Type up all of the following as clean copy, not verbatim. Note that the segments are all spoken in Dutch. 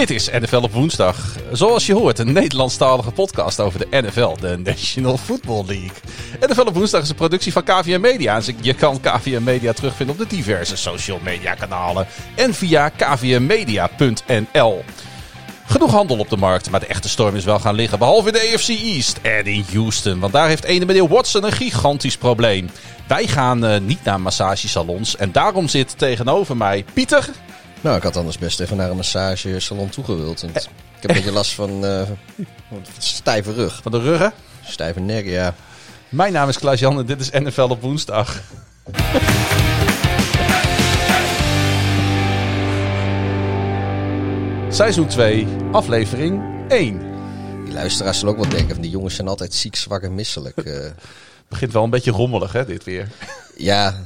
Dit is NFL op woensdag. Zoals je hoort, een Nederlandstalige podcast over de NFL, de National Football League. NFL op woensdag is een productie van KVM Media. En je kan KVM Media terugvinden op de diverse social media kanalen en via kvmmedia.nl. Genoeg handel op de markt, maar de echte storm is wel gaan liggen. Behalve in de AFC East en in Houston. Want daar heeft ene meneer Watson een gigantisch probleem. Wij gaan niet naar massagesalons. En daarom zit tegenover mij Pieter. Nou, ik had anders best even naar een massagesalon toegewild. Ik heb een beetje last van stijve rug. Van de ruggen? Stijve nek, ja. Mijn naam is Klaas-Jan en dit is NFL op woensdag. Seizoen 2, aflevering 1. Die luisteraars zullen ook wel denken van die jongens zijn altijd ziek, zwak en misselijk. Het begint wel een beetje rommelig, hè, dit weer. Ja.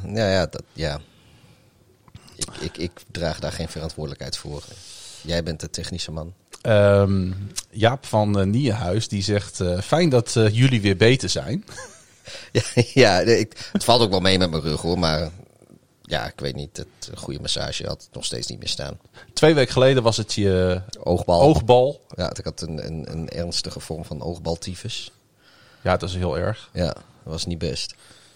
Ik draag daar geen verantwoordelijkheid voor. Jij bent de technische man. Jaap van Nienhuis die zegt, fijn dat jullie weer beter zijn. Het valt ook wel mee met mijn rug hoor, maar ja, ik weet niet. Een goede massage had het nog steeds niet meer staan. 2 weken geleden was het je oogbal. Ja, ik had een ernstige vorm van oogbaltyfus. Ja, dat is heel erg. Ja, dat was niet best.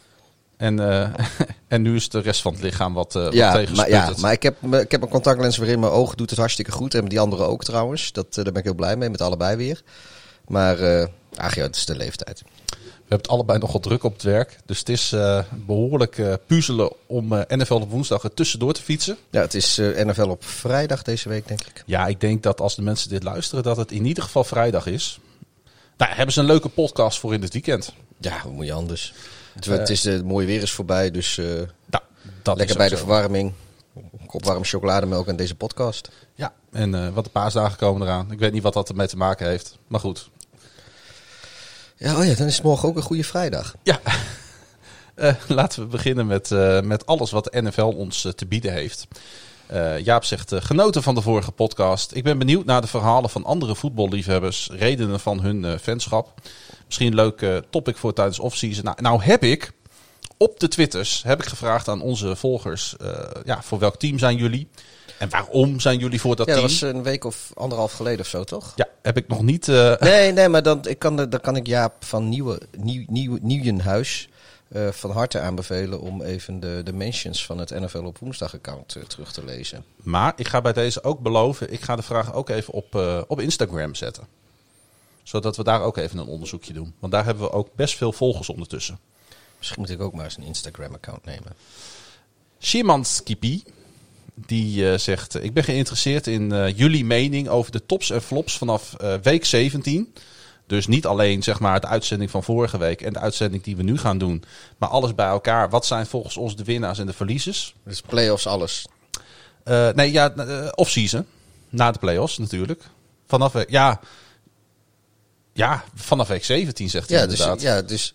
En nu is de rest van het lichaam wat tegensputterd. Maar ik heb een contactlens weer in mijn oog. Doet het hartstikke goed. En die andere ook trouwens. Daar ben ik heel blij mee. Met allebei weer. Maar het is de leeftijd. We hebben het allebei nogal druk op het werk. Dus het is behoorlijk puzzelen om NFL op woensdag er tussendoor te fietsen. Ja, het is NFL op vrijdag deze week, denk ik. Ja, ik denk dat als de mensen dit luisteren, dat het in ieder geval vrijdag is. Nou, hebben ze een leuke podcast voor in het weekend. Ja, hoe moet je anders? Het is mooi weer is voorbij, dus dat lekker bij de verwarming. Een kop warm chocolademelk en deze podcast. Ja, en wat de paasdagen komen eraan. Ik weet niet wat dat ermee te maken heeft, maar goed. Ja, dan is het morgen ook een goede vrijdag. Ja, laten we beginnen met alles wat de NFL ons te bieden heeft. Jaap zegt, genoten van de vorige podcast. Ik ben benieuwd naar de verhalen van andere voetballiefhebbers, redenen van hun fanschap. Misschien een leuk topic voor tijdens offseason. Nou heb ik op de Twitters gevraagd aan onze volgers, voor welk team zijn jullie? En waarom zijn jullie voor dat team? Dat was een week of 1,5 geleden of zo, toch? Ja, heb ik nog niet... Nee, maar dan kan ik Jaap van Nieuwenhuis van harte aanbevelen om even de mentions van het NFL op woensdag account terug te lezen. Maar ik ga bij deze ook beloven, ik ga de vraag ook even op Instagram zetten. Zodat we daar ook even een onderzoekje doen. Want daar hebben we ook best veel volgers ondertussen. Misschien moet ik ook maar eens een Instagram account nemen. Szymanskipi, die zegt, ik ben geïnteresseerd in jullie mening over de tops en flops vanaf week 17. Dus niet alleen zeg maar de uitzending van vorige week en de uitzending die we nu gaan doen. Maar alles bij elkaar. Wat zijn volgens ons de winnaars en de verliezers? Dus playoffs alles? Off-season. Na de playoffs natuurlijk. Vanaf vanaf week 17 zegt hij inderdaad. Dus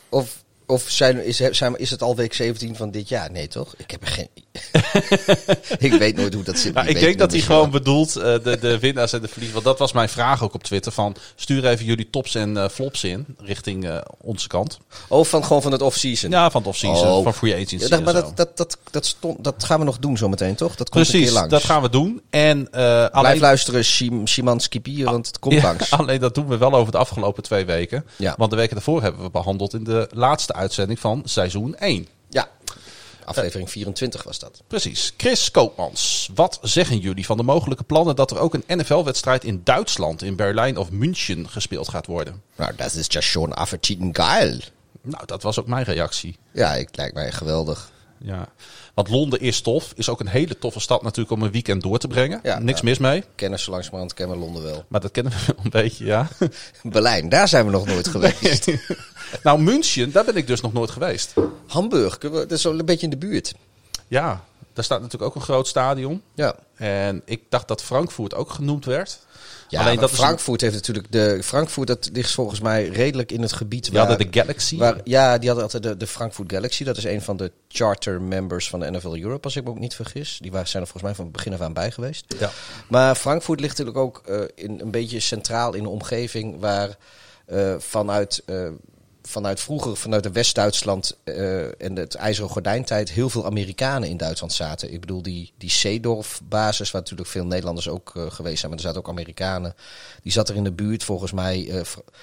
is het al week 17 van dit jaar? Nee, toch? Ik heb er geen... Ik weet nooit hoe dat zit. Nou, ik denk dat hij gewoon bedoelt de winnaars en de verliezers. Want dat was mijn vraag ook op Twitter. Van, stuur even jullie tops en flops in richting onze kant. Oh, van het off-season? Ja, van het off-season. Van free agency. Ja, maar dat gaan we nog doen zometeen, toch? Dat komt een keer langs. Dat gaan we doen. En, blijf luisteren, Szymanskipi, want het komt langs. Alleen dat doen we wel over de afgelopen 2 weken. Ja. Want de weken daarvoor hebben we behandeld in de laatste uitzending van seizoen 1. Ja, aflevering 24 was dat. Precies. Chris Koopmans, wat zeggen jullie van de mogelijke plannen dat er ook een NFL-wedstrijd in Duitsland, in Berlijn of München gespeeld gaat worden? Nou, dat is just schon affetiten geil. Nou, dat was ook mijn reactie. Ja, het lijkt mij geweldig. Ja, want Londen is tof. Is ook een hele toffe stad natuurlijk om een weekend door te brengen. Ja, niks mis mee. Kennen zo langzamerhand kennen we Londen wel. Maar dat kennen we wel een beetje, ja. Berlijn, daar zijn we nog nooit geweest. Nee. Nou, München, daar ben ik dus nog nooit geweest. Hamburg, dat is wel een beetje in de buurt. Ja, daar staat natuurlijk ook een groot stadion. Ja. En ik dacht dat Frankfurt ook genoemd werd. Ja, alleen dat Frankfurt heeft natuurlijk Frankfurt, dat ligt volgens mij redelijk in het gebied waar... Die hadden de Galaxy. Die hadden altijd de Frankfurt Galaxy. Dat is een van de charter members van de NFL Europe, als ik me ook niet vergis. Die zijn er volgens mij van het begin af aan bij geweest. Ja. Maar Frankfurt ligt natuurlijk ook in een beetje centraal in de omgeving waar vanuit vanuit de West-Duitsland en het IJzeren Gordijntijd heel veel Amerikanen in Duitsland zaten. Ik bedoel, die Seedorf-basis, waar natuurlijk veel Nederlanders ook geweest zijn, maar er zaten ook Amerikanen. Die zat er in de buurt, volgens mij.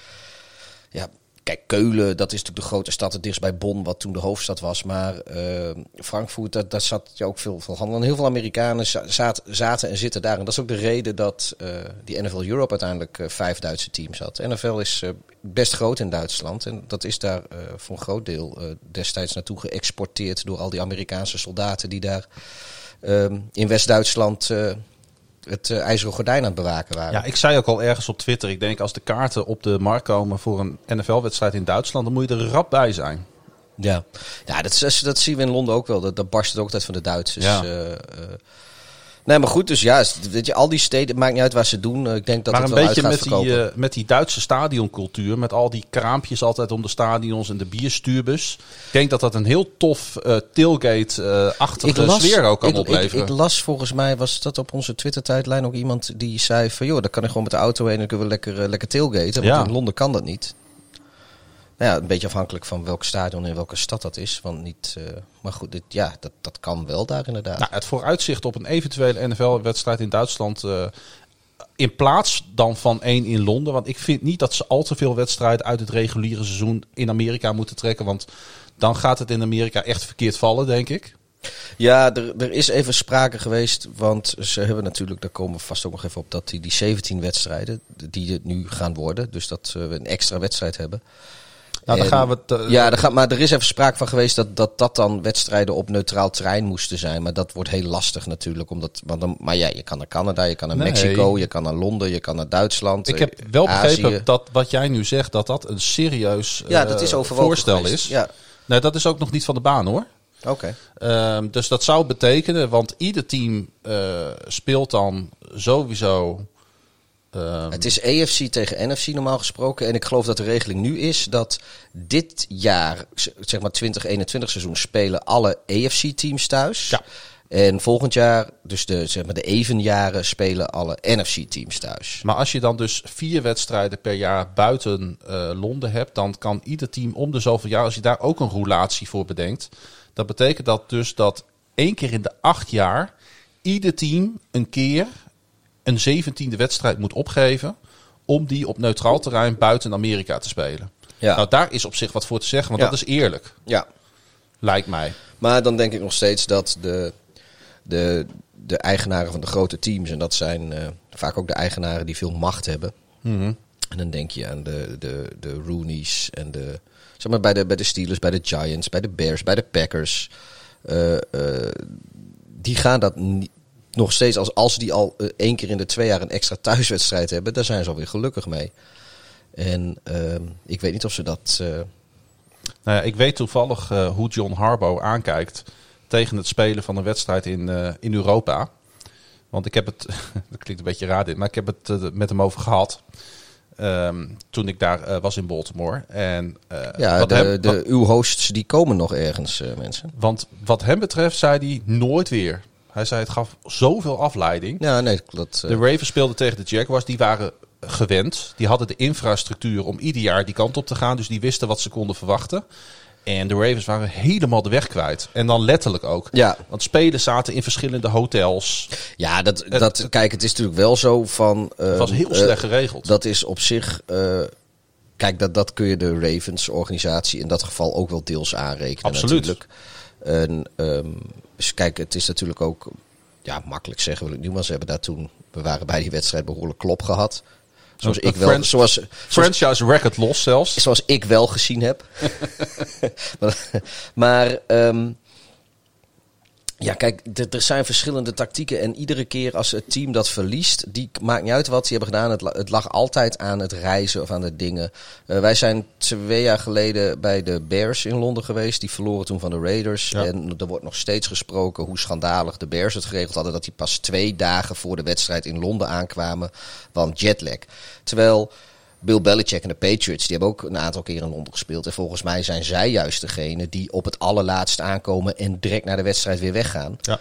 Kijk, Keulen, dat is natuurlijk de grote stad, het dichtst bij Bonn, wat toen de hoofdstad was. Maar Frankfurt, daar zat je ook veel handel. En heel veel Amerikanen zaten en zitten daar. En dat is ook de reden dat die NFL Europe uiteindelijk 5 Duitse teams had. De NFL is best groot in Duitsland. En dat is daar voor een groot deel destijds naartoe geëxporteerd door al die Amerikaanse soldaten die daar in West-Duitsland het IJzeren Gordijn aan het bewaken waren. Ja, ik zei ook al ergens op Twitter, ik denk als de kaarten op de markt komen voor een NFL-wedstrijd in Duitsland, dan moet je er rap bij zijn. Ja, dat zien we in Londen ook wel. Dat barst het ook uit van de Duitsers. Ja. Nee, maar goed, dus ja, weet je, al die steden, het maakt niet uit waar ze doen. Ik denk dat maar het een wel beetje uit gaat verkopen. met die Duitse stadioncultuur, met al die kraampjes altijd om de stadions en de bierstuurbus. Ik denk dat dat een heel tof tailgate-achtige sfeer ook kan opleveren. Ik las, volgens mij was dat op onze Twitter-tijdlijn ook iemand die zei van, joh, dan kan ik gewoon met de auto heen en dan kunnen we lekker tailgaten. Want in Londen kan dat niet. Nou ja, een beetje afhankelijk van welk stadion en welke stad dat is. Want niet, maar goed, dat kan wel daar inderdaad. Nou, het vooruitzicht op een eventuele NFL-wedstrijd in Duitsland, in plaats dan van 1 in Londen. Want ik vind niet dat ze al te veel wedstrijden uit het reguliere seizoen in Amerika moeten trekken. Want dan gaat het in Amerika echt verkeerd vallen, denk ik. Ja, er is even sprake geweest, want ze hebben natuurlijk, daar komen we vast ook nog even op, dat die 17 wedstrijden, die het nu gaan worden, dus dat we een extra wedstrijd hebben. Nou, dan gaan we maar er is even sprake van geweest dat dan wedstrijden op neutraal terrein moesten zijn. Maar dat wordt heel lastig natuurlijk. Maar ja, je kan naar Canada, je kan naar Mexico, je kan naar Londen, je kan naar Duitsland. Ik heb wel begrepen dat wat jij nu zegt, dat een serieus voorstel is. Ja. Nee, dat is ook nog niet van de baan hoor. Oké. Dus dat zou betekenen, want ieder team speelt dan sowieso. Het is AFC tegen NFC normaal gesproken. En ik geloof dat de regeling nu is dat dit jaar, zeg maar 2021 seizoen, spelen alle AFC-teams thuis. Ja. En volgend jaar, dus de evenjaren, spelen alle NFC-teams thuis. Maar als je dan dus 4 wedstrijden per jaar buiten Londen hebt, dan kan ieder team om de zoveel jaar, als je daar ook een roulatie voor bedenkt, dat betekent dat dus dat 1 keer in de 8 jaar ieder team een keer een 17e wedstrijd moet opgeven om die op neutraal terrein buiten Amerika te spelen. Ja. Nou, daar is op zich wat voor te zeggen, want dat is eerlijk. Ja. Lijkt mij. Maar dan denk ik nog steeds dat de eigenaren van de grote teams, en dat zijn vaak ook de eigenaren die veel macht hebben. Mm-hmm. En dan denk je aan de Rooney's en zeg maar bij de Steelers, bij de Giants, bij de Bears, bij de Packers. Die gaan dat niet. Nog steeds, als die al 1 keer in de 2 jaar een extra thuiswedstrijd hebben, daar zijn ze alweer gelukkig mee. En ik weet niet of ze dat. Nou ja, ik weet toevallig hoe John Harbaugh aankijkt tegen het spelen van een wedstrijd in Europa. Want ik heb het, dat klinkt een beetje raar dit, maar ik heb het met hem over gehad. Toen ik daar was in Baltimore. En, uw hosts die komen nog ergens, mensen. Want wat hem betreft zei hij nooit weer. Hij zei het gaf zoveel afleiding. Ja, nee, de Ravens speelden tegen de Jaguars. Die waren gewend. Die hadden de infrastructuur om ieder jaar die kant op te gaan. Dus die wisten wat ze konden verwachten. En de Ravens waren helemaal de weg kwijt. En dan letterlijk ook. Ja. Want spelers zaten in verschillende hotels. Ja, kijk, het is natuurlijk wel zo van. Het was heel slecht geregeld. Dat is op zich. Kijk, dat kun je de Ravens-organisatie in dat geval ook wel deels aanrekenen. Absoluut. Natuurlijk. En, dus kijk, het is natuurlijk ook, ja, makkelijk zeggen wil ik nu, maar ze hebben daar toen, we waren bij die wedstrijd behoorlijk klop gehad. Franchise record los zelfs. Zoals ik wel gezien heb. maar ja, kijk, er zijn verschillende tactieken. En iedere keer als het team dat verliest, maakt niet uit wat ze hebben gedaan. Het lag altijd aan het reizen of aan de dingen. Wij zijn 2 jaar geleden bij de Bears in Londen geweest. Die verloren toen van de Raiders. Ja. En er wordt nog steeds gesproken hoe schandalig de Bears het geregeld hadden. Dat die pas 2 dagen voor de wedstrijd in Londen aankwamen. Want jetlag. Terwijl Bill Belichick en de Patriots, die hebben ook een aantal keer in Londen gespeeld. En volgens mij zijn zij juist degene die op het allerlaatst aankomen en direct naar de wedstrijd weer weggaan. Ja.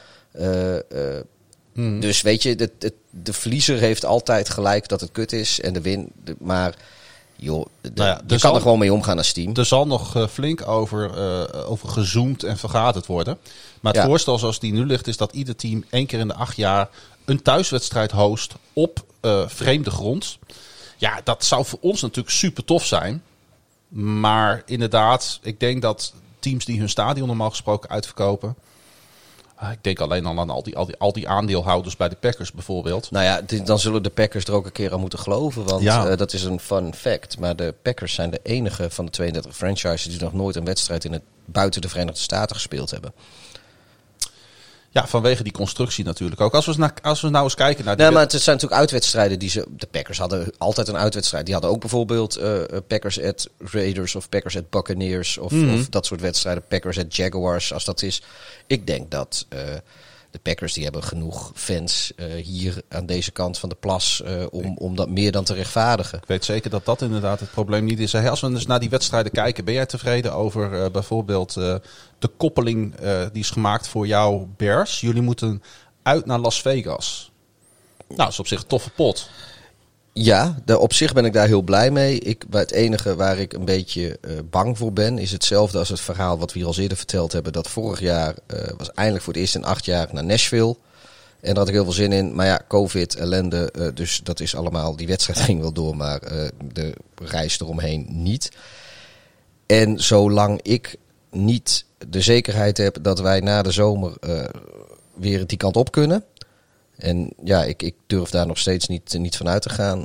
Dus weet je, de verliezer heeft altijd gelijk dat het kut is. En maar joh, je kan er gewoon mee omgaan als team. Er zal nog flink over gezoomd en vergaderd worden. Maar het voorstel zoals die nu ligt is dat ieder team 1 keer in de 8 jaar een thuiswedstrijd host op vreemde grond. Ja, dat zou voor ons natuurlijk super tof zijn. Maar inderdaad, ik denk dat teams die hun stadion normaal gesproken uitverkopen. Ik denk alleen al aan al die aandeelhouders bij de Packers bijvoorbeeld. Nou ja, dan zullen de Packers er ook een keer aan moeten geloven. Want dat is een fun fact. Maar de Packers zijn de enige van de 32 franchises die nog nooit een wedstrijd buiten de Verenigde Staten gespeeld hebben. Ja, vanwege die constructie natuurlijk ook. Als we nou eens kijken naar... Nee, maar het zijn natuurlijk uitwedstrijden de Packers hadden altijd een uitwedstrijd. Die hadden ook bijvoorbeeld Packers at Raiders of Packers at Buccaneers of dat soort wedstrijden. Packers at Jaguars, als dat is. Ik denk dat de Packers die hebben genoeg fans hier aan deze kant van de plas om dat meer dan te rechtvaardigen. Ik weet zeker dat dat inderdaad het probleem niet is. Als we dus naar die wedstrijden kijken, ben jij tevreden over bijvoorbeeld de koppeling die is gemaakt voor jouw Bears? Jullie moeten uit naar Las Vegas. Nou, dat is op zich een toffe pot. Ja, op zich ben ik daar heel blij mee. Het enige waar ik een beetje bang voor ben, is hetzelfde als het verhaal wat we hier al eerder verteld hebben. Dat vorig jaar was eindelijk voor het eerst in 8 jaar naar Nashville. En daar had ik heel veel zin in. Maar ja, COVID, ellende. Dus dat is allemaal, die wedstrijd ging wel door, maar de reis eromheen niet. En zolang ik niet de zekerheid heb dat wij na de zomer weer die kant op kunnen. En ja, ik durf daar nog steeds niet van uit te gaan.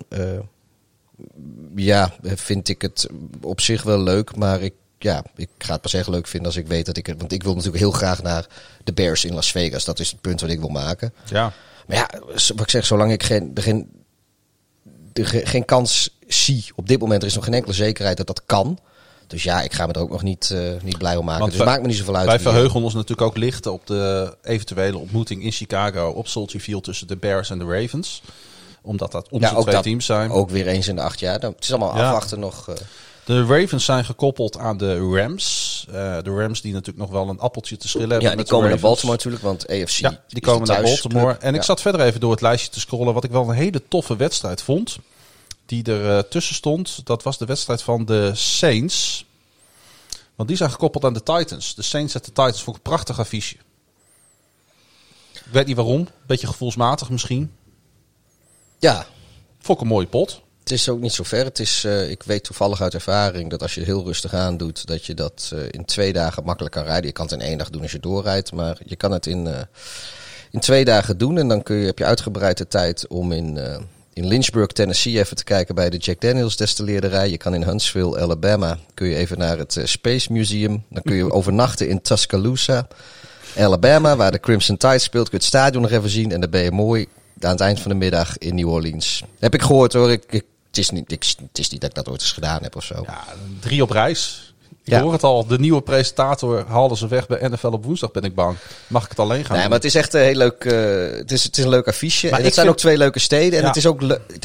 Vind ik het op zich wel leuk. Maar ik ga het pas echt leuk vinden als ik weet dat want ik wil natuurlijk heel graag naar de Bears in Las Vegas. Dat is het punt wat ik wil maken. Ja. Maar ja, wat ik zeg, zolang ik geen kans zie op dit moment, er is nog geen enkele zekerheid dat kan. Dus ja, ik ga me er ook nog niet blij om maken. Want dus het maakt me niet zoveel uit. Wij verheugen ons natuurlijk ook licht op de eventuele ontmoeting in Chicago op Soldier Field tussen de Bears en de Ravens. Omdat dat onze twee teams zijn. Ook weer eens in de 8 jaar. Het is allemaal afwachten nog. De Ravens zijn gekoppeld aan de Rams. De Rams die natuurlijk nog wel een appeltje te schillen hebben. Ja, die komen naar Baltimore natuurlijk, want AFC ja, die komen naar Baltimore. En ik zat verder even door het lijstje te scrollen. Wat ik wel een hele toffe wedstrijd vond. Die er tussen stond. Dat was de wedstrijd van de Saints. Want die zijn gekoppeld aan de Titans. De Saints en de Titans vond ik een prachtig affiche. Ik weet niet waarom. Beetje gevoelsmatig misschien. Ja. Vond ik een mooie pot. Het is ook niet zo ver. Het is, ik weet toevallig uit ervaring dat als je heel rustig aan doet, dat je dat in 2 dagen makkelijk kan rijden. Je kan het in 1 dag doen als je doorrijdt. Maar je kan het in 2 dagen doen. En dan heb je uitgebreid de tijd om in Lynchburg, Tennessee even te kijken bij de Jack Daniels destilleerderij. Je kan in Huntsville, Alabama, kun je even naar het Space Museum. Dan kun je overnachten in Tuscaloosa, Alabama, waar de Crimson Tide speelt. Kun je het stadion nog even zien en dan ben je mooi aan het eind van de middag in New Orleans. Heb ik gehoord hoor. Het is niet dat ik dat ooit eens gedaan heb of zo. Ja, 3 op reis. Ik hoor het al, de nieuwe presentator haalde ze weg bij NFL op woensdag, ben ik bang. Mag ik het alleen gaan doen? Maar het is echt een heel leuk, het is een leuk affiche. Maar en het zijn ook 2 leuke steden. En het is ook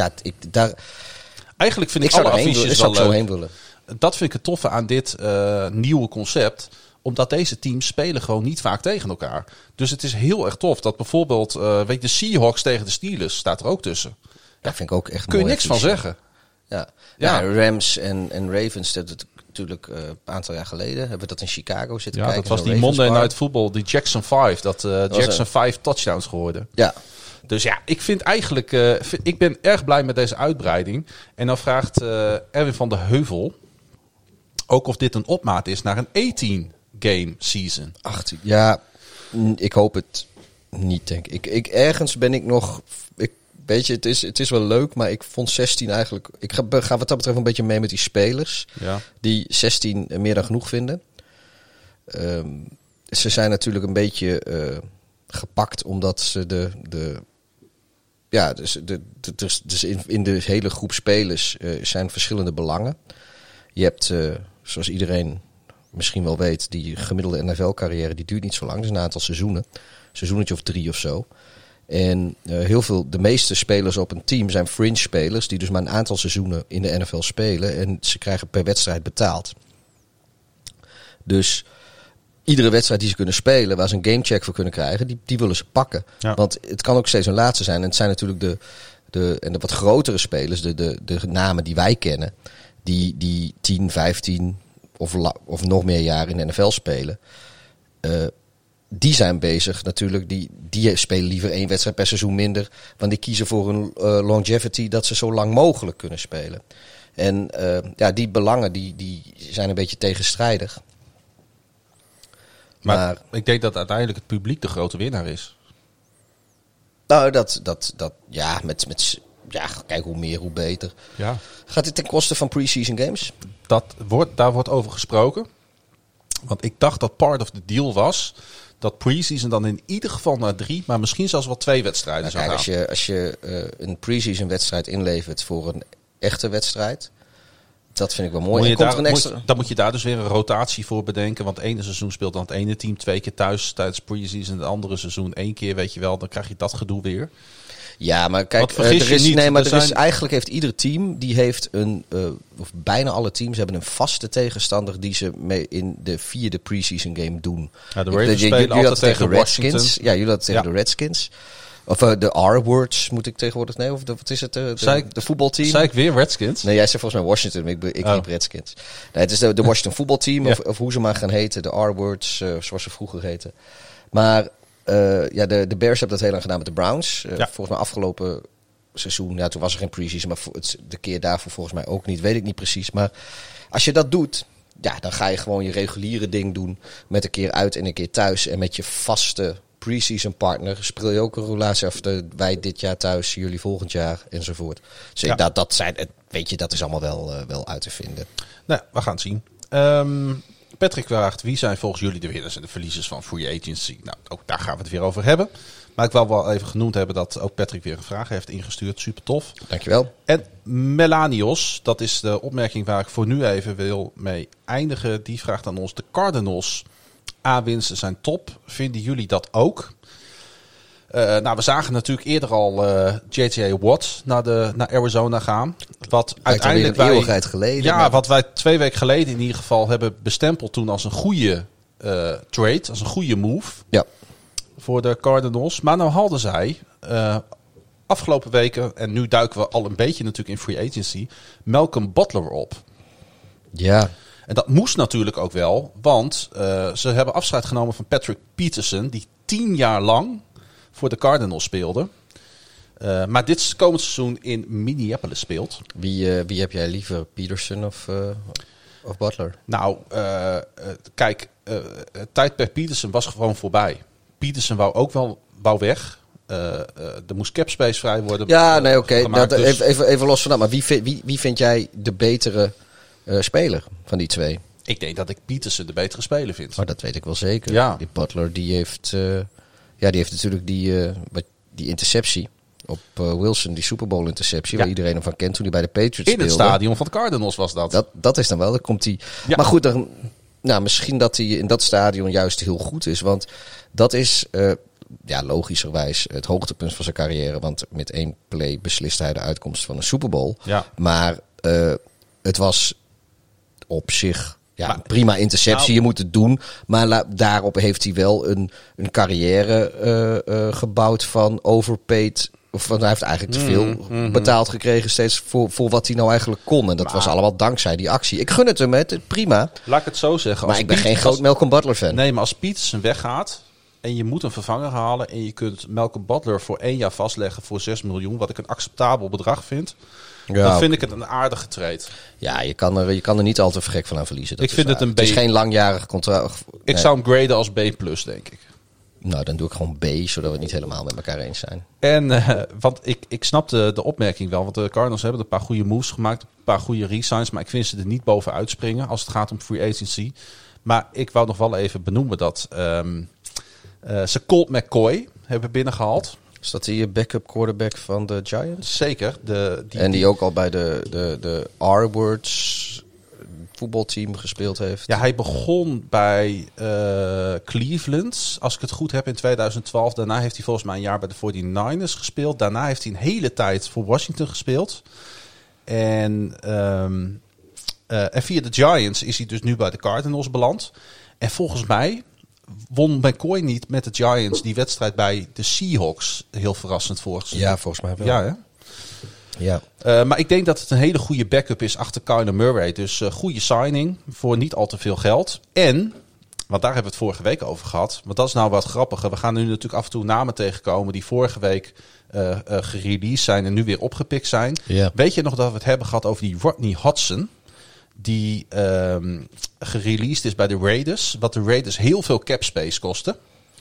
eigenlijk vind ik alle affiches wel leuk. Heen willen. Dat vind ik het toffe aan dit nieuwe concept. Omdat deze teams spelen gewoon niet vaak tegen elkaar. Dus het is heel erg tof dat bijvoorbeeld de Seahawks tegen de Steelers staat er ook tussen. Daar vind ik ook echt kun je niks van zeggen. Ja. Rams en Ravens, dat natuurlijk een aantal jaar geleden hebben we dat in Chicago zitten kijken. Dat was die Monday Night Football, die Jackson 5. Dat Jackson 5 touchdowns geworden. Ja. Dus ja, ik vind eigenlijk... ik ben erg blij met deze uitbreiding. En dan vraagt Erwin van de Heuvel ook of dit een opmaat is naar een 18-game season. 18, ja, ik hoop het niet, denk ik. Ergens ben ik nog... Weet je, het is wel leuk, maar ik vond 16 eigenlijk... Ik ga wat dat betreft een beetje mee met die spelers. Ja. Die 16 meer dan genoeg vinden. Ze zijn natuurlijk een beetje gepakt omdat ze dus in de hele groep spelers zijn verschillende belangen. Je hebt, zoals iedereen misschien wel weet, die gemiddelde NFL-carrière, die duurt niet zo lang. Dat is een aantal seizoenen. Seizoenetje of 3 of zo. En de meeste spelers op een team zijn fringe spelers die dus maar een aantal seizoenen in de NFL spelen en ze krijgen per wedstrijd betaald. Dus iedere wedstrijd die ze kunnen spelen, waar ze een gamecheck voor kunnen krijgen, die willen ze pakken. Ja. Want het kan ook steeds een laatste zijn. En het zijn natuurlijk de wat grotere spelers, de namen die wij kennen, die 10, 15 of nog meer jaar in de NFL spelen. Die zijn bezig natuurlijk. Die spelen liever 1 wedstrijd per seizoen minder. Want die kiezen voor een longevity dat ze zo lang mogelijk kunnen spelen. En die belangen die zijn een beetje tegenstrijdig. Maar ik denk dat uiteindelijk het publiek de grote winnaar is. Nou, kijk, hoe meer, hoe beter. Ja. Gaat dit ten koste van pre-season games? Daar wordt over gesproken. Want ik dacht dat part of the deal was dat pre-season dan in ieder geval naar 3, maar misschien zelfs wel 2 wedstrijden zou gaan. Als je een pre-season wedstrijd inlevert voor een echte wedstrijd, dat vind ik wel mooi. Dan moet je daar dus weer een rotatie voor bedenken. Want het ene seizoen speelt dan het ene team 2 keer thuis tijdens pre-season. Het andere seizoen 1 keer, weet je wel. Dan krijg je dat gedoe weer. Ja, maar kijk, eigenlijk heeft ieder team, die heeft of bijna alle teams hebben een vaste tegenstander die ze mee in de 4e pre-season game doen. Ja, de Ravens spelen altijd tegen de Redskins. Ja, jullie hadden tegen de Redskins. Of de R-words moet ik tegenwoordig... Nee, of wat is het? De voetbalteam? Zei ik weer Redskins? Nee, jij zei volgens mij Washington, maar ik riep Redskins. Nee, het is de Washington voetbalteam, of hoe ze maar gaan heten. De R-words, zoals ze vroeger heten. Maar de Bears hebben dat heel lang gedaan met de Browns. Volgens mij afgelopen seizoen, toen was er geen pre-season, maar de keer daarvoor volgens mij ook niet. Weet ik niet precies. Maar als je dat doet, dan ga je gewoon je reguliere ding doen. Met een keer uit en een keer thuis. En met je vaste pre-season partner speel je ook een roulatie af. Wij dit jaar thuis, jullie volgend jaar enzovoort. Dus dat is allemaal wel uit te vinden. Nou, we gaan het zien. Patrick vraagt, wie zijn volgens jullie de winnaars en de verliezers van free agency? Nou, ook daar gaan we het weer over hebben. Maar ik wil wel even genoemd hebben dat ook Patrick weer een vraag heeft ingestuurd. Super tof. Dankjewel. En Melanios, dat is de opmerking waar ik voor nu even wil mee eindigen. Die vraagt aan ons, de Cardinals A-winsten zijn top. Vinden jullie dat ook? We zagen natuurlijk eerder al J.J. Watt naar Arizona gaan. Wat uiteindelijk een eeuwigheid geleden. Ja, wat wij 2 weken geleden in ieder geval hebben bestempeld toen als een goede trade, als een goede move voor de Cardinals. Maar nou hadden zij afgelopen weken, en nu duiken we al een beetje natuurlijk in free agency, Malcolm Butler op. Ja. En dat moest natuurlijk ook wel, want ze hebben afscheid genomen van Patrick Peterson, die 10 jaar lang voor de Cardinals speelde. Maar dit komend seizoen in Minneapolis speelt. Wie heb jij liever, Peterson of Butler? Nou, kijk, het tijdperk Peterson was gewoon voorbij. Peterson wou weg. Er moest cap space vrij worden. Ja, nee, oké. Dus even los van dat. Maar wie vind jij de betere speler van die 2? Ik denk dat ik Peterson de betere speler vind. Maar dat weet ik wel zeker. Ja. Die Butler, die heeft natuurlijk die interceptie op Wilson, die Super Bowl interceptie, waar iedereen hem van kent toen hij bij de Patriots speelde. In het stadion van de Cardinals was dat. Dat is dan wel, dan komt hij. Ja. Maar goed, misschien dat hij in dat stadion juist heel goed is, want dat is logischerwijs het hoogtepunt van zijn carrière, want met 1 play besliste hij de uitkomst van een Super Bowl. Ja. Maar het was op zich een prima interceptie, je moet het doen. Maar daarop heeft hij wel een carrière gebouwd van overpaid. Hij heeft eigenlijk te veel betaald gekregen steeds voor wat hij nou eigenlijk kon. En dat was allemaal dankzij die actie. Ik gun het hem, prima. Laat ik het zo zeggen. Maar ik ben geen groot Malcolm Butler fan. Nee, maar als Peterson weggaat en je moet een vervanger halen en je kunt Malcolm Butler voor 1 jaar vastleggen voor 6 miljoen, wat ik een acceptabel bedrag vind. Ja, dan vind ik het een aardige trade. Ja, je kan er niet al te gek van aan verliezen. Ik vind het een B. Het is geen langjarig contract. Ik zou hem graden als B+, denk ik. Nou, dan doe ik gewoon B, zodat we het niet helemaal met elkaar eens zijn. En, want ik snap de opmerking wel. Want de Cardinals hebben een paar goede moves gemaakt. Een paar goede resigns. Maar ik vind ze er niet bovenuit springen als het gaat om free agency. Maar ik wou nog wel even benoemen dat ze Colt McCoy hebben binnengehaald. Is dat die backup quarterback van de Giants? Zeker. Die ook al bij de R-words voetbalteam gespeeld heeft. Ja, hij begon bij Cleveland, als ik het goed heb, in 2012. Daarna heeft hij volgens mij een jaar bij de 49ers gespeeld. Daarna heeft hij een hele tijd voor Washington gespeeld. En via de Giants is hij dus nu bij de Cardinals beland. En volgens mij won McCoy niet met de Giants die wedstrijd bij de Seahawks. Heel verrassend vorig seizoen. Ja, volgens mij wel. Ja, hè? Ja. Maar ik denk dat het een hele goede backup is achter Kyler Murray. Dus goede signing voor niet al te veel geld. En, want daar hebben we het vorige week over gehad. Want dat is nou wat grappiger. We gaan nu natuurlijk af en toe namen tegenkomen die vorige week gereleased zijn en nu weer opgepikt zijn. Ja. Weet je nog dat we het hebben gehad over die Rodney Hudson? Die gereleased is bij de Raiders. Wat de Raiders heel veel cap space kostte.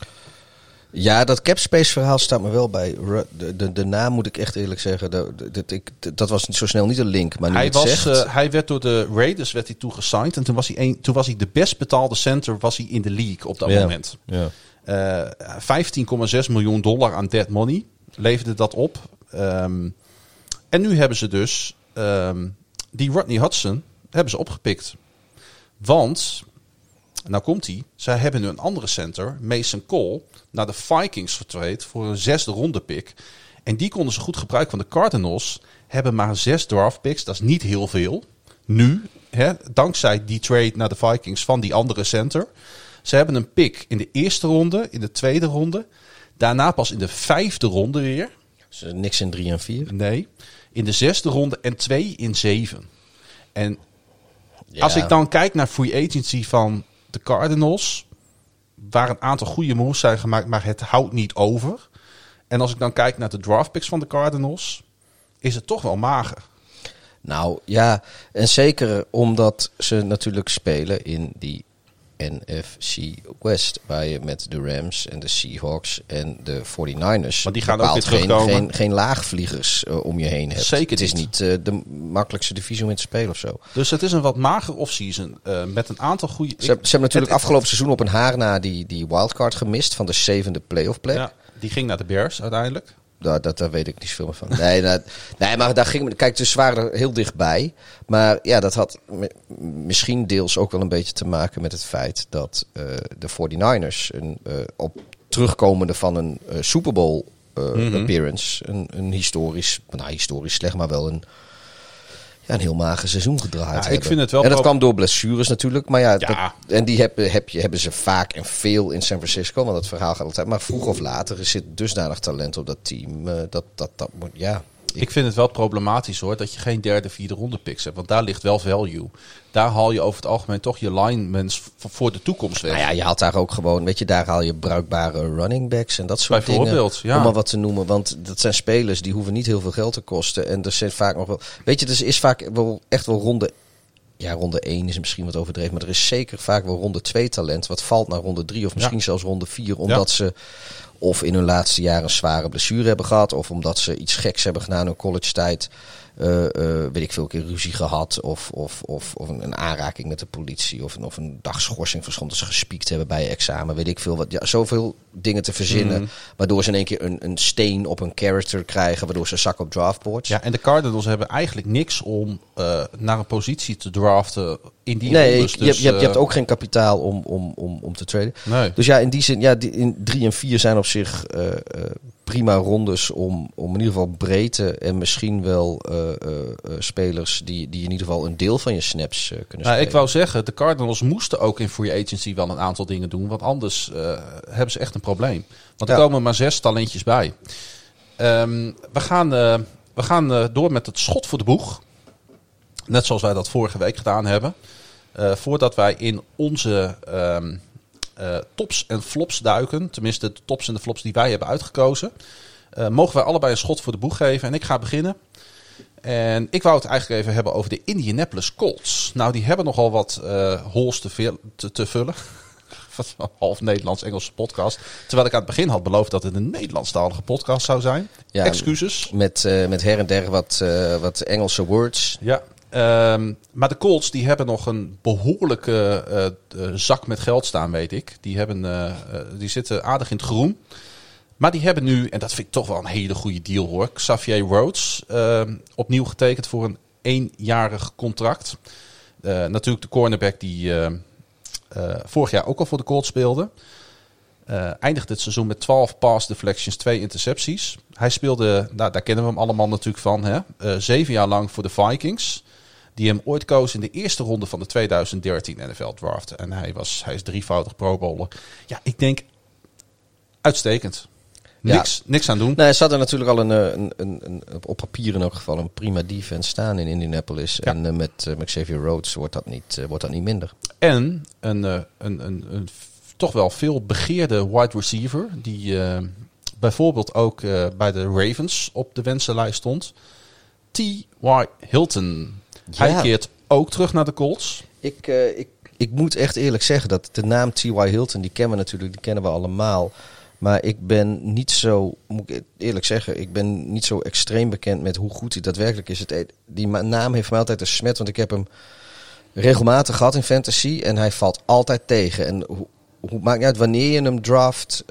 Ja, dat capspace verhaal staat me wel bij. De naam moet ik echt eerlijk zeggen. Dat was zo snel niet een link, maar nu het zegt. Hij werd door de Raiders toegesigned. En toen was hij de best betaalde center in de league op dat moment. Ja. $15,6 miljoen aan dead money leverde dat op. En nu hebben ze dus die Rodney Hudson hebben ze opgepikt. Want, nou komt hij, zij hebben nu een andere center, Mason Cole, naar de Vikings vertrade voor een 6e ronde pick. En die konden ze goed gebruiken, want de Cardinals hebben maar 6 draft picks. Dat is niet heel veel. Nu, dankzij die trade naar de Vikings van die andere center. Ze hebben een pick in de 1e ronde, in de 2e ronde. Daarna pas in de 5e ronde weer. Dus niks in 3 en 4? Nee, in de 6e ronde en 2 in 7. En Ja. als ik dan kijk naar free agency van de Cardinals, waar een aantal goede moves zijn gemaakt, maar het houdt niet over. En als ik dan kijk naar de draft picks van de Cardinals, is het toch wel mager. Nou ja, en zeker omdat ze natuurlijk spelen in die NFC West, waar je met de Rams en de Seahawks en de 49ers Maar die gaan ook weer terugkomen. geen laagvliegers om je heen hebt. Zeker het is niet de makkelijkste divisie om in te spelen of zo. Dus het is een wat mager offseason met een aantal goede. Ze hebben natuurlijk afgelopen seizoen op een haar na die wildcard gemist van de 7e playoff plek. Ja, die ging naar de Bears uiteindelijk. Daar weet ik niet zoveel van. Nee, maar daar ging. Kijk, dus ze waren er heel dichtbij. Maar ja, dat had misschien deels ook wel een beetje te maken met het feit dat de 49ers op terugkomende van een Super Bowl appearance, een historisch slecht, maar wel een heel mager seizoen gedraaid hebben. Ik vind het wel. En dat kwam door blessures natuurlijk. Maar ja, Ja. en die hebben ze vaak en veel in San Francisco. Want dat verhaal gaat altijd. Maar vroeg of later zit dusdanig talent op dat team. Dat moet, ja. Ik vind het wel problematisch hoor, dat je geen 3e, 4e ronde picks hebt. Want daar ligt wel value. Daar haal je over het algemeen toch je linemen voor de toekomst weg. Nou ja, je haalt daar ook gewoon, weet je, daar haal je bruikbare running backs en dat soort Bijvoorbeeld, dingen. ja. Om maar wat te noemen. Want dat zijn spelers die hoeven niet heel veel geld te kosten. En er zit vaak nog wel, weet je, er is vaak wel echt wel ronde 1 is misschien wat overdreven. Maar er is zeker vaak wel ronde 2 talent. Wat valt naar ronde 3 of misschien zelfs ronde 4. Omdat ze of in hun laatste jaar een zware blessure hebben gehad. Of omdat ze iets geks hebben gedaan in hun college tijd. Weet ik veel keer ruzie gehad. Of een aanraking met de politie. Of een dagschorsing verschonden ze gespiekt hebben bij examen. Weet ik veel wat. Ja, zoveel dingen te verzinnen. Waardoor ze in één keer een steen op een character krijgen. Waardoor ze zak op draftboards. Ja, en de Cardinals hebben eigenlijk niks om naar een positie te draften in die nee, rondes. Dus, je hebt ook geen kapitaal om te traden. Nee. Dus ja, in die zin, ja, in 3 en 4 zijn op zich prima rondes om in ieder geval breedte en misschien wel spelers die in ieder geval een deel van je snaps kunnen spelen. Ik wou zeggen, de Cardinals moesten ook in free agency wel een aantal dingen doen. Want anders hebben ze echt een probleem. Want er komen maar 6 talentjes bij. We gaan door met het schot voor de boeg. Net zoals wij dat vorige week gedaan hebben. Voordat wij in onze tops en flops duiken. Tenminste, de tops en de flops die wij hebben uitgekozen. Mogen wij allebei een schot voor de boeg geven. En ik ga beginnen. En ik wou het eigenlijk even hebben over de Indianapolis Colts. Nou, die hebben nogal wat holes te vullen. Half Nederlands-Engelse podcast. Terwijl ik aan het begin had beloofd dat het een Nederlandstalige podcast zou zijn. Ja, excuses. Met her en der wat Engelse words. Ja. Maar de Colts die hebben nog een behoorlijke zak met geld staan, weet ik. Die zitten aardig in het groen. Maar die hebben nu, en dat vind ik toch wel een hele goede deal hoor, Xavier Rhodes opnieuw getekend voor een 1-jarig contract. Natuurlijk de cornerback die vorig jaar ook al voor de Colts speelde. Eindigde het seizoen met 12 pass deflections, 2 intercepties. Hij speelde, daar kennen we hem allemaal natuurlijk van, hè? 7 jaar lang voor de Vikings. Die hem ooit koos in de eerste ronde van de 2013 NFL Draft. En hij is 3-voudig Pro Bowler. Ja, ik denk uitstekend. Niks aan doen. Nee, ze hadden natuurlijk al een op papier in elk geval een prima defense staan in Indianapolis. Ja. En met Xavier Rhodes wordt dat niet minder. En een toch wel veel begeerde wide receiver. Die bijvoorbeeld ook bij de Ravens op de wensenlijst stond. T.Y. Hilton. Ja. Hij keert ook terug naar de Colts. Ik moet echt eerlijk zeggen dat de naam T.Y. Hilton, die kennen we allemaal. Maar ik ben niet zo, moet ik eerlijk zeggen, ik ben niet zo extreem bekend met hoe goed hij daadwerkelijk is. Die naam heeft mij altijd een smet, want ik heb hem regelmatig gehad in fantasy en hij valt altijd tegen. En maakt niet uit wanneer je hem draft,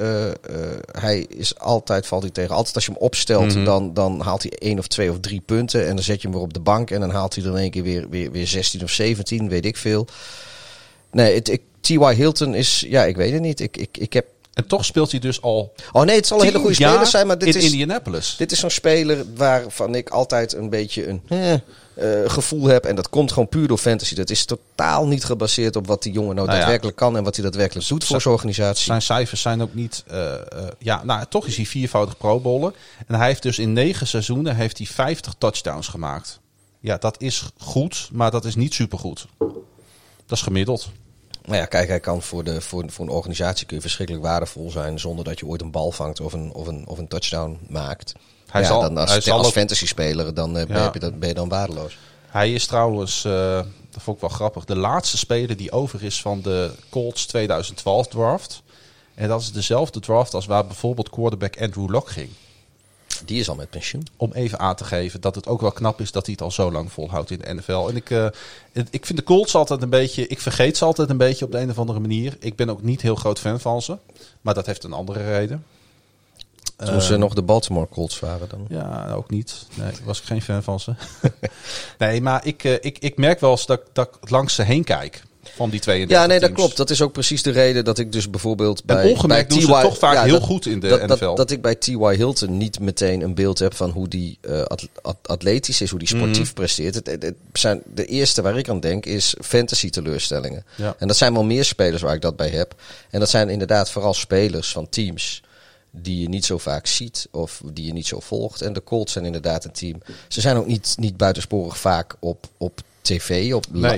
valt hij tegen. Altijd als je hem opstelt, dan haalt hij 1 of 2 of 3 punten en dan zet je hem weer op de bank en dan haalt hij er in één keer weer 16 of 17, weet ik veel. Nee, T.Y. Hilton is, ja, ik weet het niet. Ik heb... En toch speelt hij dus al... Oh nee, het zal een hele goede speler zijn, maar dit is Indianapolis. Dit is zo'n speler waarvan ik altijd een beetje een gevoel heb. En dat komt gewoon puur door fantasy. Dat is totaal niet gebaseerd op wat die jongen daadwerkelijk kan en wat hij daadwerkelijk doet voor zijn organisatie. Zijn cijfers zijn ook niet... toch is hij 4-voudig Pro Bowler. En hij heeft dus in 9 seizoenen 50 touchdowns gemaakt. Ja, dat is goed, maar dat is niet supergoed. Dat is gemiddeld. Nou ja, kijk, hij kan voor een organisatie kun je verschrikkelijk waardevol zijn zonder dat je ooit een bal vangt of een touchdown maakt. Als fantasy speler dan ben je dan waardeloos. Hij is trouwens, dat vond ik wel grappig, de laatste speler die over is van de Colts 2012 draft. En dat is dezelfde draft als waar bijvoorbeeld quarterback Andrew Luck ging. Die is al met pensioen. Om even aan te geven dat het ook wel knap is dat hij het al zo lang volhoudt in de NFL. En ik vind de Colts altijd een beetje... Ik vergeet ze altijd een beetje op de een of andere manier. Ik ben ook niet heel groot fan van ze. Maar dat heeft een andere reden. Toen ze nog de Baltimore Colts waren dan? Ja, ook niet. Nee, was ik geen fan van ze. Nee, maar ik merk wel eens dat ik langs ze heen kijk. Van die 32 Ja, nee, teams. dat klopt. Dat is ook precies de reden dat ik dus bijvoorbeeld bij... En ongemerkt doen ze toch vaak heel goed in de NFL. Dat ik bij T.Y. Hilton niet meteen een beeld heb van hoe die atletisch is, hoe die sportief presteert. Het zijn de eerste waar ik aan denk is fantasy teleurstellingen. Ja. En dat zijn wel meer spelers waar ik dat bij heb. En dat zijn inderdaad vooral spelers van teams die je niet zo vaak ziet of die je niet zo volgt. En de Colts zijn inderdaad een team. Ze zijn ook niet buitensporig vaak op tv,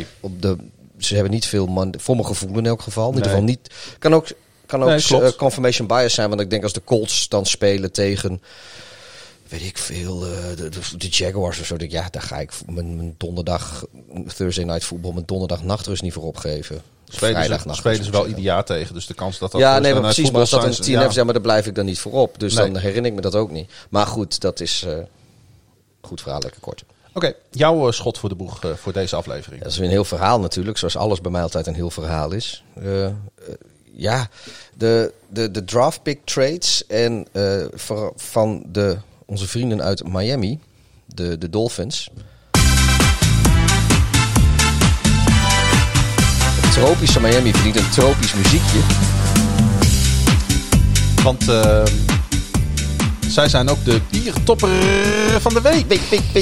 ze hebben niet veel voor mijn gevoel in elk geval. In ieder geval niet. Kan ook confirmation bias zijn. Want ik denk als de Colts dan spelen tegen, weet ik veel, de Jaguars of zo. Denk ik, ja, daar ga ik mijn donderdag, Thursday night football, mijn donderdag nachtrust niet voor opgeven. Spelen ze wel ieder jaar tegen. Dus de kans dat ja, nee, maar precies. Maar als dat een TNF zijn, maar daar blijf ik dan niet voor op. Dus dan herinner ik me dat ook niet. Maar goed, dat is goed verhaal, lekker kort. Oké, jouw schot voor de boeg voor deze aflevering. Ja, dat is weer een heel verhaal natuurlijk, zoals alles bij mij altijd een heel verhaal is. De draft pick trades en van onze vrienden uit Miami, de Dolphins. Het tropische Miami verdient een tropisch muziekje. Want zij zijn ook de biertopper van de week.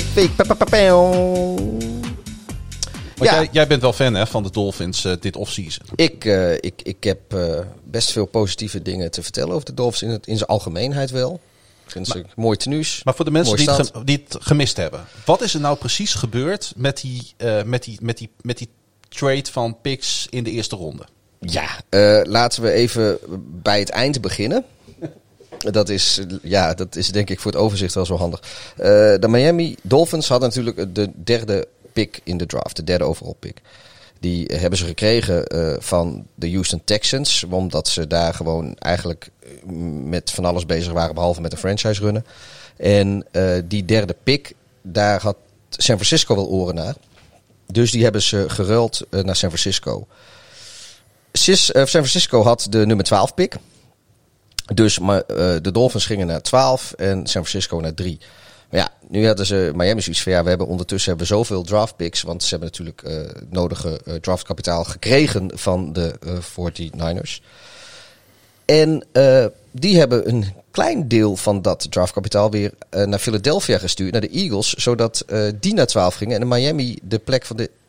Jij bent wel fan van de Dolphins dit offseason. Ik heb best veel positieve dingen te vertellen over de Dolphins in zijn algemeenheid wel. Ik vind ze mooi tenues. Maar voor de mensen die het gemist hebben. Wat is er nou precies gebeurd met die trade van picks in de eerste ronde? Ja, laten we even bij het eind beginnen. Dat is denk ik voor het overzicht wel zo handig. De Miami Dolphins hadden natuurlijk de derde pick in de draft. De derde overall pick. Die hebben ze gekregen van de Houston Texans. Omdat ze daar gewoon eigenlijk met van alles bezig waren. Behalve met een franchise runnen. En die derde pick, daar had San Francisco wel oren naar. Dus die hebben ze geruild naar San Francisco. San Francisco had de nummer 12 pick. Dus de Dolphins gingen naar 12 en San Francisco naar 3. Maar ja, nu hadden ze Miami zoiets van ondertussen hebben we zoveel draft picks. Want ze hebben natuurlijk nodige draftkapitaal gekregen van de 49ers. En die hebben een klein deel van dat draftkapitaal weer naar Philadelphia gestuurd, naar de Eagles. Zodat die naar 12 gingen en de Miami de plek van de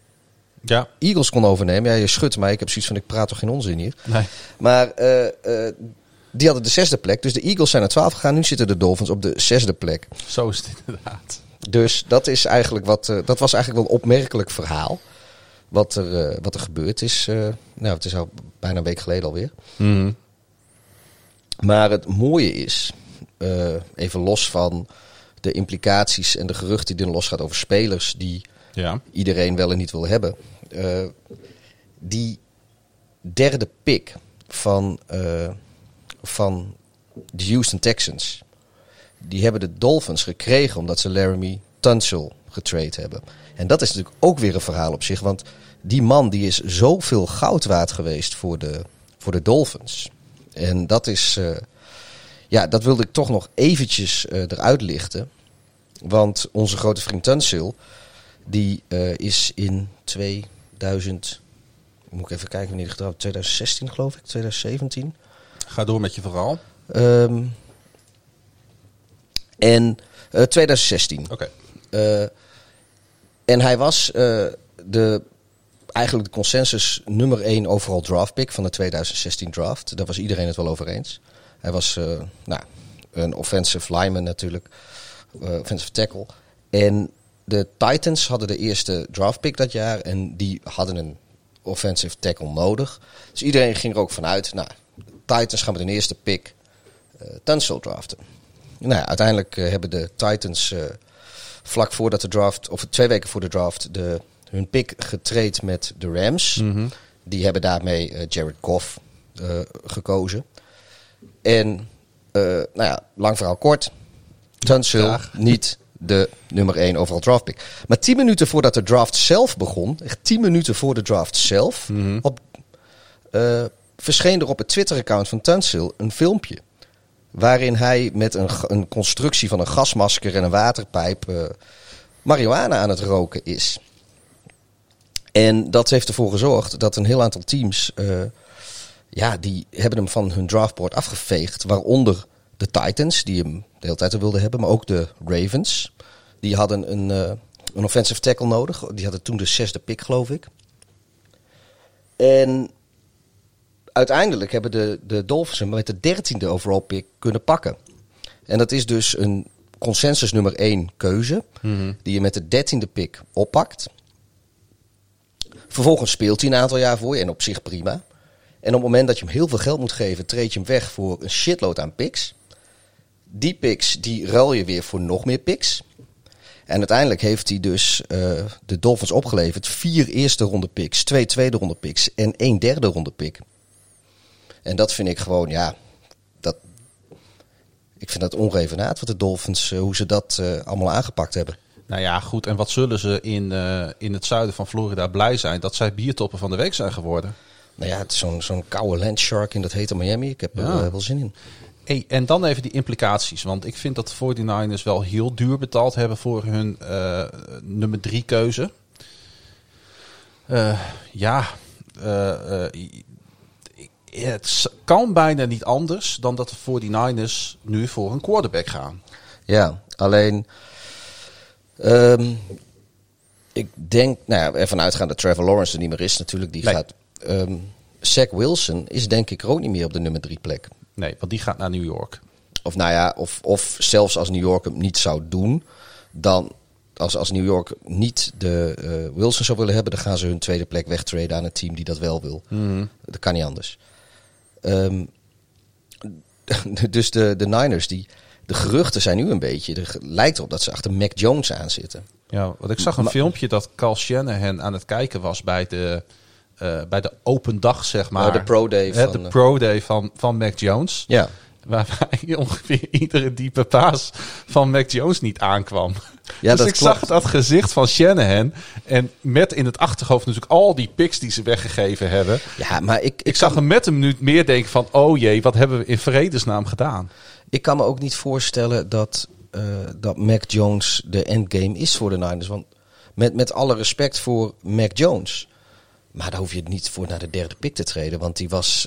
Eagles kon overnemen. Ja, je schudt mij. Ik heb zoiets van, ik praat toch geen onzin hier. Nee. Maar Die hadden de 6e plek. Dus de Eagles zijn naar 12 gegaan. Nu zitten de Dolphins op de 6e plek. Zo is het inderdaad. Dus dat is eigenlijk dat was eigenlijk wel een opmerkelijk verhaal. Wat er gebeurd is. Het is al bijna een week geleden alweer. Mm. Maar het mooie is, even los van de implicaties en de geruchten die er losgaan over spelers die iedereen wel en niet wil hebben. Die 3e pick van de Houston Texans, die hebben de Dolphins gekregen omdat ze Laramie Tunsil getrade hebben. En dat is natuurlijk ook weer een verhaal op zich, want die man die is zoveel goud waard geweest voor de Dolphins. En dat is, dat wilde ik toch nog eventjes eruit lichten. Want onze grote vriend Tunsil, die is in 2000, moet ik even kijken wanneer hij gedraft, 2016 geloof ik, 2017. Ga door met je verhaal. En 2016. Oké. En hij was eigenlijk de consensus nummer 1 overall draft pick van de 2016 draft. Daar was iedereen het wel over eens. Hij was een offensive lineman natuurlijk. Offensive tackle. En de Titans hadden de eerste draft pick dat jaar. En die hadden een offensive tackle nodig. Dus iedereen ging er ook vanuit. Nou, Titans gaan met een eerste pick Tunsil draften. Nou, uiteindelijk hebben de Titans vlak voordat de draft, of 2 weken voor de draft, hun pick getrade met de Rams. Mm-hmm. Die hebben daarmee Jared Goff gekozen. En lang verhaal kort. Tunsil niet de nummer 1 overall draft pick. Maar 10 minuten voordat de draft zelf begon, echt 10 minuten voor de draft zelf, Mm-hmm. verscheen er op het Twitter-account van Tunsil een filmpje. Waarin hij met een constructie van een gasmasker en een waterpijp marihuana aan het roken is. En dat heeft ervoor gezorgd dat een heel aantal teams, die hebben hem van hun draftboard afgeveegd. Waaronder de Titans, die hem de hele tijd wilden hebben. Maar ook de Ravens. Die hadden een offensive tackle nodig. Die hadden toen de 6e pick, geloof ik. En uiteindelijk hebben de Dolphins hem met de 13e overall pick kunnen pakken. En dat is dus een consensus nummer 1 keuze. Mm-hmm. Die je met de 13e pick oppakt. Vervolgens speelt hij een aantal jaar voor je en op zich prima. En op het moment dat je hem heel veel geld moet geven, treed je hem weg voor een shitload aan picks. Die picks, die ruil je weer voor nog meer picks. En uiteindelijk heeft hij dus de Dolphins opgeleverd 4 eerste ronde picks, 2 tweede ronde picks en 1 derde ronde pick. En dat vind ik gewoon, ik vind dat ongeëvenaard wat de Dolphins, hoe ze dat allemaal aangepakt hebben. Nou ja, goed. En wat zullen ze in het zuiden van Florida blij zijn dat zij biertoppen van de week zijn geworden? Nou ja, het is zo'n koude landshark in dat hete Miami. Ik heb er wel zin in. Hey, en dan even die implicaties. Want ik vind dat de 49ers wel heel duur betaald hebben voor hun nummer 3 keuze. Het kan bijna niet anders dan dat de 49ers nu voor een quarterback gaan. Ja, alleen ik denk, ervan uitgaan dat Trevor Lawrence er niet meer is natuurlijk. Die gaat. Zach Wilson is denk ik ook niet meer op de nummer 3 plek. Nee, want die gaat naar New York. Of zelfs als New York hem niet zou doen, dan als New York niet de Wilson zou willen hebben, dan gaan ze hun tweede plek wegtraden aan een team die dat wel wil. Mm-hmm. Dat kan niet anders. Dus de Niners, de geruchten zijn nu een beetje, er lijkt erop dat ze achter Mac Jones aan zitten. Ja, want ik zag een filmpje dat Kyle Shanahan aan het kijken was bij de open dag, zeg maar. De pro day van... De pro day van Mac Jones. Ja. Waarbij ongeveer iedere diepe paas van Mac Jones niet aankwam. Ja, dus ik zag dat gezicht van Shanahan. En met in het achterhoofd natuurlijk al die picks die ze weggegeven hebben. Ja, maar ik zag hem met een minuut meer denken van, oh jee, wat hebben we in vredesnaam gedaan? Ik kan me ook niet voorstellen dat Mac Jones de endgame is voor de Niners. Want met alle respect voor Mac Jones. Maar daar hoef je niet voor naar de 3e pick te treden. Want die was,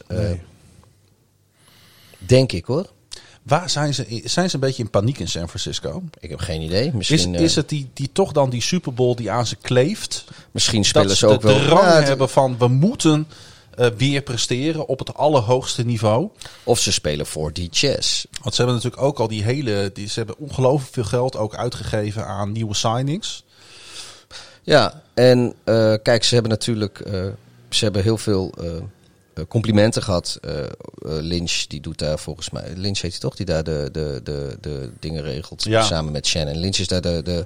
denk ik hoor. Waar zijn ze een beetje in paniek in San Francisco? Ik heb geen idee. Misschien, is het die toch dan die Super Bowl die aan ze kleeft? Misschien spelen dat ze ook de wel... drang hebben van, we moeten weer presteren op het allerhoogste niveau. Of ze spelen 4D chess. Want ze hebben natuurlijk ook al ze hebben ongelooflijk veel geld ook uitgegeven aan nieuwe signings. Ja, en kijk, ze hebben natuurlijk ze hebben heel veel complimenten gehad. Lynch, die doet daar volgens mij... Lynch heet hij toch? Die daar de dingen regelt. Ja. Samen met Shannon. Lynch is daar de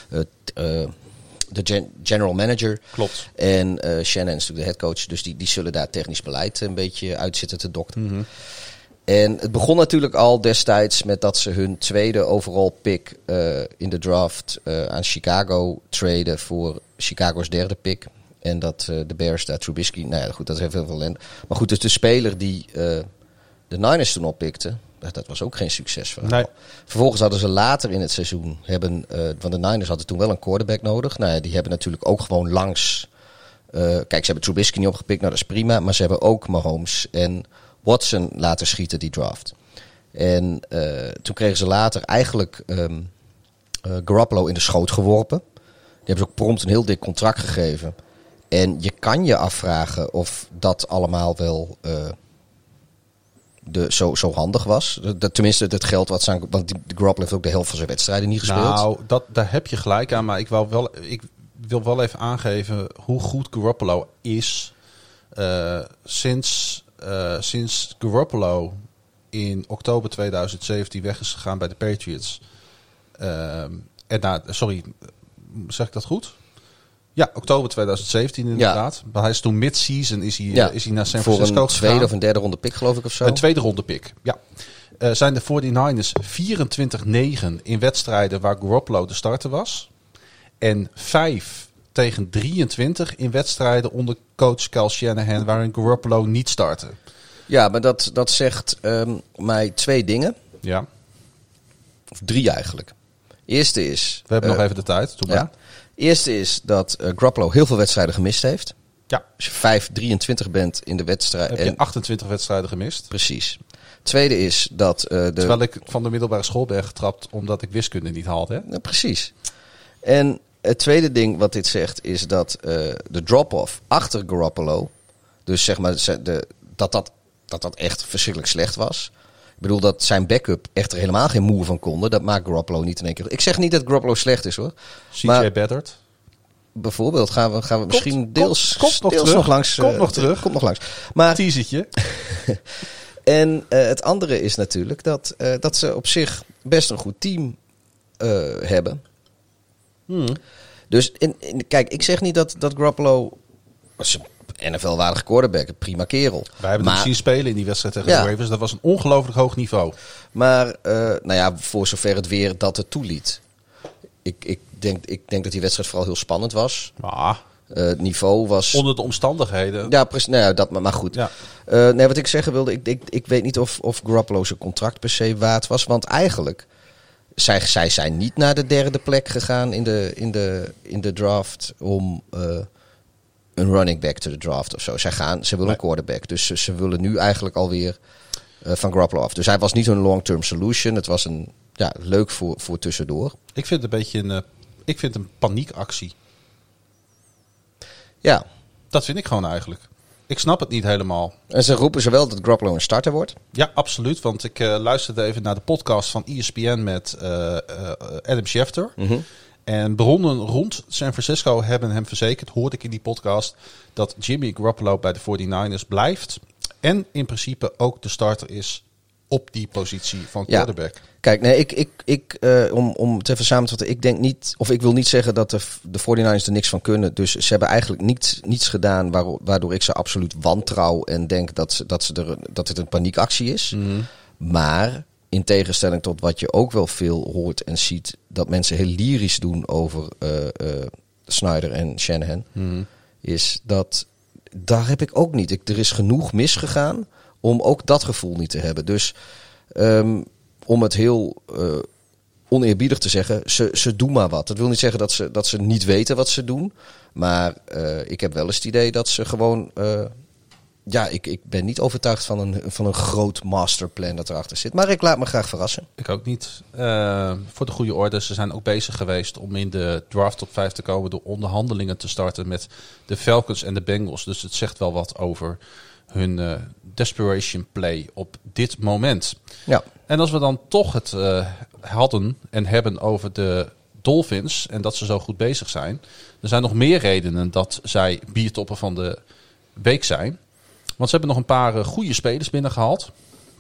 general manager. Klopt. En Shannon is natuurlijk de headcoach. Dus die zullen daar technisch beleid een beetje uit zitten te dokteren. Mm-hmm. En het begon natuurlijk al destijds met dat ze hun tweede overall pick in de draft aan Chicago traden voor Chicago's derde pick. En dat de Bears daar Trubisky... Nou ja, goed, dat is heel veel ellende. Maar goed, dus de speler die de Niners toen oppikte... Dat was ook geen succesverhaal. Nee. Vervolgens hadden ze later in het seizoen... want de Niners hadden toen wel een quarterback nodig. Nou ja, die hebben natuurlijk ook gewoon langs... kijk, ze hebben Trubisky niet opgepikt. Nou, dat is prima. Maar ze hebben ook Mahomes en Watson laten schieten die draft. En toen kregen ze later eigenlijk Garoppolo in de schoot geworpen. Die hebben ze ook prompt een heel dik contract gegeven... En je kan je afvragen of dat allemaal wel zo handig was. Tenminste, het geld wat ze aan... Want de Garoppolo heeft ook de helft van zijn wedstrijden niet gespeeld. Nou, daar heb je gelijk aan. Maar ik wil wel even aangeven hoe goed Garoppolo is. Sinds Garoppolo in oktober 2017 weg is gegaan bij de Patriots. Zeg ik dat goed? Ja, oktober 2017 inderdaad. Maar hij is toen mid-season is hij naar San Francisco gegaan. Voor een tweede of een derde ronde pick, geloof ik, of zo? Een tweede ronde pick, ja. Zijn de 49ers 24-9 in wedstrijden waar Garoppolo de starter was. En 5-23 in wedstrijden onder coach Kyle Shanahan waarin Garoppolo niet startte. Ja, maar dat zegt mij twee dingen. Ja. Of drie eigenlijk. Eerste is... We hebben nog even de tijd. Doe maar. Ja. Eerste is dat Garoppolo heel veel wedstrijden gemist heeft. Ja. Als je 5-23 bent in de wedstrijd... Heb je 28 wedstrijden gemist. Precies. Tweede is dat... Terwijl ik van de middelbare school ben getrapt omdat ik wiskunde niet haalde. Hè? Ja, precies. En het tweede ding wat dit zegt is dat de drop-off achter Garoppolo... Dus zeg maar dat echt verschrikkelijk slecht was... Ik bedoel dat zijn backup echt er helemaal geen moe van konden. Dat maakt Garoppolo niet in één keer. Ik zeg niet dat Garoppolo slecht is hoor. CJ Beathard. Bijvoorbeeld gaan we misschien deels nog langs. Komt nog langs. Maar teasertje. En het andere is natuurlijk dat ze op zich best een goed team hebben. Dus kijk, ik zeg niet dat Garoppolo... NFL-waardige quarterback, een prima kerel. Wij hebben hem zien spelen in die wedstrijd tegen de Ravens. Dat was een ongelooflijk hoog niveau. Maar voor zover het weer dat het toeliet. Ik denk dat die wedstrijd vooral heel spannend was. Het niveau was... Onder de omstandigheden. Ja, precies. Maar goed. Ja. Wat ik zeggen wilde, ik weet niet of Garoppolo zijn contract per se waard was. Want eigenlijk, zij zijn niet naar de derde plek gegaan in de draft om... een running back to the draft of zo. Ze willen een quarterback. Dus ze willen nu eigenlijk alweer van Garoppolo af. Dus hij was niet een long-term solution. Het was leuk voor tussendoor. Ik vind het een beetje een paniekactie. Ja. Dat vind ik gewoon eigenlijk. Ik snap het niet helemaal. En ze roepen zowel dat Garoppolo een starter wordt. Ja, absoluut. Want ik luisterde even naar de podcast van ESPN met Adam Schefter. Mm-hmm. En bronnen rond San Francisco hebben hem verzekerd, hoorde ik in die podcast, dat Jimmy Garoppolo bij de 49ers blijft. En in principe ook de starter is op die positie van quarterback. Ja. Kijk, om het even samen te vatten. Ik denk niet, of ik wil niet zeggen dat de 49ers er niks van kunnen. Dus ze hebben eigenlijk niets gedaan waardoor ik ze absoluut wantrouw en denk dat het een paniekactie is. Mm-hmm. Maar... in tegenstelling tot wat je ook wel veel hoort en ziet... dat mensen heel lyrisch doen over Snyder en Shanahan... is dat... daar heb ik ook niet. Er is genoeg misgegaan om ook dat gevoel niet te hebben. Dus om het heel oneerbiedig te zeggen... ze doen maar wat. Dat wil niet zeggen dat ze niet weten wat ze doen. Maar ik heb wel eens het idee dat ze gewoon... Ja, ik ben niet overtuigd van een groot masterplan dat erachter zit. Maar ik laat me graag verrassen. Ik ook niet. Voor de goede orde, ze zijn ook bezig geweest om in de draft top 5 te komen door onderhandelingen te starten met de Falcons en de Bengals. Dus het zegt wel wat over hun desperation play op dit moment. Ja. En als we dan toch het hadden en hebben over de Dolphins en dat ze zo goed bezig zijn. Er zijn nog meer redenen dat zij biertoppen van de week zijn. Want ze hebben nog een paar goede spelers binnengehaald.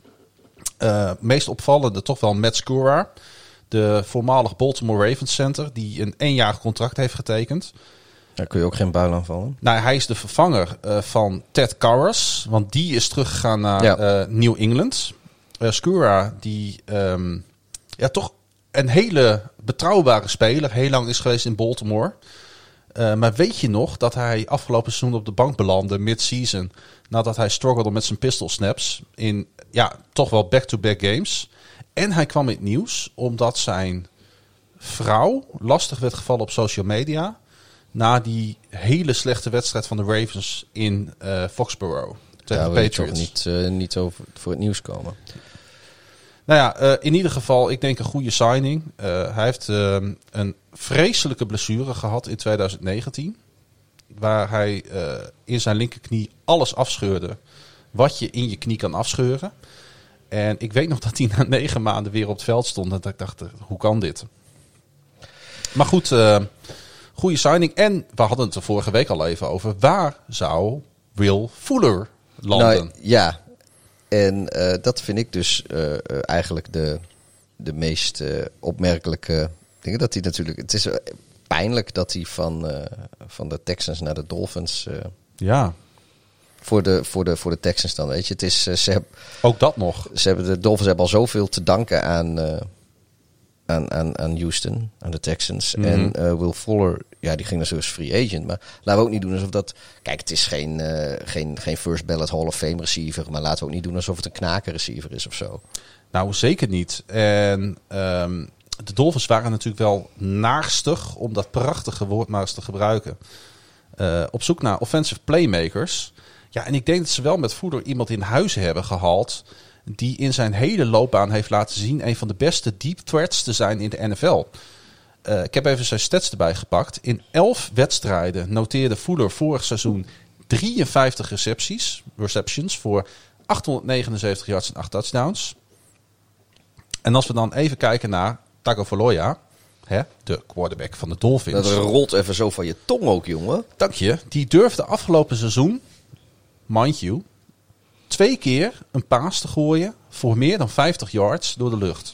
Meest opvallende toch wel Matt Skura. De voormalig Baltimore Ravens center. Die een 1-jarig contract heeft getekend. Daar kun je ook geen buil aan vallen. Nou, hij is de vervanger van Ted Karras. Want die is teruggegaan naar New England. Skura die toch een hele betrouwbare speler. Heel lang is geweest in Baltimore. Maar weet je nog dat hij afgelopen seizoen op de bank belandde mid-season, nadat hij struggelde met zijn pistol snaps in toch wel back-to-back games. En hij kwam in het nieuws omdat zijn vrouw lastig werd gevallen op social media na die hele slechte wedstrijd van de Ravens in Foxborough tegen de Patriots. Toch niet over voor het nieuws komen. Nou ja, in ieder geval, ik denk een goede signing. Hij heeft een vreselijke blessure gehad in 2019. Waar hij in zijn linkerknie alles afscheurde wat je in je knie kan afscheuren. En ik weet nog dat hij na 9 maanden weer op het veld stond. En dat ik dacht, hoe kan dit? Maar goed, goede signing. En we hadden het er vorige week al even over. Waar zou Will Fuller landen? Nou, ja. En dat vind ik dus eigenlijk de meest opmerkelijke dingen. Dat hij natuurlijk. Het is pijnlijk dat hij van de Texans naar de Dolphins. Voor de Texans dan, weet je. Het is ook dat nog. De Dolphins hebben al zoveel te danken aan Houston, aan de Texans. Mm-hmm. En Will Fuller, die ging dus free agent. Maar laten we ook niet doen alsof dat. Kijk, het is geen first ballot Hall of Fame receiver. Maar laten we ook niet doen alsof het een knaken receiver is of zo. Nou, zeker niet. En de Dolphins waren natuurlijk wel naarstig, om dat prachtige woord maar eens te gebruiken. Op zoek naar offensive playmakers. Ja, en ik denk dat ze wel met Fuller iemand in huis hebben gehaald die in zijn hele loopbaan heeft laten zien een van de beste deep threats te zijn in de NFL. Ik heb even zijn stats erbij gepakt. In 11 wedstrijden noteerde Fuller vorig seizoen 53 receptions voor 879 yards en 8 touchdowns. En als we dan even kijken naar Tagovailoa, de quarterback van de Dolphins. Dat rolt even zo van je tong ook, jongen. Dank je. Die durfde afgelopen seizoen, mind you, 2 keer een paas te gooien voor meer dan 50 yards door de lucht.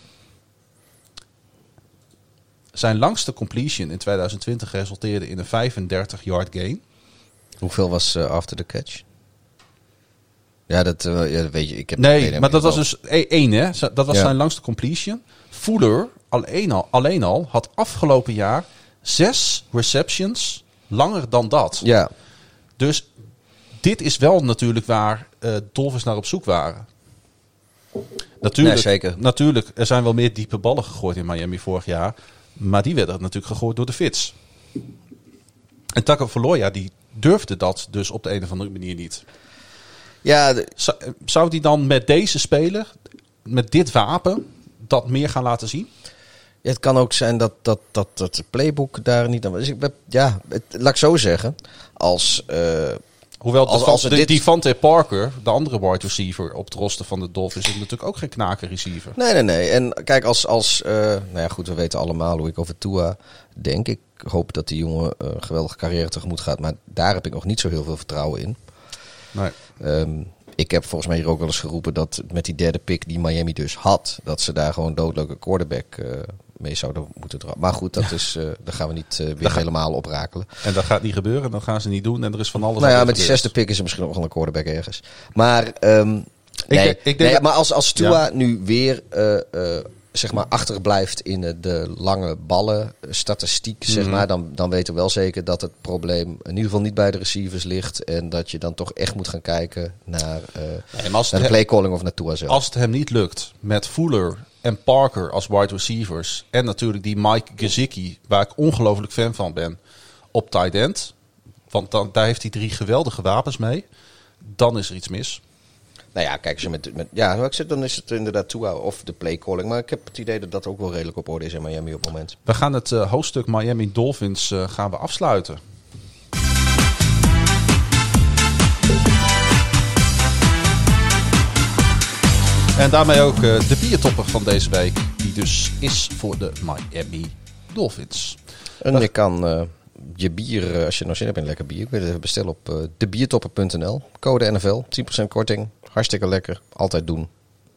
Zijn langste completion in 2020 resulteerde in een 35-yard gain. Hoeveel was after the catch? Ja, dat weet je. Ik heb maar dat was dus 1, hè? Dat was zijn langste completion. Fuller alleen al had afgelopen jaar 6 receptions langer dan dat. Ja. Dus dit is wel natuurlijk waar Dolphins naar op zoek waren. Natuurlijk, zeker. Natuurlijk, er zijn wel meer diepe ballen gegooid in Miami vorig jaar. Maar die werden natuurlijk gegooid door de Fits. En Tagovailoa, die durfde dat dus op de een of andere manier niet. Ja, zou die dan met deze speler, met dit wapen, dat meer gaan laten zien? Ja, het kan ook zijn dat het playbook daar niet aan. Dus laat ik zo zeggen. Hoewel Devante Parker, de andere wide receiver op het roster van de Dolphins, is natuurlijk ook geen knaken receiver. Nee. En kijk, goed, we weten allemaal hoe ik over Tua denk. Ik hoop dat die jongen een geweldige carrière tegemoet gaat. Maar daar heb ik nog niet zo heel veel vertrouwen in. Nee. Ik heb volgens mij hier ook wel eens geroepen dat met die derde pick die Miami dus had, dat ze daar gewoon doodleuke quarterback mee zouden moeten draaien. Maar goed, dat is, daar gaan we niet weer helemaal oprakelen. En dat gaat niet gebeuren, dat gaan ze niet doen. En er is van alles. Nou ja, met die 6e pick is er misschien ook wel een quarterback ergens. Maar ik denk maar als Tua nu weer zeg maar achterblijft in de lange ballen statistiek, zeg maar, dan weten we wel zeker dat het probleem in ieder geval niet bij de receivers ligt en dat je dan toch echt moet gaan kijken naar de playcalling of naar Tua zelf. Als het hem niet lukt met Fuller en Parker als wide receivers en natuurlijk die Mike Gesicki, waar ik ongelooflijk fan van ben, op tight end, want daar heeft hij 3 geweldige wapens mee. dan is er iets mis. Nou ja, kijk, dan is het inderdaad toehouden of de playcalling. Maar ik heb het idee dat dat ook wel redelijk op orde is in Miami op het moment. We gaan het hoofdstuk Miami Dolphins gaan we afsluiten. En daarmee ook de biertopper van deze week. Die dus is voor de Miami Dolphins. En je kan je bier, als je nog zin hebt in lekker bier, kun je het bestellen op debiertopper.nl. Code NFL, 10% korting. Hartstikke lekker. Altijd doen.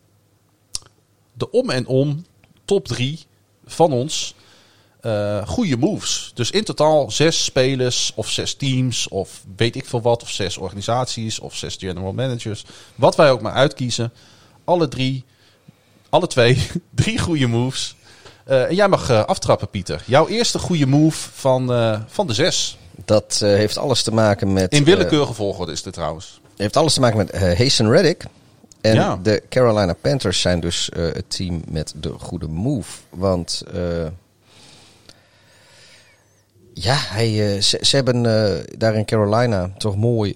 De om en om top 3 van ons. Goede moves. Dus in totaal 6 spelers of 6 teams of weet ik veel wat. Of 6 organisaties of 6 general managers. Wat wij ook maar uitkiezen. Alle 2, 3 goede moves. En jij mag aftrappen, Pieter. Jouw eerste goede move van de 6. Dat heeft alles te maken met... In willekeurige volgorde is dit trouwens. Heeft alles te maken met Haason Reddick. En de Carolina Panthers zijn dus het team met de goede move. Want ze hebben daar in Carolina toch mooi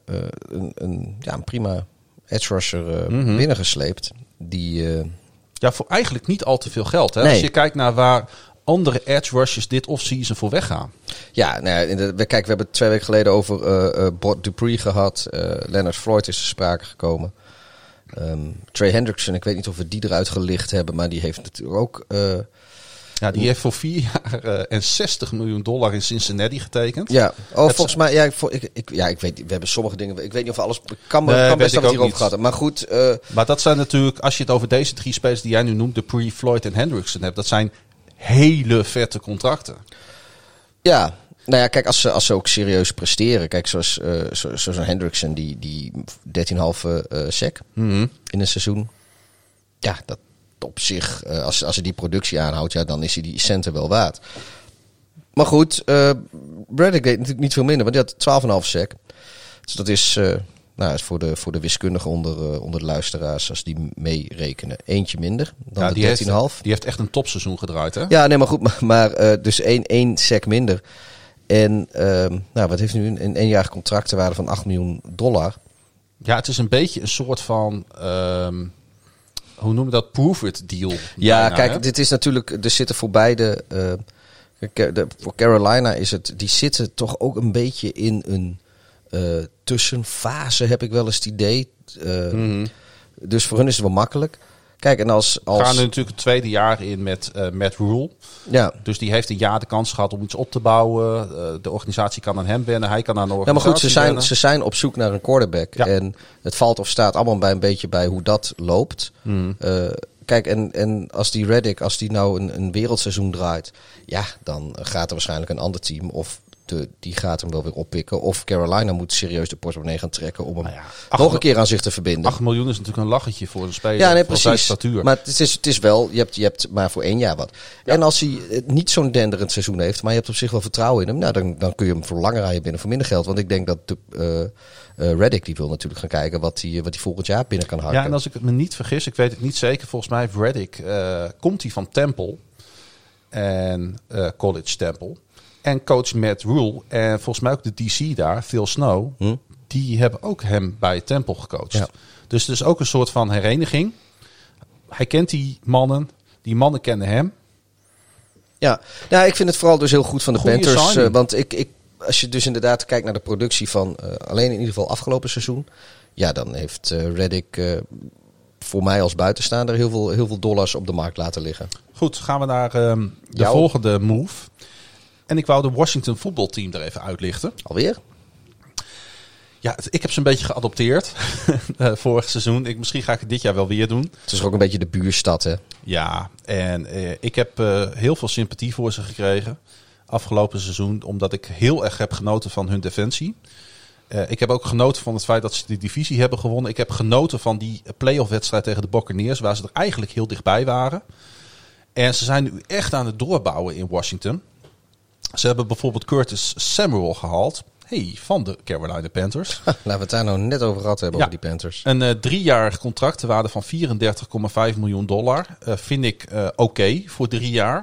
een prima edge rusher binnengesleept. Die... voor eigenlijk niet al te veel geld. Hè? Nee. Als je kijkt naar waar andere edge rushers dit offseason voor weggaan. Ja, we hebben 2 weken geleden over Bud Dupree gehad. Leonard Floyd is ter sprake gekomen. Trey Hendrickson, ik weet niet of we die eruit gelicht hebben, maar die heeft natuurlijk ook... die heeft voor 4 jaar en $60 miljoen in Cincinnati getekend. Ja, volgens mij... ik weet niet, we hebben sommige dingen... Ik weet niet of alles... kan best dat we het hierover gehad hebben. Maar goed... maar dat zijn natuurlijk, als je het over deze 3 spelers die jij nu noemt, Dupree, Floyd en Hendrickson hebt, dat zijn hele vette contracten. Ja. Nou ja, kijk, als ze ook serieus presteren. Kijk, zoals een Hendrickson, die 13,5 sack in een seizoen. Ja, dat op zich, als hij die productie aanhoudt, dan is hij die centen wel waard. Maar goed, Reddick deed natuurlijk niet veel minder, want die had 12,5 sack. Dus dat is voor de wiskundigen onder de luisteraars, als die meerekenen, eentje minder dan de 13,5. Die heeft echt een topseizoen gedraaid, hè? Ja, nee, maar goed, maar dus één sack minder. En wat heeft nu een eenjarig contract ter waarde van $8 miljoen? Ja, het is een beetje een soort van... hoe noemen we dat? Prove-it deal. Ja, bijna, kijk, hè? dit is natuurlijk... Er zitten voor beide... voor Carolina is het... Die zitten toch ook een beetje in een tussenfase, heb ik wel eens het idee. Dus voor hun is het wel makkelijk. Kijk, en als... gaan nu natuurlijk het tweede jaar in met Matt Rule. Ja. Dus die heeft een jaar de kans gehad om iets op te bouwen. De organisatie kan aan hem wennen. Hij kan aan de organisatie maar goed, ze zijn op zoek naar een quarterback. Ja. En het valt of staat allemaal een beetje bij hoe dat loopt. Kijk, en als die Reddick, als die nou een wereldseizoen draait... Ja, dan gaat er waarschijnlijk een ander team... of die gaat hem wel weer oppikken. Of Carolina moet serieus de portemonnee gaan trekken... om hem nog een keer aan zich te verbinden. 8 miljoen is natuurlijk een lachetje voor een speler. Ja, nee, precies. Zijn statuur. Maar het is wel... Je hebt maar voor 1 jaar wat. Ja. En als hij niet zo'n denderend seizoen heeft... maar je hebt op zich wel vertrouwen in hem... Nou, dan kun je hem voor langer rijden binnen voor minder geld. Want ik denk dat Reddick, die wil natuurlijk gaan kijken... wat hij volgend jaar binnen kan harken. Ja, en als ik het me niet vergis... ik weet het niet zeker... volgens mij heeft Reddick... komt hij van Temple... en College Temple... En coach Matt Rule en volgens mij ook de DC daar, Phil Snow... die hebben ook hem bij Temple gecoacht. Ja. Dus het is ook een soort van hereniging. Hij kent die mannen kennen hem. Ja, ik vind het vooral dus heel goed van de Panthers. Want als je dus inderdaad kijkt naar de productie van... alleen in ieder geval afgelopen seizoen... ja, dan heeft Reddick... voor mij als buitenstaander heel veel dollars op de markt laten liggen. Goed, gaan we naar de volgende move... En ik wou de Washington voetbalteam er even uitlichten. Alweer? Ja, ik heb ze een beetje geadopteerd. Vorig seizoen. Misschien ga ik het dit jaar wel weer doen. Het is ook een beetje de buurstad, hè? Ja, en ik heb heel veel sympathie voor ze gekregen. Afgelopen seizoen. Omdat ik heel erg heb genoten van hun defensie. Ik heb ook genoten van het feit dat ze de divisie hebben gewonnen. Ik heb genoten van die playoff wedstrijd tegen de Buccaneers. Waar ze er eigenlijk heel dichtbij waren. En ze zijn nu echt aan het doorbouwen in Washington. Ze hebben bijvoorbeeld Curtis Samuel gehaald. Van de Carolina Panthers. Laten we het daar nou net over gehad hebben, over die Panthers. Een 3-jarig contract ter waarde van $34,5 miljoen. Vind ik oké voor 3 jaar.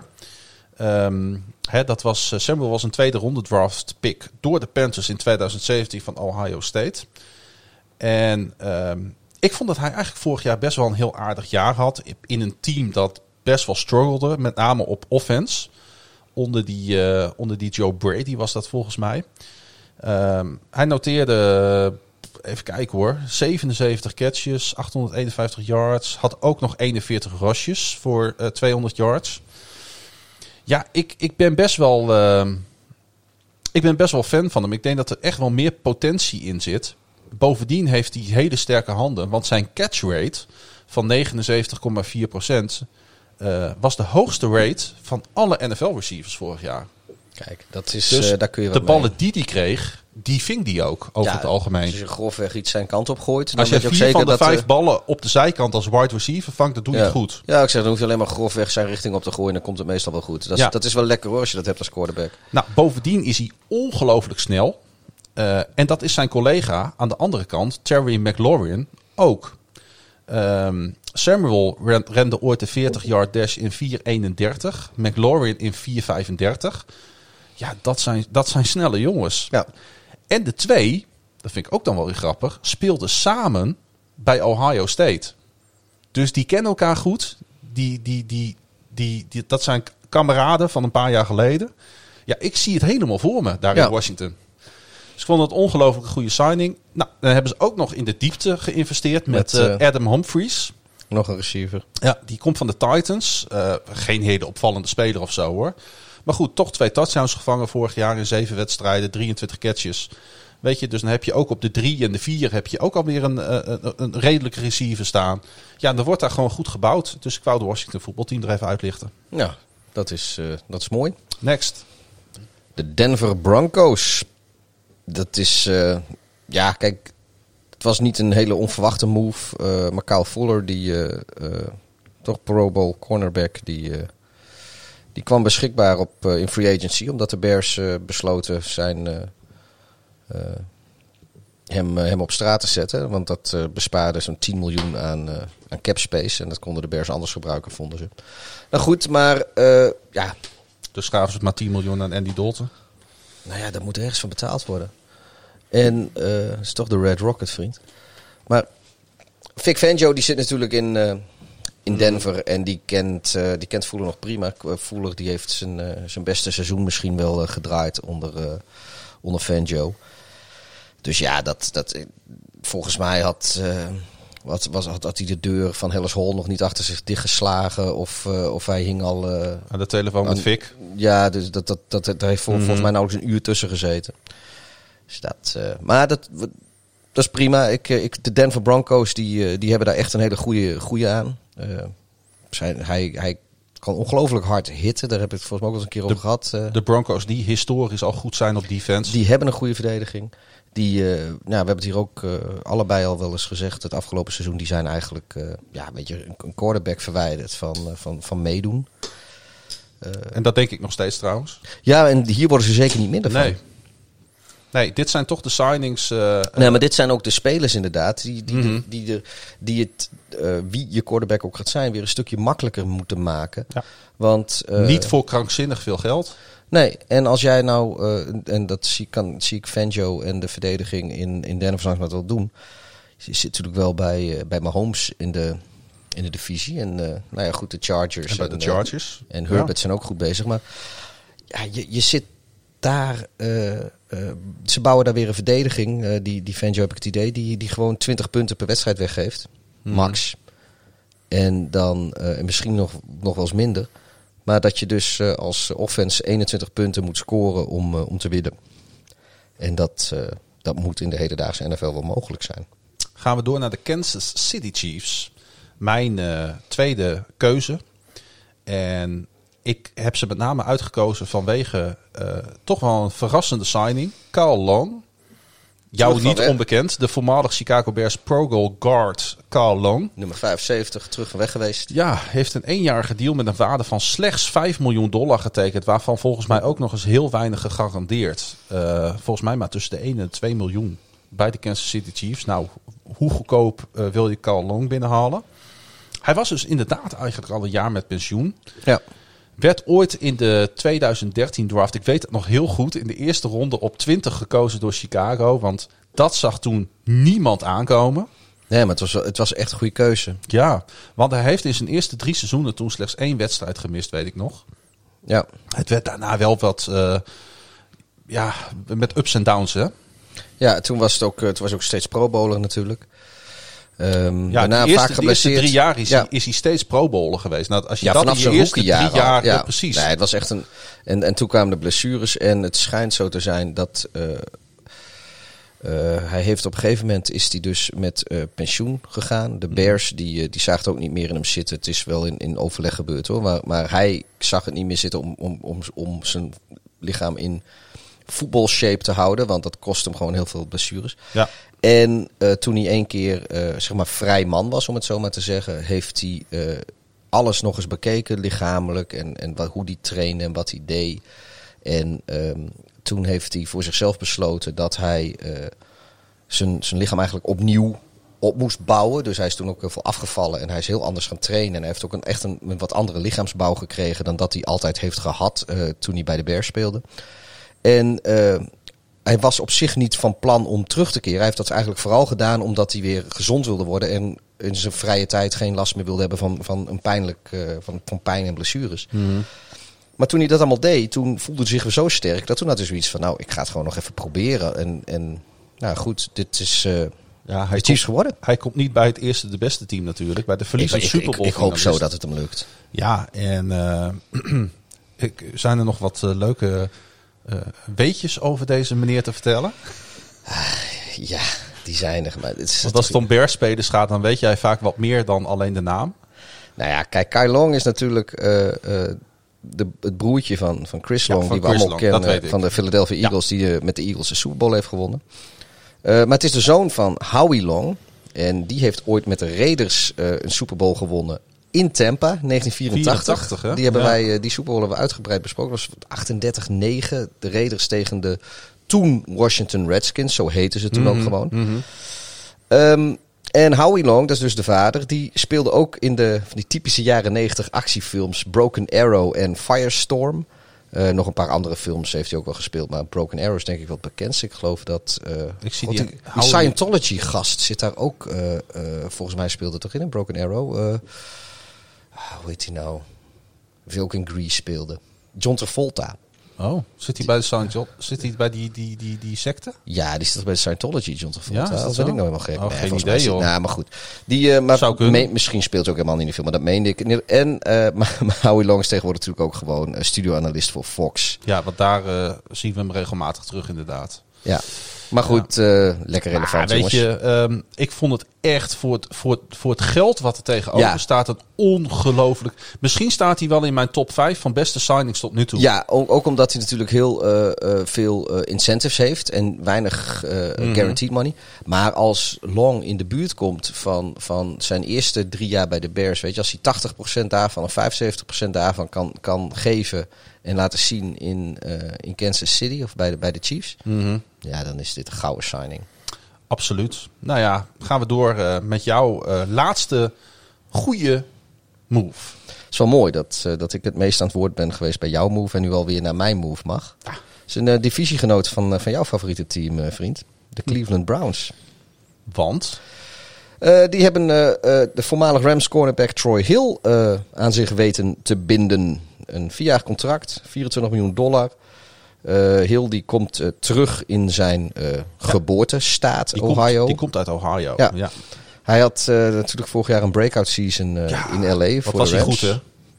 Samuel was een tweede ronde draft pick door de Panthers in 2017 van Ohio State. En ik vond dat hij eigenlijk vorig jaar best wel een heel aardig jaar had. In een team dat best wel struggelde. Met name op offense. Onder die Joe Brady was dat volgens mij. Hij noteerde, even kijken hoor, 77 catches, 851 yards. Had ook nog 41 rushes voor 200 yards. Ja, ik ben best wel fan van hem. Ik denk dat er echt wel meer potentie in zit. Bovendien heeft hij hele sterke handen. Want zijn catch rate van 79,4% was de hoogste rate van alle NFL-receivers vorig jaar. Kijk, dat is, Dus daar kun je wat de ballen mee. die hij kreeg, die ving die ook over het algemeen. Als je grofweg iets zijn kant op gooit, dan Als je weet je ook 4 zeker van de dat 5 ballen op de zijkant als wide receiver vangt, dat doe je het goed. Ja, ik zeg, dan hoef je alleen maar grofweg zijn richting op te gooien en dan komt het meestal wel goed. Dat is wel lekker hoor, als je dat hebt als quarterback. Nou, bovendien is hij ongelooflijk snel. En dat is zijn collega aan de andere kant, Terry McLaurin, ook. Samuel rende ooit de 40-yard dash in 4:31. McLaurin in 4:35. Ja, dat zijn snelle jongens. Ja. En de twee, dat vind ik ook dan wel weer grappig, speelden samen bij Ohio State. Dus die kennen elkaar goed. Dat zijn kameraden van een paar jaar geleden. Ja, ik zie het helemaal voor me daar in Washington. Dus ik vond het een ongelooflijk goede signing. Nou, dan hebben ze ook nog in de diepte geïnvesteerd met Adam Humphries. Nog een receiver. Ja, die komt van de Titans. Geen hele opvallende speler of zo hoor. Maar goed, toch 2 touchdowns gevangen vorig jaar in 7 wedstrijden, 23 catches. Weet je, dus dan heb je ook op de 3 en de 4 heb je ook alweer een redelijke receiver staan. Ja, en dan wordt daar gewoon goed gebouwd. Dus ik wou de Washington voetbalteam er even uitlichten. Ja, dat is mooi. Next. De Denver Broncos. Dat is, kijk, het was niet een hele onverwachte move. Maar Kyle Fuller, toch Pro Bowl cornerback, die kwam beschikbaar in free agency. Omdat de Bears besloten zijn hem op straat te zetten. Want dat bespaarde zo'n 10 miljoen aan cap space. En dat konden de Bears anders gebruiken, vonden ze. Nou goed, maar Dus gaven ze het maar 10 miljoen aan Andy Dalton. Nou ja, daar moet ergens van betaald worden. En het is toch de Red Rocket, vriend. Maar Vic Fangio, die zit natuurlijk in Denver. En die kent Fuller nog prima. Fuller die heeft zijn beste seizoen misschien wel gedraaid onder Fangio. Dus ja, dat volgens mij had hij de deur van Hellas Hall nog niet achter zich dichtgeslagen. Of hij hing al aan de telefoon met Vic. Ja, dus daar heeft volgens mij nauwelijks een uur tussen gezeten. Dus maar dat is prima. De Denver Broncos die hebben daar echt een hele goede aan. Hij kan ongelooflijk hard hitten. Daar heb ik het volgens mij ook wel eens een keer over gehad. De Broncos die historisch al goed zijn op defense. Die hebben een goede verdediging. We hebben het hier ook allebei al wel eens gezegd. Het afgelopen seizoen die zijn eigenlijk een quarterback verwijderd van meedoen. En dat denk ik nog steeds trouwens. Ja, en hier worden ze zeker niet minder van. Nee, dit zijn toch de signings. Nee, maar dit zijn ook de spelers inderdaad. Die wie je quarterback ook gaat zijn, weer een stukje makkelijker moeten maken. Ja. Want, niet voor krankzinnig veel geld. Nee, en als jij nou, en dat zie ik Fangio en de verdediging in Denver wat wel doen. Je zit natuurlijk wel bij Mahomes in de divisie. En de Chargers. En bij de Chargers. En Herbert zijn ook goed bezig. Maar ja, je zit daar. Ze bouwen daar weer een verdediging. Die Fangio, heb ik het idee, die gewoon 20 punten per wedstrijd weggeeft. Max. En dan misschien nog wel eens minder. Maar dat je dus als offense 21 punten moet scoren om te winnen. En dat moet in de hedendaagse NFL wel mogelijk zijn. Gaan we door naar de Kansas City Chiefs. Mijn tweede keuze. En ik heb ze met name uitgekozen vanwege toch wel een verrassende signing. Carl Long. Jou niet onbekend. De voormalig Chicago Bears Pro Bowl guard Carl Long. Nummer 75, terug en weg geweest. Ja, heeft een 1-jarige deal met een waarde van slechts $5 miljoen getekend. Waarvan volgens mij ook nog eens heel weinig gegarandeerd. Volgens mij maar tussen de 1 en 2 miljoen bij de Kansas City Chiefs. Nou, hoe goedkoop wil je Carl Long binnenhalen? Hij was dus inderdaad eigenlijk al een jaar met pensioen. Ja. Werd ooit in de 2013 draft, ik weet het nog heel goed, in de eerste ronde op 20 gekozen door Chicago. Want Dat zag toen niemand aankomen. Nee, maar het was echt een goede keuze. Ja, want hij heeft in zijn eerste 3 seizoenen toen slechts 1 wedstrijd gemist, weet ik nog. Ja. Het werd daarna wel wat, met ups en downs, hè? Ja, toen was het ook steeds pro-bowler natuurlijk. Daarna de vaak eerste geblesseerd. 3 jaar is hij steeds pro-bowler geweest. Nou, als je dat vanaf in je zijn eerste 3 rookie-jaar jaar... al. Ja, precies. Nee, het was echt en toen kwamen de blessures en het schijnt zo te zijn dat... hij heeft op een gegeven moment is hij dus met pensioen gegaan. De Bears die zagen het ook niet meer in hem zitten. Het is wel in overleg gebeurd hoor. Maar hij zag het niet meer zitten om zijn lichaam in voetbalshape te houden. Want dat kost hem gewoon heel veel blessures. Ja. En toen hij 1 keer vrij man was, om het zo maar te zeggen, heeft hij alles nog eens bekeken, lichamelijk. En hoe hij trainde en wat hij deed. En toen heeft hij voor zichzelf besloten dat hij zijn lichaam eigenlijk opnieuw op moest bouwen. Dus hij is toen ook heel veel afgevallen en hij is heel anders gaan trainen. En hij heeft ook echt een wat andere lichaamsbouw gekregen dan dat hij altijd heeft gehad toen hij bij de Bears speelde. En hij was op zich niet van plan om terug te keren. Hij heeft dat eigenlijk vooral gedaan omdat hij weer gezond wilde worden en in zijn vrije tijd geen last meer wilde hebben van pijn en blessures. Mm-hmm. Maar toen hij dat allemaal deed, toen voelde hij zich weer zo sterk dat toen had hij zoiets van, nou, ik ga het gewoon nog even proberen. En nou goed, dit is de Chiefs geworden. Hij komt niet bij het eerste de beste team natuurlijk. Bij de verliezers Super Bowl. Ik hoop zo dat het hem lukt. Ja, en zijn er nog wat leuke weetjes over deze meneer te vertellen? Ja, die zijn er. Maar Want als het om Bears-spelers gaat, dan weet jij vaak wat meer dan alleen de naam. Nou ja, kijk, Kyle Long is natuurlijk het broertje van Chris Long, die we allemaal kennen van de Philadelphia Eagles, die met de Eagles de Super Bowl heeft gewonnen. Maar het is de zoon van Howie Long. En die heeft ooit met de Raiders een Super Bowl gewonnen in Tampa, 1984. Die Super Bowl hebben we uitgebreid besproken. Dat was 38-9. De Raiders tegen de toen Washington Redskins, zo heten ze toen ook gewoon. Mm-hmm. En Howie Long, dat is dus de vader, die speelde ook in van die typische jaren 90 actiefilms Broken Arrow en Firestorm. Nog een paar andere films heeft hij ook wel gespeeld, maar Broken Arrow is denk ik wel het bekendst. Ik geloof dat die Scientology-gast zit daar ook, volgens mij speelde het toch in Broken Arrow. Hoe heet hij nou? Wie ook in Grease speelde. John Travolta. Oh, zit hij bij die secte? Ja, die zit bij de Scientology, John Travolta. Ja, dat weet ik nou helemaal gek. Oh, geen idee, joh. Nou, maar goed. Misschien speelt hij ook helemaal niet in de film, maar dat meende ik. En maar Howie Long is tegenwoordig natuurlijk ook gewoon studioanalist voor Fox. Ja, want daar zien we hem regelmatig terug inderdaad. Ja, maar goed, lekker relevant, weet je, ik vond het echt voor het geld wat er tegenover staat, een ongelooflijk... Misschien staat hij wel in mijn top 5 van beste signings tot nu toe. Ja, ook omdat hij natuurlijk heel veel incentives heeft en weinig guaranteed money. Maar als Long in de buurt komt van zijn eerste 3 jaar bij de Bears, weet je, als hij 80% daarvan of 75% daarvan kan geven en laten zien in Kansas City of bij de Chiefs, ja, dan is dit een gouden signing. Absoluut. Nou ja, gaan we door met jouw laatste goede move. Het is wel mooi dat ik het meest aan het woord ben geweest bij jouw move en nu alweer naar mijn move mag. Het is een divisiegenoot van jouw favoriete team, vriend. De Cleveland Browns. Want? Die hebben de voormalig Rams cornerback Troy Hill aan zich weten te binden. Een 4-jaar contract, $24 miljoen. Hill die komt terug in zijn geboortestaat, Ohio. Die komt uit Ohio. Ja. Hij had natuurlijk vorig jaar een breakout season in LA voor was de Rams. hij goed, hè?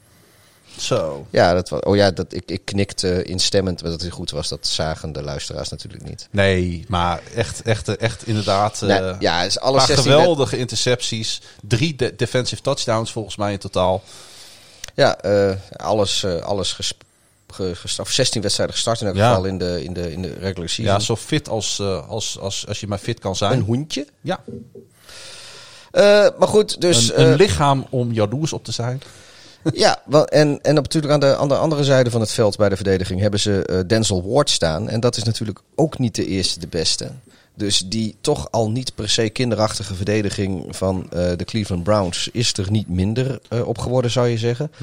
Zo. Ja, ik knikte instemmend dat hij goed was. Dat zagen de luisteraars natuurlijk niet. Nee, maar echt inderdaad. Is alles geweldige intercepties. 3 defensive touchdowns volgens mij in totaal. Ja, alles 16 wedstrijden gestart in elk geval in de regular season. Ja, zo fit als je maar fit kan zijn. Een hondje? Ja. Maar goed, dus... Een lichaam om jaloers op te zijn. Ja, en natuurlijk aan de andere zijde van het veld bij de verdediging hebben ze Denzel Ward staan. En dat is natuurlijk ook niet de eerste de beste. Dus die toch al niet per se kinderachtige verdediging van de Cleveland Browns is er niet minder op geworden, zou je zeggen. Nee.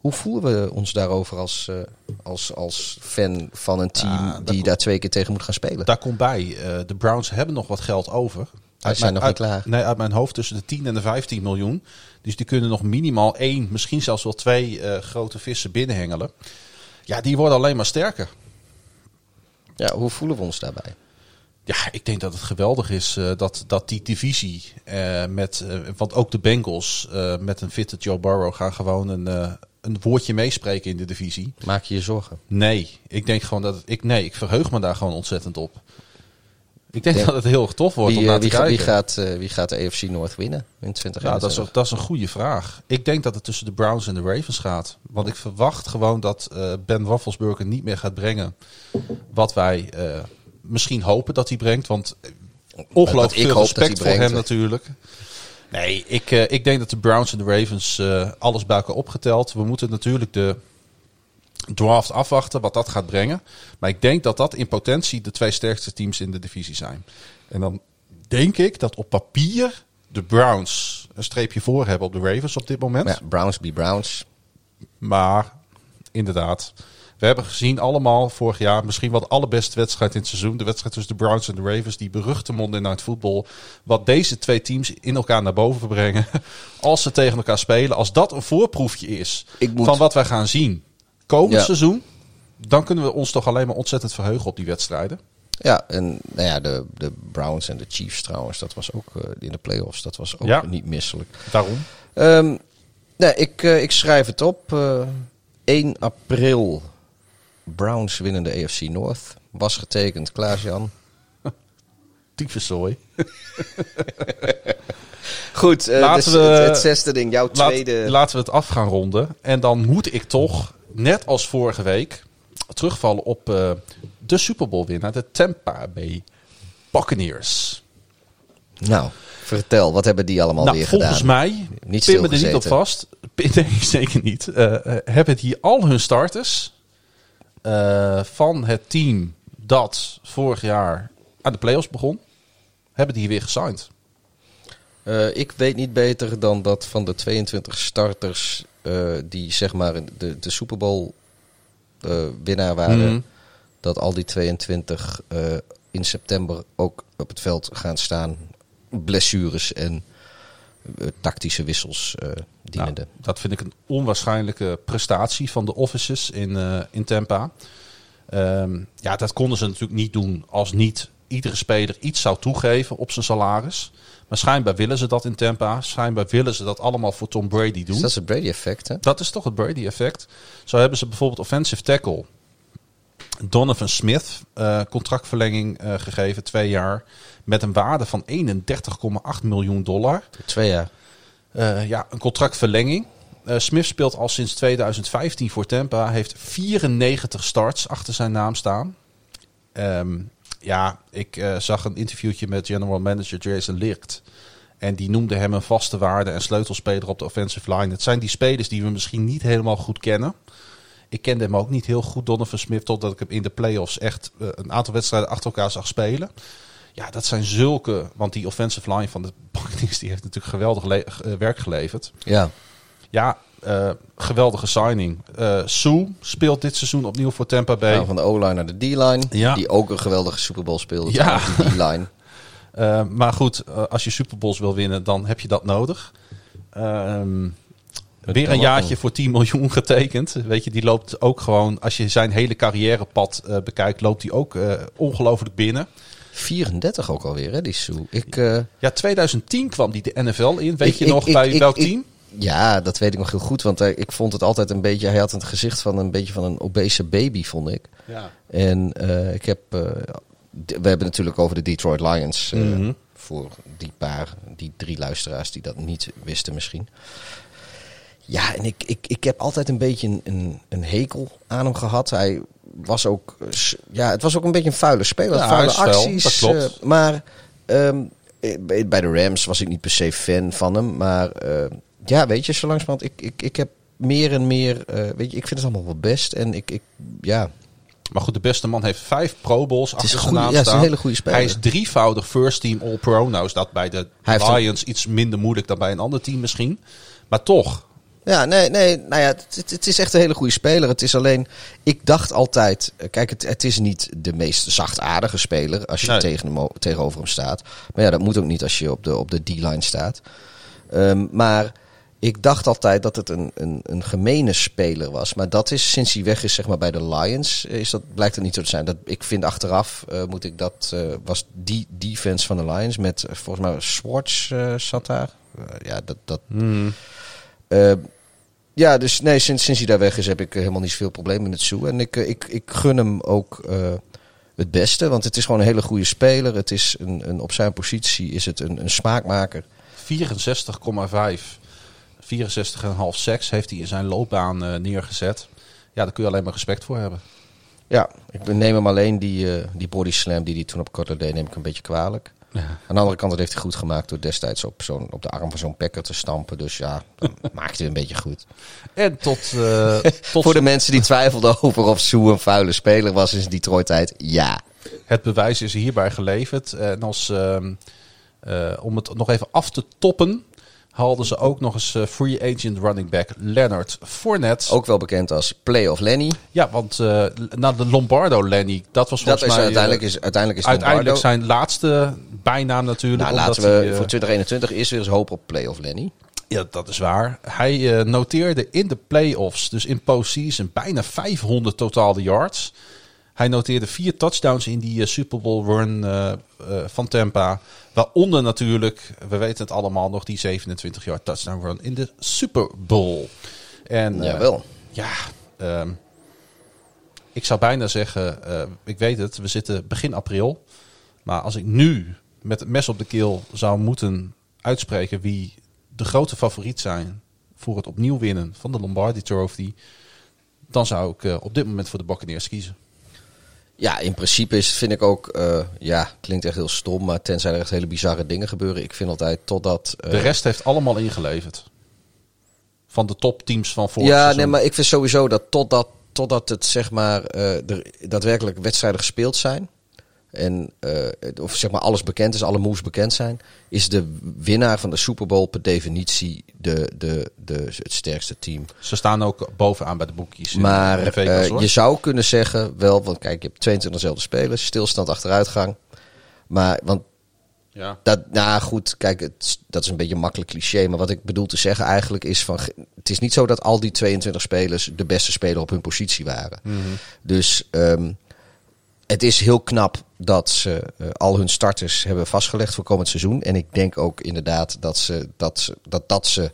Hoe voelen we ons daarover als fan van een team die daar 2 keer tegen moet gaan spelen? Daar komt bij, de Browns hebben nog wat geld over. Ze zijn nog niet klaar. Nee, uit mijn hoofd tussen de 10 en de 15 miljoen. Dus die kunnen nog minimaal 1, misschien zelfs wel 2 grote vissen binnenhengelen. Ja, die worden alleen maar sterker. Ja, hoe voelen we ons daarbij? Ja, ik denk dat het geweldig is dat die divisie want ook de Bengals met een fitte Joe Burrow gaan gewoon een woordje meespreken in de divisie. Maak je je zorgen? Nee, ik denk gewoon ik verheug me daar gewoon ontzettend op. Ik denk dat het heel erg tof wordt om naar te kijken. Wie gaat de AFC North winnen in 2021? Ja, dat is een goede vraag. Ik denk dat het tussen de Browns en de Ravens gaat. Want ik verwacht gewoon dat Ben Roethlisberger niet meer gaat brengen wat wij misschien hopen dat hij brengt. Want ongelooflijk veel respect voor hem natuurlijk. Nee, ik denk dat de Browns en de Ravens alles bij elkaar opgeteld. We moeten natuurlijk de draft afwachten wat dat gaat brengen. Maar ik denk dat dat in potentie de 2 sterkste teams in de divisie zijn. En dan denk ik dat op papier de Browns een streepje voor hebben op de Ravens op dit moment. Ja, Browns be Browns. Maar inderdaad, we hebben gezien allemaal vorig jaar misschien wel de allerbeste wedstrijd in het seizoen. De wedstrijd tussen de Browns en de Ravens. Die beruchte Monday Night Football. Wat deze 2 teams in elkaar naar boven brengen. Als ze tegen elkaar spelen. Als dat een voorproefje is van wat wij gaan zien komend seizoen. Dan kunnen we ons toch alleen maar ontzettend verheugen op die wedstrijden. Ja, en nou ja, de Browns en de Chiefs trouwens. Dat was ook in de playoffs. Dat was ook niet misselijk. Daarom. Nee, ik schrijf het op. 1 april. Browns winnen de AFC North. Was getekend, Klaas-Jan. Tyfuszooi. Goed, het 6e ding. Jouw tweede... Laten we het af gaan ronden. En dan moet ik toch, net als vorige week, terugvallen op de Super Bowl winnaar. De Tampa Bay Buccaneers. Nou, vertel. Wat hebben die allemaal weer gedaan? Volgens mij, pin me er niet op vast. Nee, zeker niet. Hebben hier al hun starters van het team dat vorig jaar aan de playoffs begon, hebben die weer gesigned. Ik weet niet beter dan dat van de 22 starters die zeg maar de Super Bowl winnaar waren, dat al die 22 in september ook op het veld gaan staan. Blessures en tactische wissels dienende. Nou, dat vind ik een onwaarschijnlijke prestatie van de officers in Tampa. Dat konden ze natuurlijk niet doen als niet iedere speler iets zou toegeven op zijn salaris. Maar schijnbaar willen ze dat in Tampa. Schijnbaar willen ze dat allemaal voor Tom Brady doen. Dus dat is het Brady-effect, hè? Dat is toch het Brady-effect. Zo hebben ze bijvoorbeeld offensive tackle Donovan Smith contractverlenging gegeven, 2 jaar. Met een waarde van $31,8 miljoen. 2 jaar. Een contractverlenging. Smith speelt al sinds 2015 voor Tampa. Heeft 94 starts achter zijn naam staan. Ik zag een interviewtje met general manager Jason Licht. En die noemde hem een vaste waarde en sleutelspeler op de offensive line. Het zijn die spelers die we misschien niet helemaal goed kennen. Ik kende hem ook niet heel goed, Donovan Smith, totdat ik hem in de playoffs echt een aantal wedstrijden achter elkaar zag spelen. Ja, dat zijn zulke... Want die offensive line van de Buccaneers die heeft natuurlijk geweldig werk geleverd. Ja. Ja, geweldige signing. Sue speelt dit seizoen opnieuw voor Tampa Bay. Nou, van de O-line naar de D-line. Ja. Die ook een geweldige Super Bowl speelde. Ja. Die D-line. Maar goed, als je Super Bowls wil winnen, dan heb je dat nodig. Weer een jaartje voor 10 miljoen getekend. Weet je, die loopt ook gewoon... Als je zijn hele carrièrepad bekijkt, loopt hij ook ongelooflijk binnen. 34 ook alweer, hè, die Sue. 2010 kwam die de NFL in. Weet je nog bij welk team? Ja, dat weet ik nog heel goed. Want ik vond het altijd een beetje... Hij had het gezicht van een beetje van een obese baby, vond ik. Ja. En we hebben natuurlijk over de Detroit Lions. Voor die 3 luisteraars die dat niet wisten misschien. Ja, en ik heb altijd een beetje een hekel aan hem gehad. Hij was ook... het was ook een beetje een vuile speler. Ja, vuile acties. Dat klopt. Maar bij de Rams was ik niet per se fan van hem. Maar weet je, zo langzamerhand... Ik heb meer en meer... weet je, ik vind het allemaal wel best. En Maar goed, de beste man heeft 5 Pro Bowls achter zijn naam staan. Ja, het is een hele goede speler. Hij is 3-voudig First Team All-Pro. Nou is dat bij de Lions iets minder moeilijk dan bij een ander team misschien. Maar toch, Ja, nee, nou ja, het is echt een hele goede speler. Het is alleen, ik dacht altijd, kijk, het is niet de meest zachtaardige speler als je tegenover hem staat. Maar ja, dat moet ook niet als je op de D-line staat. Maar ik dacht altijd dat het een gemene speler was. Maar dat is, sinds hij weg is, zeg maar, bij de Lions, blijkt het niet zo te zijn. Ik vind achteraf, was die defense van de Lions met, volgens mij, Schwartz zat daar. Ja, dus nee, sinds hij daar weg is heb ik helemaal niet zoveel problemen met Sue. En ik gun hem ook het beste, want het is gewoon een hele goede speler. Het is op zijn positie is het een smaakmaker. 64,5 sacks heeft hij in zijn loopbaan neergezet. Ja, daar kun je alleen maar respect voor hebben. Ja, ik neem hem alleen die body slam die hij toen op Cutler deed, neem ik een beetje kwalijk. Ja. Aan de andere kant, dat heeft hij goed gemaakt door destijds op de arm van zo'n Packer te stampen. Dus ja, dan maakt hij een beetje goed. En tot voor de mensen die twijfelden over of Sue een vuile speler was in zijn Detroit-tijd, ja. Het bewijs is hierbij geleverd. En om het nog even af te toppen, haalden ze ook nog eens free agent running back Leonard Fournette. Ook wel bekend als Playoff Lenny. Ja, want de Lombardo Lenny, dat was volgens mij... Uiteindelijk zijn laatste bijnaam natuurlijk. Nou, laten we voor 2021 eerst weer eens hopen op Playoff Lenny. Ja, dat is waar. Hij noteerde in de playoffs, dus in postseason, bijna 500 totale yards. Hij noteerde 4 touchdowns in die Super Bowl run van Tampa. Waaronder natuurlijk, we weten het allemaal nog, die 27-yard touchdown run in de Super Bowl. En jawel. Ik zou bijna zeggen, ik weet het, we zitten begin april. Maar als ik nu met het mes op de keel zou moeten uitspreken wie de grote favoriet zijn voor het opnieuw winnen van de Lombardi Trophy, dan zou ik op dit moment voor de Buccaneers kiezen. Ja, in principe vind ik ook, klinkt echt heel stom, maar tenzij er echt hele bizarre dingen gebeuren. Ik vind altijd totdat... de rest heeft allemaal ingeleverd. Van de topteams van vorig seizoen. Ja, nee, maar ik vind sowieso dat totdat het, zeg maar, er daadwerkelijk wedstrijden gespeeld zijn. En of zeg maar alles bekend is, alle moves bekend zijn, is de winnaar van de Super Bowl per definitie het sterkste team. Ze staan ook bovenaan bij de boekjes. Maar je zou kunnen zeggen, wel, want kijk, je hebt 22 dezelfde spelers, stilstand, achteruitgang. Maar, want ja. Goed, kijk, dat is een beetje een makkelijk cliché. Maar wat ik bedoel te zeggen eigenlijk is van, het is niet zo dat al die 22 spelers de beste speler op hun positie waren. Mm-hmm. Dus het is heel knap dat ze al hun starters hebben vastgelegd voor komend seizoen. En ik denk ook inderdaad dat ze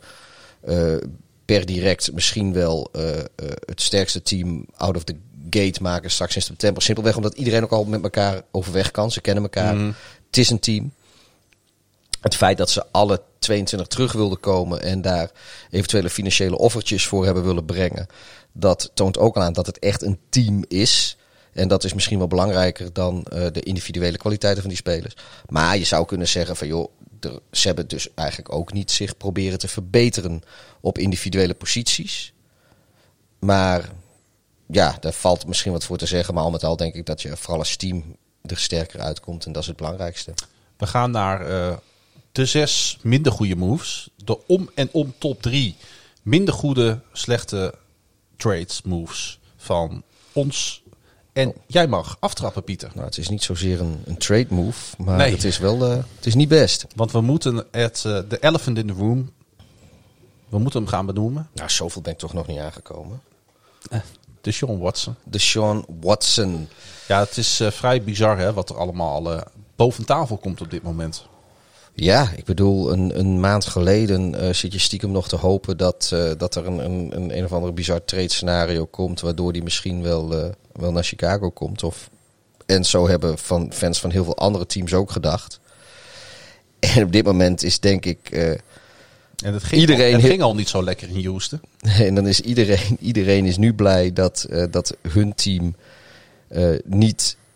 per direct misschien wel het sterkste team out of the gate maken straks in september. Simpelweg omdat iedereen ook al met elkaar overweg kan. Ze kennen elkaar. Mm. Het is een team. Het feit dat ze alle 22 terug wilden komen en daar eventuele financiële offertjes voor hebben willen brengen, dat toont ook al aan dat het echt een team is. En dat is misschien wel belangrijker dan de individuele kwaliteiten van die spelers. Maar je zou kunnen zeggen van joh, ze hebben dus eigenlijk ook niet zich proberen te verbeteren op individuele posities. Maar ja, daar valt misschien wat voor te zeggen. Maar al met al denk ik dat je vooral als team er sterker uitkomt. En dat is het belangrijkste. We gaan naar de 6 minder goede moves. De om top 3 minder goede, slechte trades moves van ons. En jij mag aftrappen, Pieter. Nou, het is niet zozeer een trade move, maar het is wel het is niet best. Want we moeten de elephant in the room, we moeten hem gaan benoemen. Nou, zoveel ben ik toch nog niet aangekomen. Deshaun Watson. Deshaun Watson. Ja, het is vrij bizar hè, wat er allemaal boven tafel komt op dit moment. Ja, ik bedoel, een maand geleden zit je stiekem nog te hopen dat er een of andere bizar trade scenario komt, waardoor die misschien wel naar Chicago komt. En zo hebben fans van heel veel andere teams ook gedacht. En op dit moment is denk ik... en het ging al niet zo lekker in Houston. En dan is iedereen is nu blij dat hun team niet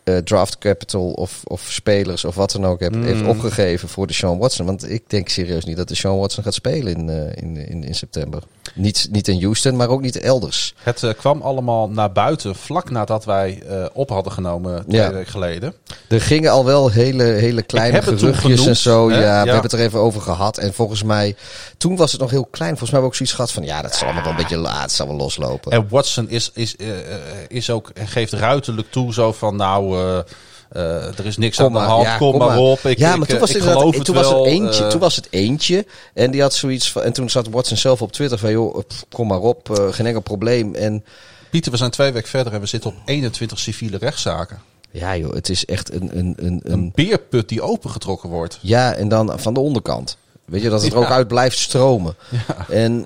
draft capital of spelers of wat dan ook heeft opgegeven voor de Sean Watson. Want ik denk serieus niet dat de Sean Watson gaat spelen in september. Niet in Houston, maar ook niet elders. Het kwam allemaal naar buiten vlak nadat wij op hadden genomen 2 weken geleden. Er gingen al wel hele kleine geruchtjes en zo. We hebben het er even over gehad. En volgens mij, toen was het nog heel klein. Volgens mij hebben we ook zoiets gehad van, dat zal allemaal wel een beetje laat. Het zal wel loslopen. En Watson is ook, geeft ruiterlijk toe zo van, er is niks aan de hand, kom maar op. Maar toen was het geloof het wel. Toen was het eentje. En die had zoiets van, en toen zat Watson zelf op Twitter van, joh, kom maar op, geen enkel probleem. En Pieter, we zijn 2 weken verder en we zitten op 21 civiele rechtszaken. Ja joh, het is echt een beerput die opengetrokken wordt. Ja, en dan van de onderkant. Weet je, dat het er ook uit blijft stromen. Ja.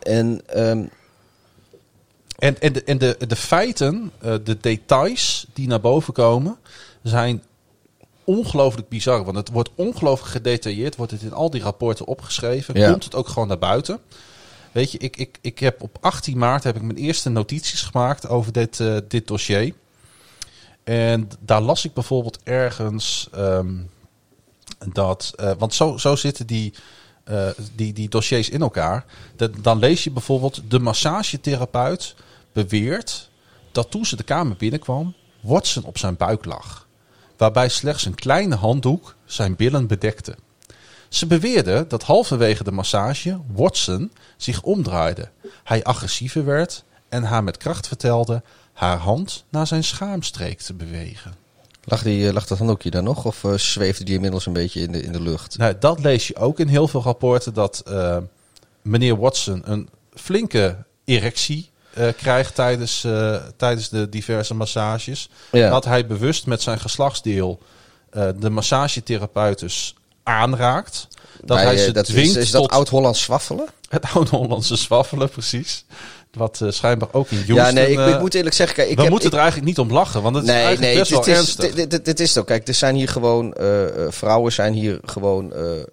En de feiten, de details die naar boven komen, zijn ongelooflijk bizar. Want het wordt ongelooflijk gedetailleerd. Wordt het in al die rapporten opgeschreven. Ja. Komt het ook gewoon naar buiten. Weet je, ik heb op 18 maart heb ik mijn eerste notities gemaakt over dit dossier. En daar las ik bijvoorbeeld ergens want zo zitten die dossiers in elkaar. Dan lees je bijvoorbeeld, de massagetherapeut beweert dat toen ze de kamer binnenkwam, Watson op zijn buik lag. Waarbij slechts een kleine handdoek zijn billen bedekte. Ze beweerde dat halverwege de massage Watson zich omdraaide. Hij agressiever werd en haar met kracht vertelde haar hand naar zijn schaamstreek te bewegen. Lag dat handdoekje daar nog of zweefde die inmiddels een beetje in de lucht? Nou, dat lees je ook in heel veel rapporten, dat meneer Watson een flinke erectie krijgt tijdens de diverse massages. Ja. Dat hij bewust met zijn geslachtsdeel de massagetherapeutes aanraakt. Dat hij ze dwingt is dat oud-Hollands zwaffelen? Het oud-Hollandse zwaffelen, precies. Wat schijnbaar ook in Houston... Ja, nee, ik moet eerlijk zeggen... We moeten er eigenlijk niet om lachen, want het is eigenlijk best wel ernstig. Dit is het ook. Kijk, er zijn hier gewoon... vrouwen zijn hier gewoon...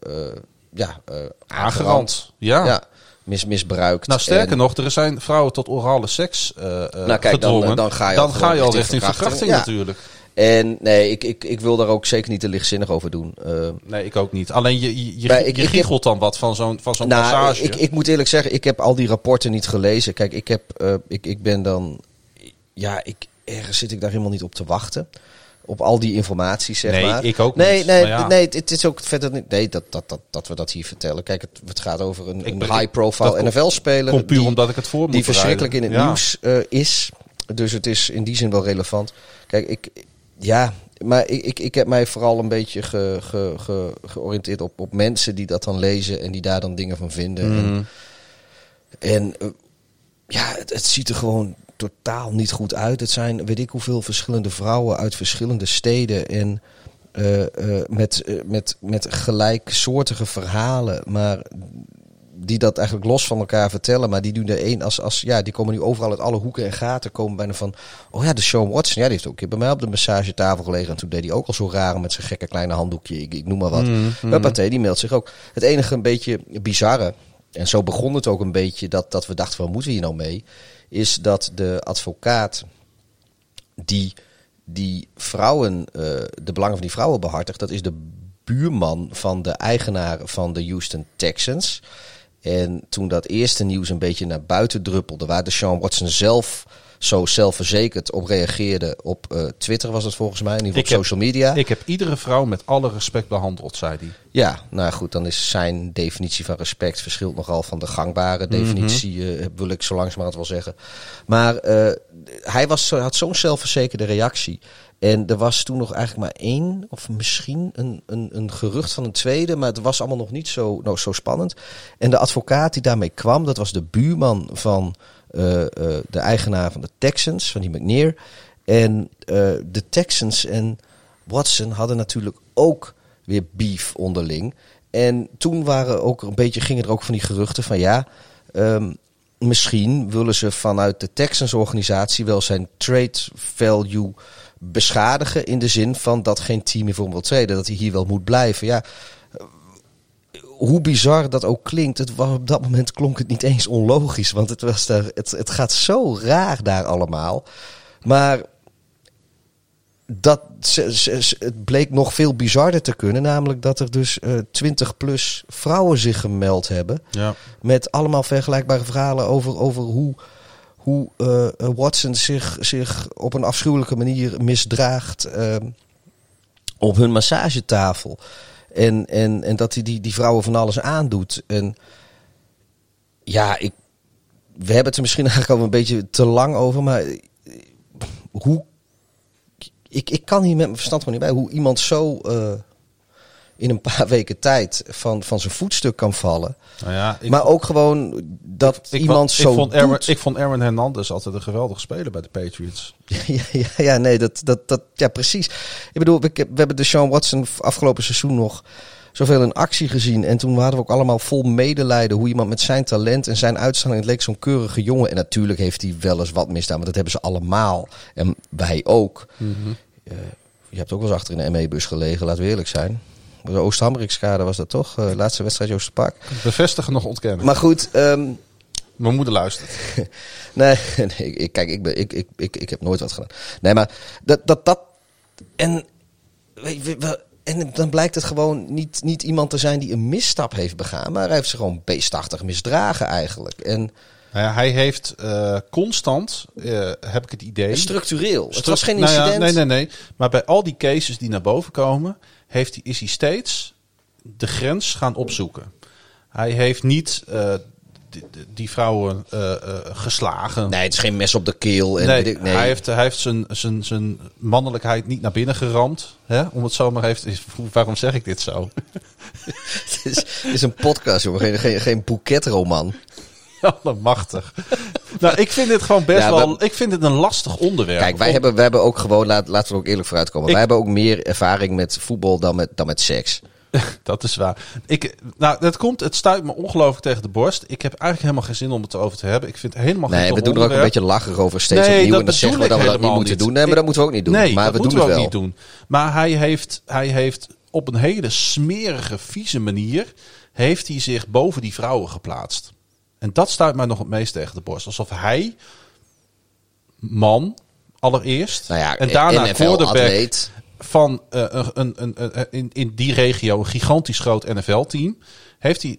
aangerand. Ja. Misbruikt. Nou, sterker nog, er zijn vrouwen tot orale seks gedwongen. Dan ga je al richting verkrachting natuurlijk. En nee, ik wil daar ook zeker niet te lichtzinnig over doen. Nee, ik ook niet. Alleen je giechelt dan wat van zo'n passage. Ik moet eerlijk zeggen, ik heb al die rapporten niet gelezen. Kijk, ik ben dan... Ja, ergens zit ik daar helemaal niet op te wachten. Op al die informatie, zeg maar. Nee, ik ook niet. Nee, het is ook verder niet... Nee, dat we dat hier vertellen. Kijk, het gaat over een high-profile NFL-speler. Komt puur omdat ik het voor moet die verschrikkelijk in het nieuws is. Dus het is in die zin wel relevant. Kijk, ik heb mij vooral een beetje georiënteerd op mensen die dat dan lezen en die daar dan dingen van vinden. Het ziet er gewoon totaal niet goed uit. Het zijn, weet ik hoeveel verschillende vrouwen uit verschillende steden en met gelijksoortige verhalen, maar die dat eigenlijk los van elkaar vertellen, maar die doen er één die komen nu overal uit alle hoeken en gaten, komen bijna van, oh ja, de Sean Watson, ja, die heeft ook een keer bij mij op de massagetafel gelegen en toen deed hij ook al zo raar met zijn gekke kleine handdoekje, ik noem maar wat. Huppatee, die meldt zich ook. Het enige een beetje bizarre, en zo begon het ook een beetje, dat we dachten, wat moeten we hier nou mee, is dat de advocaat die vrouwen, de belangen van die vrouwen behartigt, dat is de buurman van de eigenaar van de Houston Texans. En toen dat eerste nieuws een beetje naar buiten druppelde, waar de Sean Watson zelf zo zelfverzekerd op reageerde op Twitter was het volgens mij, in ieder geval op social media. Ik heb iedere vrouw met alle respect behandeld, zei hij. Ja, nou goed, dan is zijn definitie van respect verschilt nogal van de gangbare definitie, wil ik zo langzamerhand wel zeggen. Maar hij had zo'n zelfverzekerde reactie. En er was toen nog eigenlijk maar één, of misschien een gerucht van een tweede, maar het was allemaal nog niet zo spannend. En de advocaat die daarmee kwam, dat was de buurman van de eigenaar van de Texans, van die McNair. En de Texans en Watson hadden natuurlijk ook weer beef onderling. En toen gingen er ook van die geruchten van misschien willen ze vanuit de Texans organisatie wel zijn trade value beschadigen, in de zin van dat geen team meer voor hem wil treden, dat hij hier wel moet blijven. Ja, hoe bizar dat ook klinkt, op dat moment klonk het niet eens onlogisch, want het gaat zo raar daar allemaal. Maar het bleek nog veel bizarder te kunnen. Namelijk dat er dus 20+ vrouwen zich gemeld hebben. Ja. Met allemaal vergelijkbare verhalen over hoe Watson zich op een afschuwelijke manier misdraagt op hun massagetafel. En dat hij die vrouwen van alles aandoet. En ja, we hebben het er misschien eigenlijk al een beetje te lang over. Maar hoe... Ik kan hier met mijn verstand gewoon niet bij. Hoe iemand zo in een paar weken tijd van zijn voetstuk kan vallen. Nou ja, maar ook gewoon dat iemand zo doet. Ik vond Aaron Hernandez altijd een geweldige speler bij de Patriots. Ja, precies. Ik bedoel, we hebben Deshaun Watson afgelopen seizoen nog zoveel in actie gezien. En toen waren we ook allemaal vol medelijden hoe iemand met zijn talent en zijn uitstraling, het leek zo'n keurige jongen. En natuurlijk heeft hij wel eens wat misdaan, maar dat hebben ze allemaal. En wij ook. Mm-hmm. Je hebt ook wel eens achter in de ME-bus gelegen, laten we eerlijk zijn. De Oost-Hammerikskade was dat toch? Laatste wedstrijd Joosterpark. Bevestigen nog ontkennen. Maar goed. Mijn moeder luistert. Nee, ik heb nooit wat gedaan. Nee, maar dat en dan blijkt het gewoon niet iemand te zijn die een misstap heeft begaan, maar hij heeft zich gewoon beestachtig misdragen eigenlijk. En hij heeft constant, heb ik het idee... Structureel. Het was geen incident. Ja, nee. Maar bij al die cases die naar boven komen, is hij steeds de grens gaan opzoeken. Hij heeft niet die vrouwen geslagen. Nee, het is geen mes op de keel. En nee. Hij heeft zijn mannelijkheid niet naar binnen geramd. Hè? Om het zo maar even... Waarom zeg ik dit zo? Het is een podcast, jongen. Geen boeketroman. Allemachtig. Nou, ik vind dit gewoon ik vind het een lastig onderwerp. Kijk, wij hebben ook gewoon, laten we er ook eerlijk vooruitkomen. Wij hebben ook meer ervaring met voetbal dan met seks. Dat is waar. Het stuit me ongelooflijk tegen de borst. Ik heb eigenlijk helemaal geen zin om het erover te hebben. Ik vind het helemaal geen onderwerp. Nee, we doen er ook een beetje lacherig over steeds opnieuw. En dan zeggen we dat we dat niet moeten doen. Nee, maar dat moeten we ook niet doen. Nee, maar dat we moeten doen we het ook wel. niet doen. Maar hij heeft op een hele smerige, vieze manier heeft hij zich boven die vrouwen geplaatst. En dat stuit mij nog het meest tegen de borst. Alsof hij, man, allereerst, en daarna quarterback van in die regio een gigantisch groot NFL-team, heeft hij.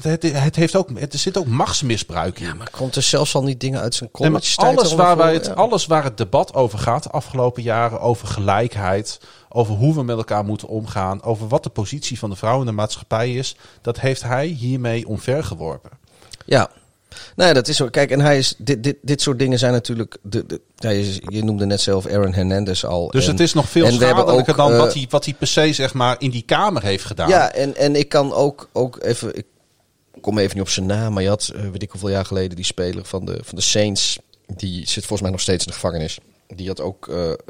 Er zit ook machtsmisbruik in. Ja, maar komt er zelfs al niet dingen uit zijn college-tijd? Alles waar het debat over gaat de afgelopen jaren, over gelijkheid, over hoe we met elkaar moeten omgaan, over wat de positie van de vrouw in de maatschappij is, dat heeft hij hiermee omvergeworpen. Ja, nee, dat is zo. Kijk, en hij is dit soort dingen zijn natuurlijk. Je noemde net zelf Aaron Hernandez al. Dus het is nog veel schadelijker dan wat hij per se zeg maar in die kamer heeft gedaan. Ja, en ik kan ook even. Ik kom even niet op zijn naam, maar je had, weet ik hoeveel jaar geleden, die speler van de Saints. Die zit volgens mij nog steeds in de gevangenis. Die had ook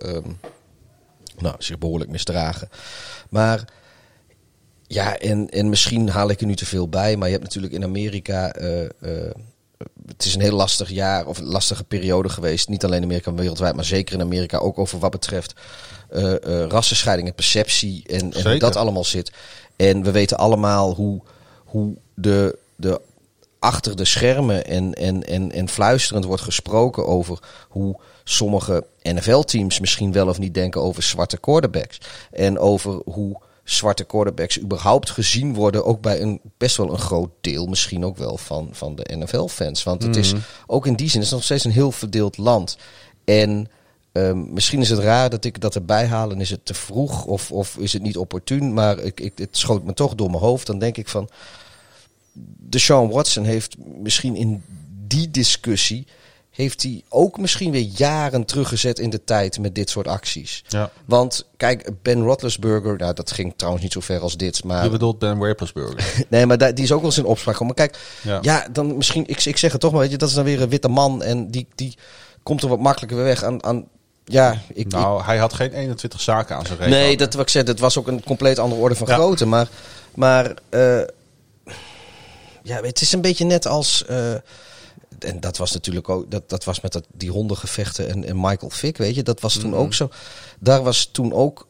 zich behoorlijk misdragen. Maar ja, en misschien haal ik er nu te veel bij, maar je hebt natuurlijk in Amerika. Het is een heel lastig jaar of een lastige periode geweest. Niet alleen in Amerika, maar wereldwijd, maar zeker in Amerika. Ook over wat betreft rassenscheiding en perceptie en hoe dat allemaal zit. En we weten allemaal hoe de achter de schermen en fluisterend wordt gesproken over hoe sommige NFL-teams misschien wel of niet denken over zwarte quarterbacks. En over hoe zwarte quarterbacks überhaupt gezien worden, ook bij best wel een groot deel misschien ook wel van de NFL-fans. Want het is ook in die zin, het is nog steeds een heel verdeeld land. En misschien is het raar dat ik dat erbij haal en is het te vroeg of is het niet opportun, maar het schoot me toch door mijn hoofd. Dan denk ik van, Deshaun Watson heeft misschien in die discussie heeft hij ook misschien weer jaren teruggezet in de tijd met dit soort acties. Ja. Want kijk, Ben Roethlisberger, nou dat ging trouwens niet zo ver als dit, maar... Je bedoelt Ben Roethlisberger? Nee, maar die is ook wel eens in opspraak gekomen. Maar kijk, ja dan misschien, ik zeg het toch maar, weet je, dat is dan weer een witte man en die komt er wat makkelijker weer weg aan hij had geen 21 zaken aan zijn rekening. Nee, dat wat ik zei, dat was ook een compleet andere orde van grootte. Maar het is een beetje net als... en dat was natuurlijk ook, dat was met die hondengevechten en Michael Vick, weet je, dat was toen ook zo. Daar was toen ook,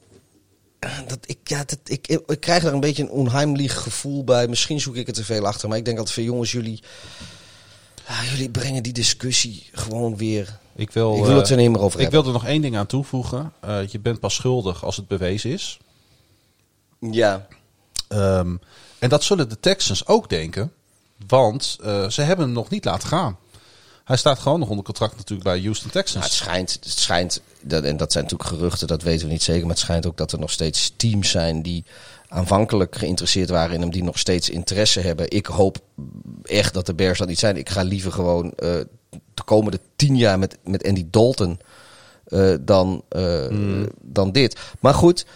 ik krijg daar een beetje een onheimlich gevoel bij. Misschien zoek ik het te veel achter, maar ik denk altijd van jongens, jullie brengen die discussie gewoon weer Ik wil het er niet meer over Ik hebben. wil er nog één ding aan toevoegen. Je bent pas schuldig als het bewezen is. Ja. En dat zullen de Texans ook denken. Want ze hebben hem nog niet laten gaan. Hij staat gewoon nog onder contract natuurlijk bij Houston Texans. Nou, het schijnt en dat zijn natuurlijk geruchten, dat weten we niet zeker. Maar het schijnt ook dat er nog steeds teams zijn die aanvankelijk geïnteresseerd waren in hem, die nog steeds interesse hebben. Ik hoop echt dat de Bears dat niet zijn. Ik ga liever gewoon de komende 10 jaar met Andy Dalton dan dit. Maar goed,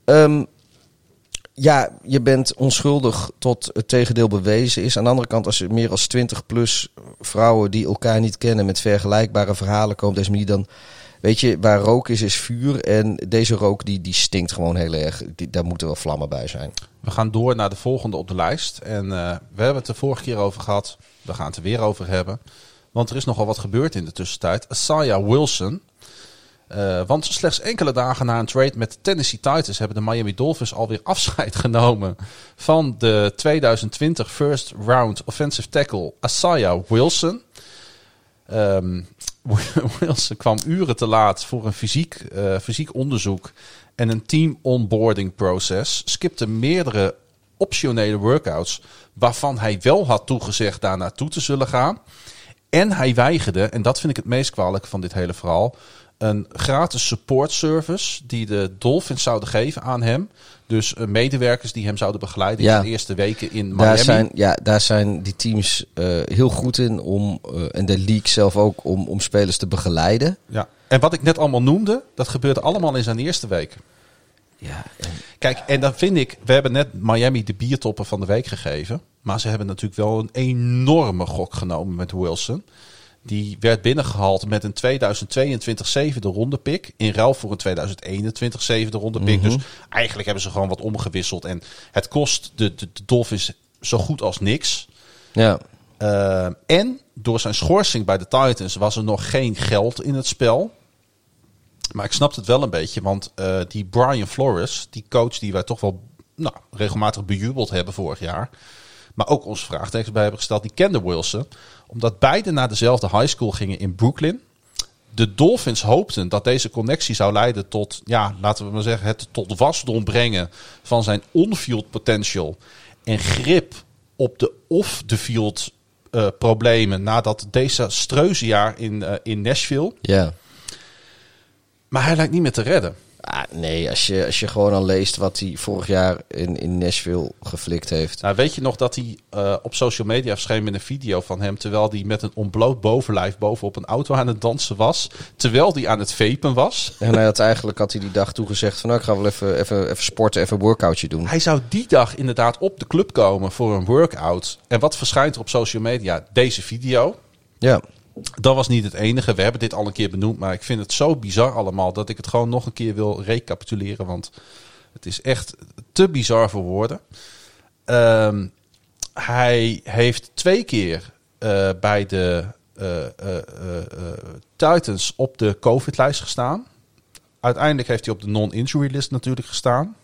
ja, je bent onschuldig tot het tegendeel bewezen is. Aan de andere kant, als er meer dan 20 plus vrouwen die elkaar niet kennen met vergelijkbare verhalen komen op deze manier, dan weet je, waar rook is vuur. En deze rook die stinkt gewoon heel erg. Daar moeten wel vlammen bij zijn. We gaan door naar de volgende op de lijst. En we hebben het de vorige keer over gehad. We gaan het er weer over hebben. Want er is nogal wat gebeurd in de tussentijd. Isaiah Wilson. Want slechts enkele dagen na een trade met de Tennessee Titans hebben de Miami Dolphins alweer afscheid genomen van de 2020 first round offensive tackle Isaiah Wilson. Wilson kwam uren te laat voor een fysiek onderzoek en een team onboarding process. Skipte meerdere optionele workouts waarvan hij wel had toegezegd daar naartoe te zullen gaan. En hij weigerde, en dat vind ik het meest kwalijke van dit hele verhaal, een gratis support service die de Dolphins zouden geven aan hem. Dus medewerkers die hem zouden begeleiden in de eerste weken in Miami. Daar zijn die teams heel goed in en de league zelf ook om spelers te begeleiden. Ja. En wat ik net allemaal noemde, dat gebeurde allemaal in zijn eerste week. Ja, Kijk, en dan vind ik, we hebben net Miami de biertopper van de week gegeven. Maar ze hebben natuurlijk wel een enorme gok genomen met Wilson. Die werd binnengehaald met een 2022 zevende ronde pick. In ruil voor een 2021 zevende ronde pick. Dus eigenlijk hebben ze gewoon wat omgewisseld. En het kost de Dolphins zo goed als niks. Ja. En door zijn schorsing bij de Titans was er nog geen geld in het spel. Maar ik snap het wel een beetje. Want die Brian Flores, die coach die wij toch wel regelmatig bejubeld hebben vorig jaar. Maar ook ons vraagtekens bij hebben gesteld. Die kende Wilson. Omdat beide naar dezelfde high school gingen in Brooklyn. De Dolphins hoopten dat deze connectie zou leiden tot, laten we maar zeggen, het tot wasdom brengen van zijn on-field potential. En grip op de off-the-field problemen na dat desastreuze jaar in Nashville. Ja. Maar hij lijkt niet meer te redden. Nee, als je gewoon al leest wat hij vorig jaar in Nashville geflikt heeft. Nou, weet je nog dat hij op social media verscheen met een video van hem, terwijl hij met een ontbloot bovenlijf bovenop een auto aan het dansen was, terwijl hij aan het vapen was. En hij had die dag toegezegd van, ik ga wel even sporten, even een workoutje doen. Hij zou die dag inderdaad op de club komen voor een workout. En wat verschijnt er op social media? Deze video. Ja. Dat was niet het enige. We hebben dit al een keer benoemd. Maar ik vind het zo bizar allemaal dat ik het gewoon nog een keer wil recapituleren. Want het is echt te bizar voor woorden. Hij heeft 2 keer bij de Titans op de COVID-lijst gestaan. Uiteindelijk heeft hij op de non-injury list natuurlijk gestaan.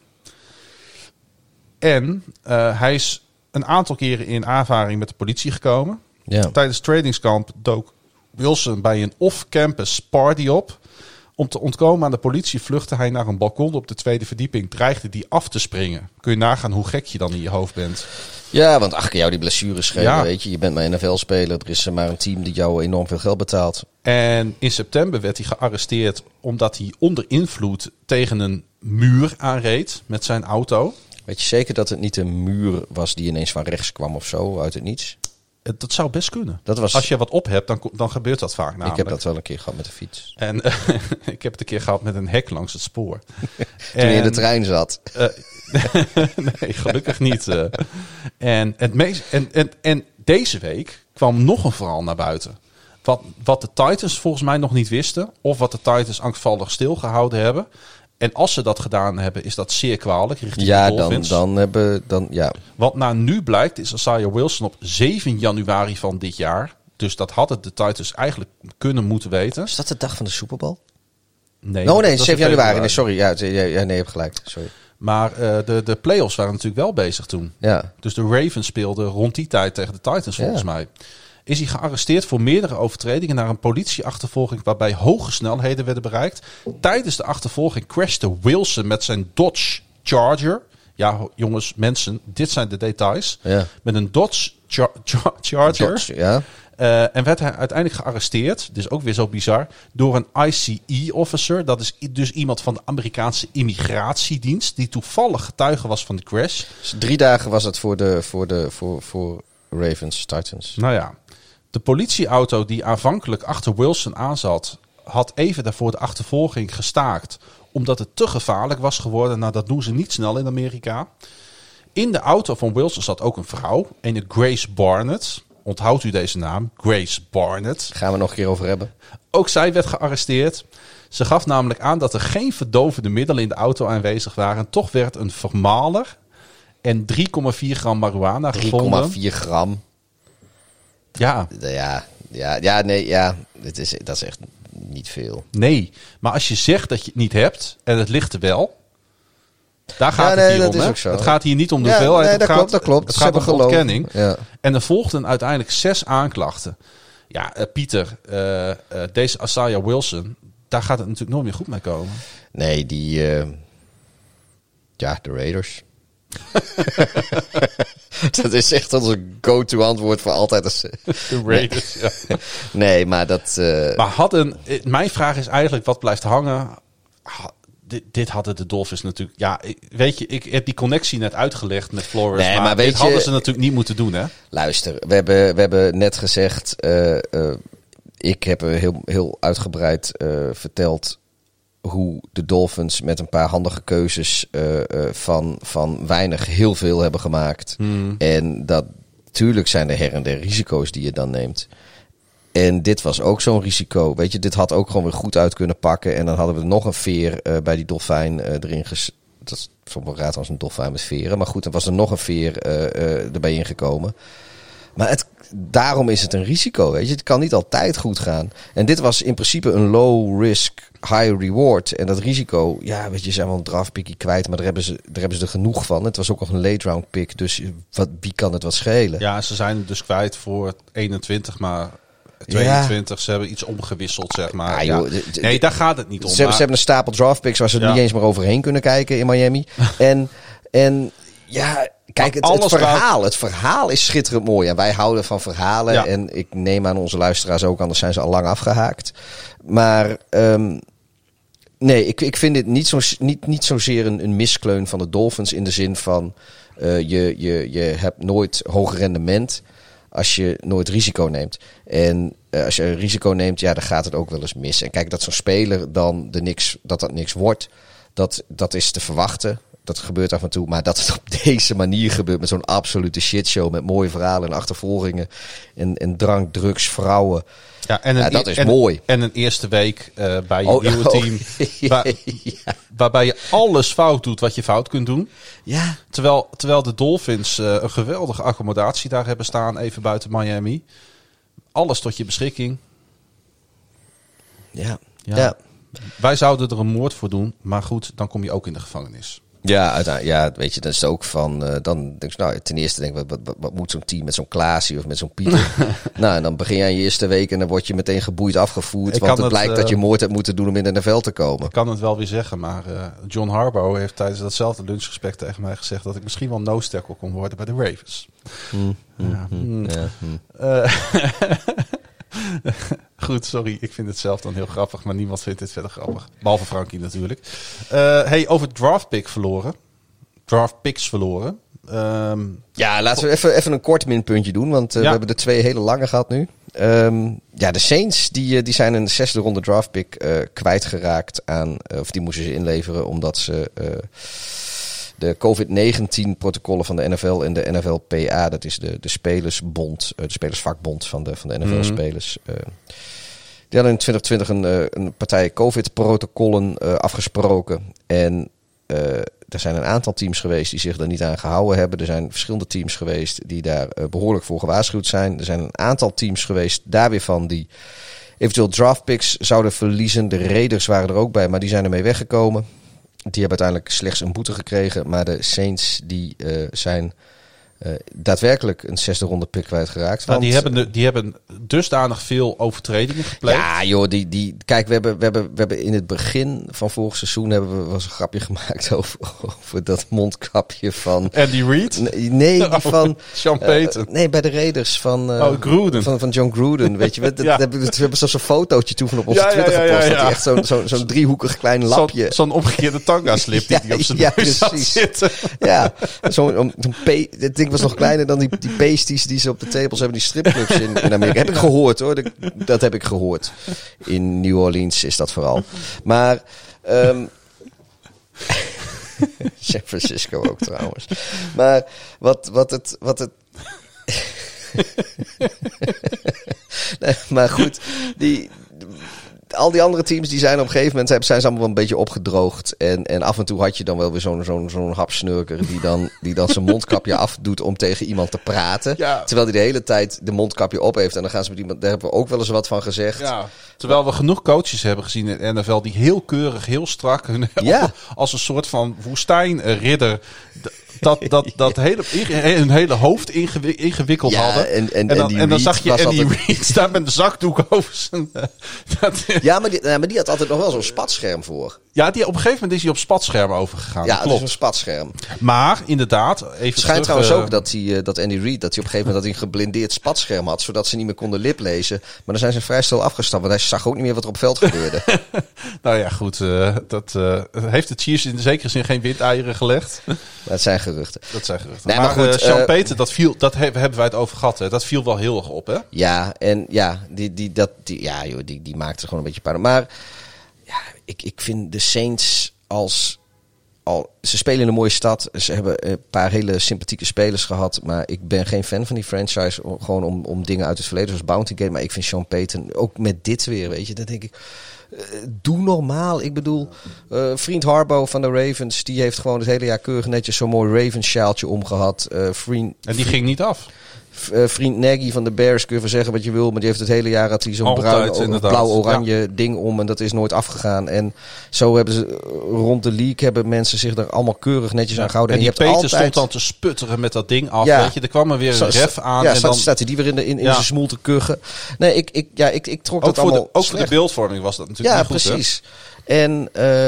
En hij is een aantal keren in aanvaring met de politie gekomen. Ja. Tijdens trainingskamp dook Wilson bij een off-campus party op. Om te ontkomen aan de politie vluchtte hij naar een balkon op de 2e verdieping. Dreigde die af te springen. Kun je nagaan hoe gek je dan in je hoofd bent. Ja, want achter jou die blessures schelen, Ja. weet je. Je bent maar NFL-speler. Er is maar een team die jou enorm veel geld betaalt. En in september werd hij gearresteerd omdat hij onder invloed tegen een muur aanreed met zijn auto. Weet je zeker dat het niet een muur was die ineens van rechts kwam of zo, uit het niets? Dat zou best kunnen. Dat was... Als je wat op hebt, dan gebeurt dat vaak namelijk. Ik heb dat wel een keer gehad met de fiets. En ik heb het een keer gehad met een hek langs het spoor. Toen je in de trein zat. Nee, gelukkig niet. En deze week kwam nog een verhaal naar buiten. Wat de Titans volgens mij nog niet wisten. Of wat de Titans angstvallig stilgehouden hebben. En als ze dat gedaan hebben, is dat zeer kwalijk richting de Dolphins. Ja. Want na nu blijkt, is Isaiah Wilson op 7 januari van dit jaar. Dus dat hadden de Titans eigenlijk kunnen moeten weten. Is dat de dag van de Super Bowl? Nee, Oh nee, dat is 7 in januari. Nee, februari. sorry. Nee, je hebt gelijk. Sorry. Maar de playoffs waren natuurlijk wel bezig toen. Ja. Dus de Ravens speelden rond die tijd tegen de Titans volgens mij. is hij gearresteerd voor meerdere overtredingen na een politieachtervolging waarbij hoge snelheden werden bereikt. Tijdens de achtervolging crashte Wilson met zijn Dodge Charger. Ja, jongens, mensen, dit zijn de details. Ja. Met een Dodge Charger. Dodge, ja. En werd hij uiteindelijk gearresteerd, dus ook weer zo bizar, door een ICE-officer. Dat is dus iemand van de Amerikaanse immigratiedienst, die toevallig getuige was van de crash. Dus 3 dagen was het voor Ravens, Titans. Nou ja, de politieauto die aanvankelijk achter Wilson aanzat, had even daarvoor de achtervolging gestaakt, omdat het te gevaarlijk was geworden. Nou, dat doen ze niet snel in Amerika. In de auto van Wilson zat ook een vrouw, een Grace Barnett. Onthoudt u deze naam, Grace Barnett. Gaan we nog een keer over hebben. Ook zij werd gearresteerd. Ze gaf namelijk aan dat er geen verdovende middelen in de auto aanwezig waren. Toch werd een vermaler en 3,4 gram marihuana gevonden. 3,4 gram. Ja. Dat is echt niet veel. Nee, maar als je zegt dat je het niet hebt en het ligt er wel, daar gaat het hier om. Is ook zo. Het gaat hier niet om de hoeveelheid. Dat klopt. Het gaat om ontkenning. Ja. En er volgden uiteindelijk 6 aanklachten. Ja, Pieter, deze Isaiah Wilson, daar gaat het natuurlijk nooit meer goed mee komen. Nee, de Raiders. Dat is echt onze go-to antwoord voor altijd. De Raiders, ja. Nee, maar dat... Maar mijn vraag is eigenlijk, wat blijft hangen? Dit hadden de Dolphins natuurlijk... Ja, weet je, ik heb die connectie net uitgelegd met Flores. Nee, maar dit hadden ze natuurlijk niet moeten doen, hè? Luister, we hebben net gezegd... ik heb heel uitgebreid verteld hoe de Dolphins met een paar handige keuzes van weinig heel veel hebben gemaakt. En dat natuurlijk zijn er her en der risico's die je dan neemt. En dit was ook zo'n risico. Weet je, dit had ook gewoon weer goed uit kunnen pakken. En dan hadden we nog een veer bij die dolfijn erin dat is voor mijn raad was een dolfijn met veren. Maar goed, dan was er nog een veer erbij ingekomen. Maar daarom is het een risico. Weet je, het kan niet altijd goed gaan. En dit was in principe een low risk, high reward. En dat risico, ja, weet je, zijn wel een draftpickie kwijt. Maar daar hebben ze er genoeg van. Het was ook nog een late round pick. Dus wie kan het wat schelen? Ja, ze zijn het dus kwijt voor 21, maar 22. Ja. Ze hebben iets omgewisseld, zeg maar. Ah, joh, nee, daar gaat het niet om. Ze hebben een stapel draftpicks waar ze niet eens meer overheen kunnen kijken in Miami. en ja... Kijk, het verhaal is schitterend mooi. En wij houden van verhalen. Ja. En ik neem aan onze luisteraars ook, anders zijn ze al lang afgehaakt. Maar nee, ik vind dit niet zozeer een miskleun van de Dolphins. In de zin van, je hebt nooit hoog rendement als je nooit risico neemt. En als je een risico neemt, ja, dan gaat het ook wel eens mis. En kijk, dat zo'n speler dan dat niks wordt, dat is te verwachten. Dat gebeurt af en toe, maar dat het op deze manier gebeurt met zo'n absolute shitshow, met mooie verhalen en achtervolgingen en drank, drugs, vrouwen. Ja, dat is mooi. En een eerste week bij je nieuwe team, waarbij je alles fout doet wat je fout kunt doen. Ja. Terwijl de Dolphins een geweldige accommodatie daar hebben staan, even buiten Miami. Alles tot je beschikking. Ja. Wij zouden er een moord voor doen, maar goed, dan kom je ook in de gevangenis. Ja, weet je, dat is ook van... dan denk ik, nou, ten eerste denk ik, wat moet zo'n team met zo'n Klaasie of met zo'n Pieter? Nou, en dan begin je aan je eerste week en dan word je meteen geboeid afgevoerd. Want het blijkt dat je moord hebt moeten doen om in de NFL te komen. Ik kan het wel weer zeggen, maar John Harbaugh heeft tijdens datzelfde lunchgesprek tegen mij gezegd dat ik misschien wel nose tackle kon worden bij de Ravens. Goed, sorry. Ik vind het zelf dan heel grappig, maar niemand vindt dit verder grappig. Behalve Frankie natuurlijk. Over draft picks verloren. Ja, laten we even een kort minpuntje doen, want we hebben er 2 hele lange gehad nu. De Saints die zijn een 6e ronde draft pick kwijtgeraakt aan, of die moesten ze inleveren omdat ze de COVID-19 protocollen van de NFL en de NFLPA, dat is de spelersbond, de spelersvakbond van de NFL-spelers. Die hadden in 2020 een partij COVID-protocollen afgesproken. En er zijn een aantal teams geweest die zich daar niet aan gehouden hebben. Er zijn verschillende teams geweest die daar behoorlijk voor gewaarschuwd zijn. Er zijn een aantal teams geweest, daar weer van, die eventueel draftpicks zouden verliezen. De Raiders waren er ook bij, maar die zijn ermee weggekomen. Die hebben uiteindelijk slechts een boete gekregen. Maar de Saints die zijn daadwerkelijk een 6e ronde pick kwijtgeraakt. Nou, Want die hebben dusdanig veel overtredingen gepleegd. ja, joh, kijk, we hebben in het begin van vorig seizoen was een grapje gemaakt over dat mondkapje van Andy Reid? Nee, die van Sean Payton. nee, bij de Raiders van Gruden. van John Gruden, weet je. We hebben zelfs een fotootje toe van op onze Ja, Twitter ja, ja, gepost. ja. Dat hij echt zo'n driehoekig klein lapje. Zo'n omgekeerde tanga-slip die hij op zijn neus had precies. zitten. Ja, het ding was nog kleiner dan die pasties die ze op de tables hebben, die stripclubs in Amerika. Heb ik gehoord hoor, dat heb ik gehoord. In New Orleans is dat vooral. Maar San Francisco ook trouwens. Maar wat het nee, maar goed, al die andere teams die zijn op een gegeven moment zijn ze allemaal wel een beetje opgedroogd. En af en toe had je dan wel weer zo'n hapsnurker die dan zijn mondkapje afdoet om tegen iemand te praten. Ja. Terwijl hij de hele tijd de mondkapje op heeft. En dan gaan ze met iemand, daar hebben we ook wel eens wat van gezegd. Ja. Terwijl we genoeg coaches hebben gezien in de NFL die heel keurig, heel strak als een soort van woestijnridder dat hun hele hoofd ingewikkeld hadden. En dan zag je Andy Reid staan met een zakdoek over zijn... maar die had altijd nog wel zo'n spatscherm voor. Ja, op een gegeven moment is hij op spatscherm overgegaan. Ja, dat is een spatscherm. Maar inderdaad... Het schijnt trouwens ook dat Andy Reid, dat hij op een gegeven moment een geblindeerd spatscherm had, zodat ze niet meer konden liplezen. Maar dan zijn ze vrij snel afgestapt, want hij zag ook niet meer wat er op veld gebeurde. Nou ja, goed. Dat heeft de Chiefs in zekere zin geen windeieren gelegd. Dat zijn geruchten. Nee, maar goed, Sean Payton, dat hebben wij het over gehad. Hè? Dat viel wel heel erg op, hè? Ja, en ja, die maakte gewoon een beetje pijn. Maar ja, ik vind de Saints ze spelen in een mooie stad. Ze hebben een paar hele sympathieke spelers gehad. Maar ik ben geen fan van die franchise. Gewoon om dingen uit het verleden, zoals Bounty Gate. Maar ik vind Sean Payton, ook met dit weer, weet je, dan denk ik... doe normaal. Ik bedoel, vriend Harbaugh van de Ravens, die heeft gewoon het hele jaar keurig netjes zo'n mooi Ravens sjaaltje omgehad. En die ging niet af. Vriend Nagy van de Bears, kun je van zeggen wat je wil, maar die heeft het hele jaar had hij zo'n blauw-oranje ding om en dat is nooit afgegaan. En zo hebben ze rond de league hebben mensen zich er allemaal keurig netjes aan gehouden. En die Peter stond dan te sputteren met dat ding af. Ja. Weet je, er kwam er weer een ref aan. Ja, en dan staat hij die weer in zijn smoel te kuchen. Nee, ik trok dat allemaal. Ook voor de beeldvorming was dat natuurlijk niet goed. Ja, precies. En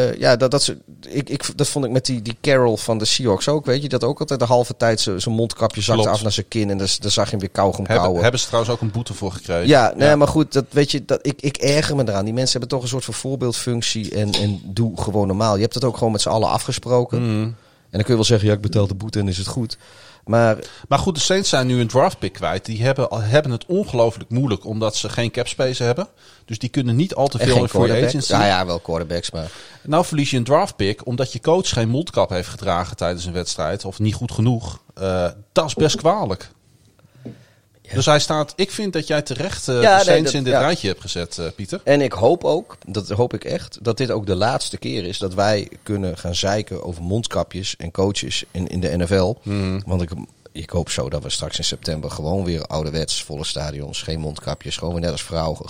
dat vond ik met die Carroll van de Seahawks ook, weet je. Dat ook altijd de halve tijd zijn mondkapje zakte af naar zijn kin. En dan zag je hem weer kauwgom kauwen. Hebben ze trouwens ook een boete voor gekregen? Ja, nee, maar goed, dat, weet je, ik erger me eraan. Die mensen hebben toch een soort van voorbeeldfunctie. En doe gewoon normaal. Je hebt het ook gewoon met z'n allen afgesproken. En dan kun je wel zeggen, ja, ik betaal de boete en is het goed. Maar goed, de Saints zijn nu een draftpick kwijt. Die hebben het ongelooflijk moeilijk, omdat ze geen capspace hebben. Dus die kunnen niet al te veel in free agency. Ja, wel quarterbacks, maar... Nou verlies je een draftpick, omdat je coach geen mondkap heeft gedragen tijdens een wedstrijd. Of niet goed genoeg. Dat is best kwalijk. Ja. Dus ik vind dat jij terecht de Saints in dit rijtje hebt gezet, Pieter. En ik hoop ook, dat hoop ik echt, dat dit ook de laatste keer is dat wij kunnen gaan zeiken over mondkapjes en coaches in de NFL. Want ik hoop zo dat we straks in september gewoon weer ouderwets, volle stadions, geen mondkapjes, gewoon weer net als vroeger.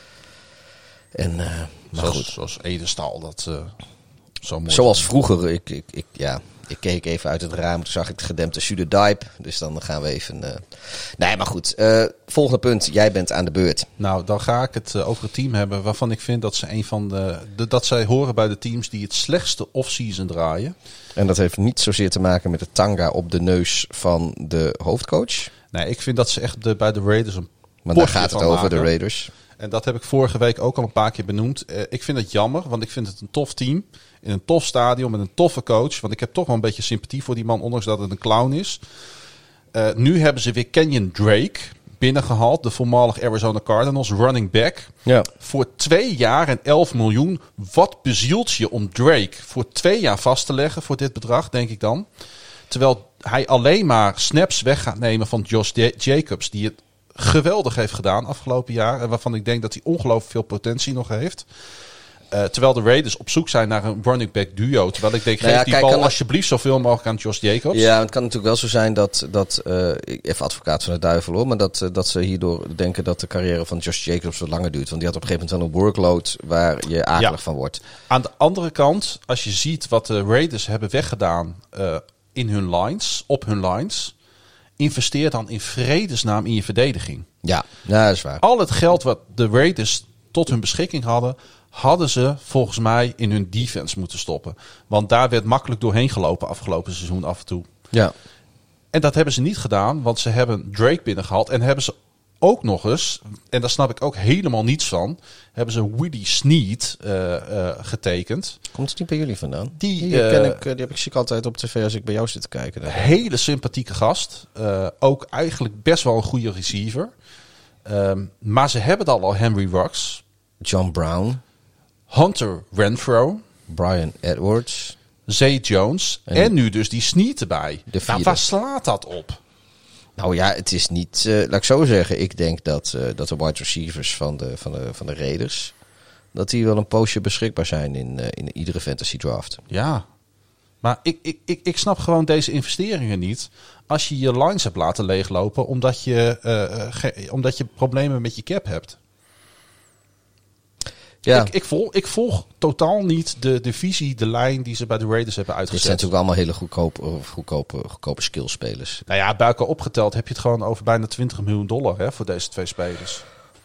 En, zoals Edenstal, dat zo mooi. Zoals vroeger, ik keek even uit het raam, toen zag ik de gedempte Sude-Dipe. Dus dan gaan we even... Nee, maar goed. Volgende punt. Jij bent aan de beurt. Nou, dan ga ik het over het team hebben waarvan ik vind dat ze een van dat zij horen bij de teams die het slechtste off-season draaien. En dat heeft niet zozeer te maken met de tanga op de neus van de hoofdcoach. Nee, ik vind dat ze echt bij de Raiders een maar daar gaat het over, maken. De Raiders. En dat heb ik vorige week ook al een paar keer benoemd. Ik vind het jammer, want ik vind het een tof team. In een tof stadion met een toffe coach. Want ik heb toch wel een beetje sympathie voor die man, ondanks dat het een clown is. Nu hebben ze weer Kenyon Drake binnengehaald. De voormalig Arizona Cardinals running back. Ja. Voor 2 jaar en 11 miljoen. Wat bezielt je om Drake voor 2 jaar vast te leggen voor dit bedrag, denk ik dan. Terwijl hij alleen maar snaps weg gaat nemen van Josh Jacobs. Die het geweldig heeft gedaan afgelopen jaar. En waarvan ik denk dat hij ongelooflijk veel potentie nog heeft. Terwijl de Raiders op zoek zijn naar een running back duo. Terwijl ik denk, geef die bal alsjeblieft zoveel mogelijk aan Josh Jacobs. Ja, het kan natuurlijk wel zo zijn dat even advocaat van de duivel hoor, maar dat ze hierdoor denken dat de carrière van Josh Jacobs wat langer duurt. Want die had op een gegeven moment wel een workload waar je akelig van wordt. Aan de andere kant, als je ziet wat de Raiders hebben weggedaan in hun lines, op hun lines, investeer dan in vredesnaam in je verdediging. Ja, dat is waar. Al het geld wat de Raiders tot hun beschikking hadden ze volgens mij in hun defense moeten stoppen. Want daar werd makkelijk doorheen gelopen afgelopen seizoen af en toe. Ja. En dat hebben ze niet gedaan, want ze hebben Drake binnengehaald. En hebben ze ook nog eens, en daar snap ik ook helemaal niets van, hebben ze Willie Snead getekend. Komt het niet bij jullie vandaan? Die zie ik altijd op tv als ik bij jou zit te kijken. Hele sympathieke gast. Ook eigenlijk best wel een goede receiver. Maar ze hebben dan al Henry Ruggs. John Brown. Hunter Renfrow. Brian Edwards. Zay Jones. En nu dus die Snead erbij. Nou, waar slaat dat op? Nou ja, het is niet... laat ik zo zeggen. Ik denk dat de wide receivers van de Raiders... dat die wel een poosje beschikbaar zijn in iedere fantasy draft. Ja. Maar ik snap gewoon deze investeringen niet. Als je je lines hebt laten leeglopen... omdat je problemen met je cap hebt. Ja. Ik volg totaal niet de visie, de lijn die ze bij de Raiders hebben uitgezet. Dit zijn natuurlijk allemaal hele goedkope skillspelers. Nou ja, bij elkaar opgeteld heb je het gewoon over bijna $20 miljoen hè, voor deze twee spelers.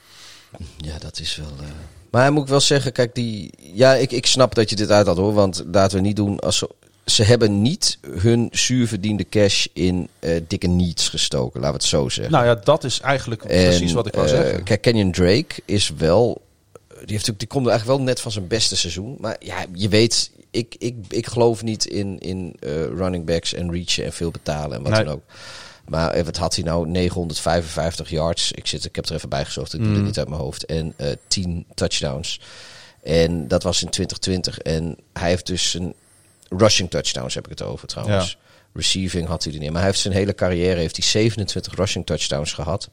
Ja, dat is wel... Maar moet ik wel zeggen, kijk, ik snap dat je dit uit had hoor. Want laten we niet doen als ze hebben niet hun zuurverdiende cash in dikke needs gestoken, laten we het zo zeggen. Nou ja, dat is eigenlijk precies wat ik wou zeggen. Kijk, Kenyon Drake is wel... Die komt eigenlijk wel net van zijn beste seizoen. Maar ja, je weet, ik geloof niet in running backs en reachen en veel betalen en wat dan ook. Maar wat had hij nou? 955 yards. Ik heb er even bijgezocht, ik doe het niet uit mijn hoofd. En 10 touchdowns. En dat was in 2020. En hij heeft dus een rushing touchdowns, heb ik het over trouwens. Ja. Receiving had hij er niet. Maar hij heeft zijn hele carrière heeft hij 27 rushing touchdowns gehad.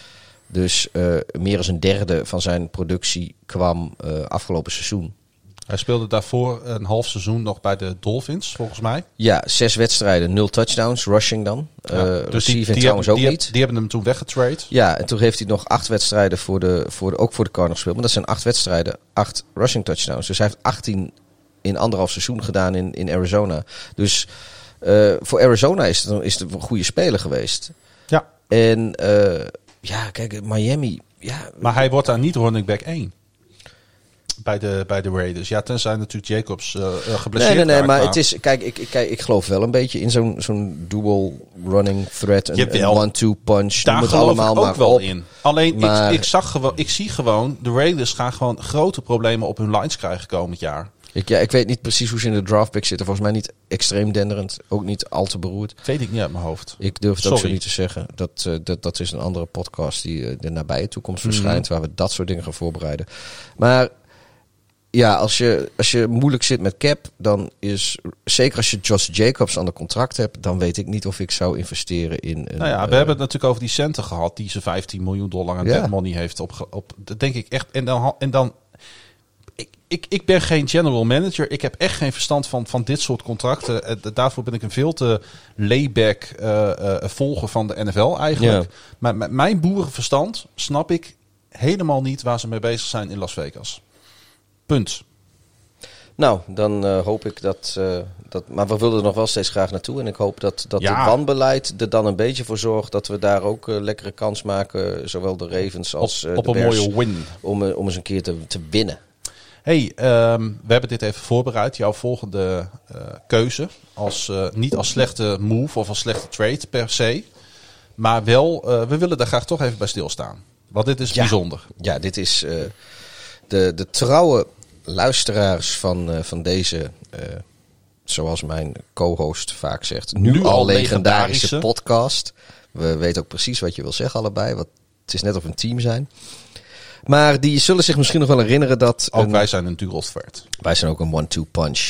Dus meer dan een derde van zijn productie kwam afgelopen seizoen. Hij speelde daarvoor een half seizoen nog bij de Dolphins, volgens mij. Ja, 6 wedstrijden, 0 touchdowns, rushing dan. Dus receiving trouwens ook niet. Die hebben hem toen weggetrade. Ja, en toen heeft hij nog 8 wedstrijden ook voor de Cardinals gespeeld. Maar dat zijn 8 wedstrijden, 8 rushing touchdowns. Dus hij heeft 18 in 1,5 seizoen gedaan in Arizona. Dus voor Arizona is het een goede speler geweest. Ja. En... ja, kijk, Miami... Ja, maar hij wordt daar niet running back 1. Bij de Raiders. Ja, tenzij natuurlijk Jacobs geblesseerd Nee, maar het is... Kijk, ik geloof wel een beetje in zo'n dual running threat. Een 1-2 punch. Daar moet geloof allemaal ik ook maar wel op. in. Alleen, maar, ik zie gewoon... De Raiders gaan gewoon grote problemen op hun lines krijgen komend jaar. Ik weet niet precies hoe ze in de draftpick zitten. Volgens mij niet extreem denderend. Ook niet al te beroerd. Weet ik niet uit mijn hoofd. Ik durf het ook zo niet te zeggen. Dat is een andere podcast die de nabije toekomst verschijnt. Waar we dat soort dingen gaan voorbereiden. Maar ja, als je moeilijk zit met cap, dan is... Zeker als je Josh Jacobs aan de contract hebt, dan weet ik niet of ik zou investeren in... we hebben het natuurlijk over die centen gehad. Die ze $15 miljoen aan dead money heeft op. Dat denk ik echt. En dan Ik ben geen general manager. Ik heb echt geen verstand van dit soort contracten. Daarvoor ben ik een veel te layback volger van de NFL eigenlijk. Ja. Maar met mijn boerenverstand snap ik helemaal niet waar ze mee bezig zijn in Las Vegas. Punt. Nou, dan hoop ik dat... Maar we willen er nog wel steeds graag naartoe. En ik hoop dat het wanbeleid er dan een beetje voor zorgt... dat we daar ook lekkere kans maken. Zowel de Ravens als de op een Bears, mooie win. Om eens een keer te winnen. Hey, we hebben dit even voorbereid. Jouw volgende keuze. Niet als slechte move of als slechte trade per se. Maar wel, we willen daar graag toch even bij stilstaan. Want dit is bijzonder. Ja, dit is de trouwe luisteraars van deze... zoals mijn co-host vaak zegt... nu al legendarische podcast. We weten ook precies wat je wil zeggen allebei. Want het is net of we een team zijn. Maar die zullen zich misschien nog wel herinneren dat... Ook wij zijn een duelthreat. Wij zijn ook een 1-2 punch.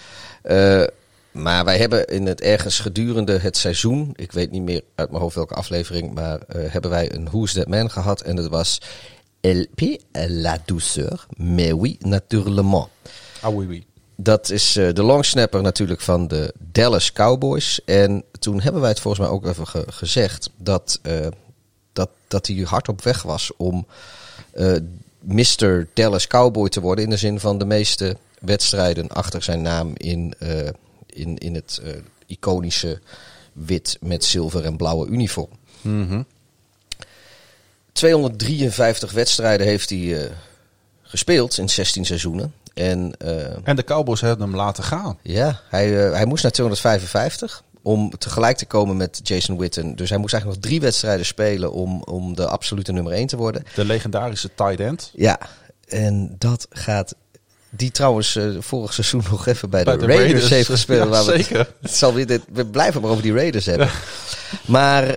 Maar wij hebben in het ergens gedurende het seizoen... ik weet niet meer uit mijn hoofd welke aflevering... maar hebben wij een Who's That Man gehad. En dat was... LP la douceur, mais oui, naturellement. Ah oui, oui. Dat is de longsnapper natuurlijk van de Dallas Cowboys. En toen hebben wij het volgens mij ook even gezegd... dat hij hard op weg was om... Mr. Dallas Cowboy te worden. In de zin van de meeste wedstrijden achter zijn naam in het iconische wit met zilver en blauwe uniform. Mhm. 253 wedstrijden heeft hij gespeeld in 16 seizoenen. En de Cowboys hebben hem laten gaan. ja, hij moest naar 255 om tegelijk te komen met Jason Witten. Dus hij moest eigenlijk nog 3 wedstrijden spelen om de absolute nummer 1 te worden. De legendarische tight end. Ja, en dat gaat... Die trouwens vorig seizoen nog even bij de Raiders heeft gespeeld. Ja, zeker. We blijven maar over die Raiders hebben. Ja. Maar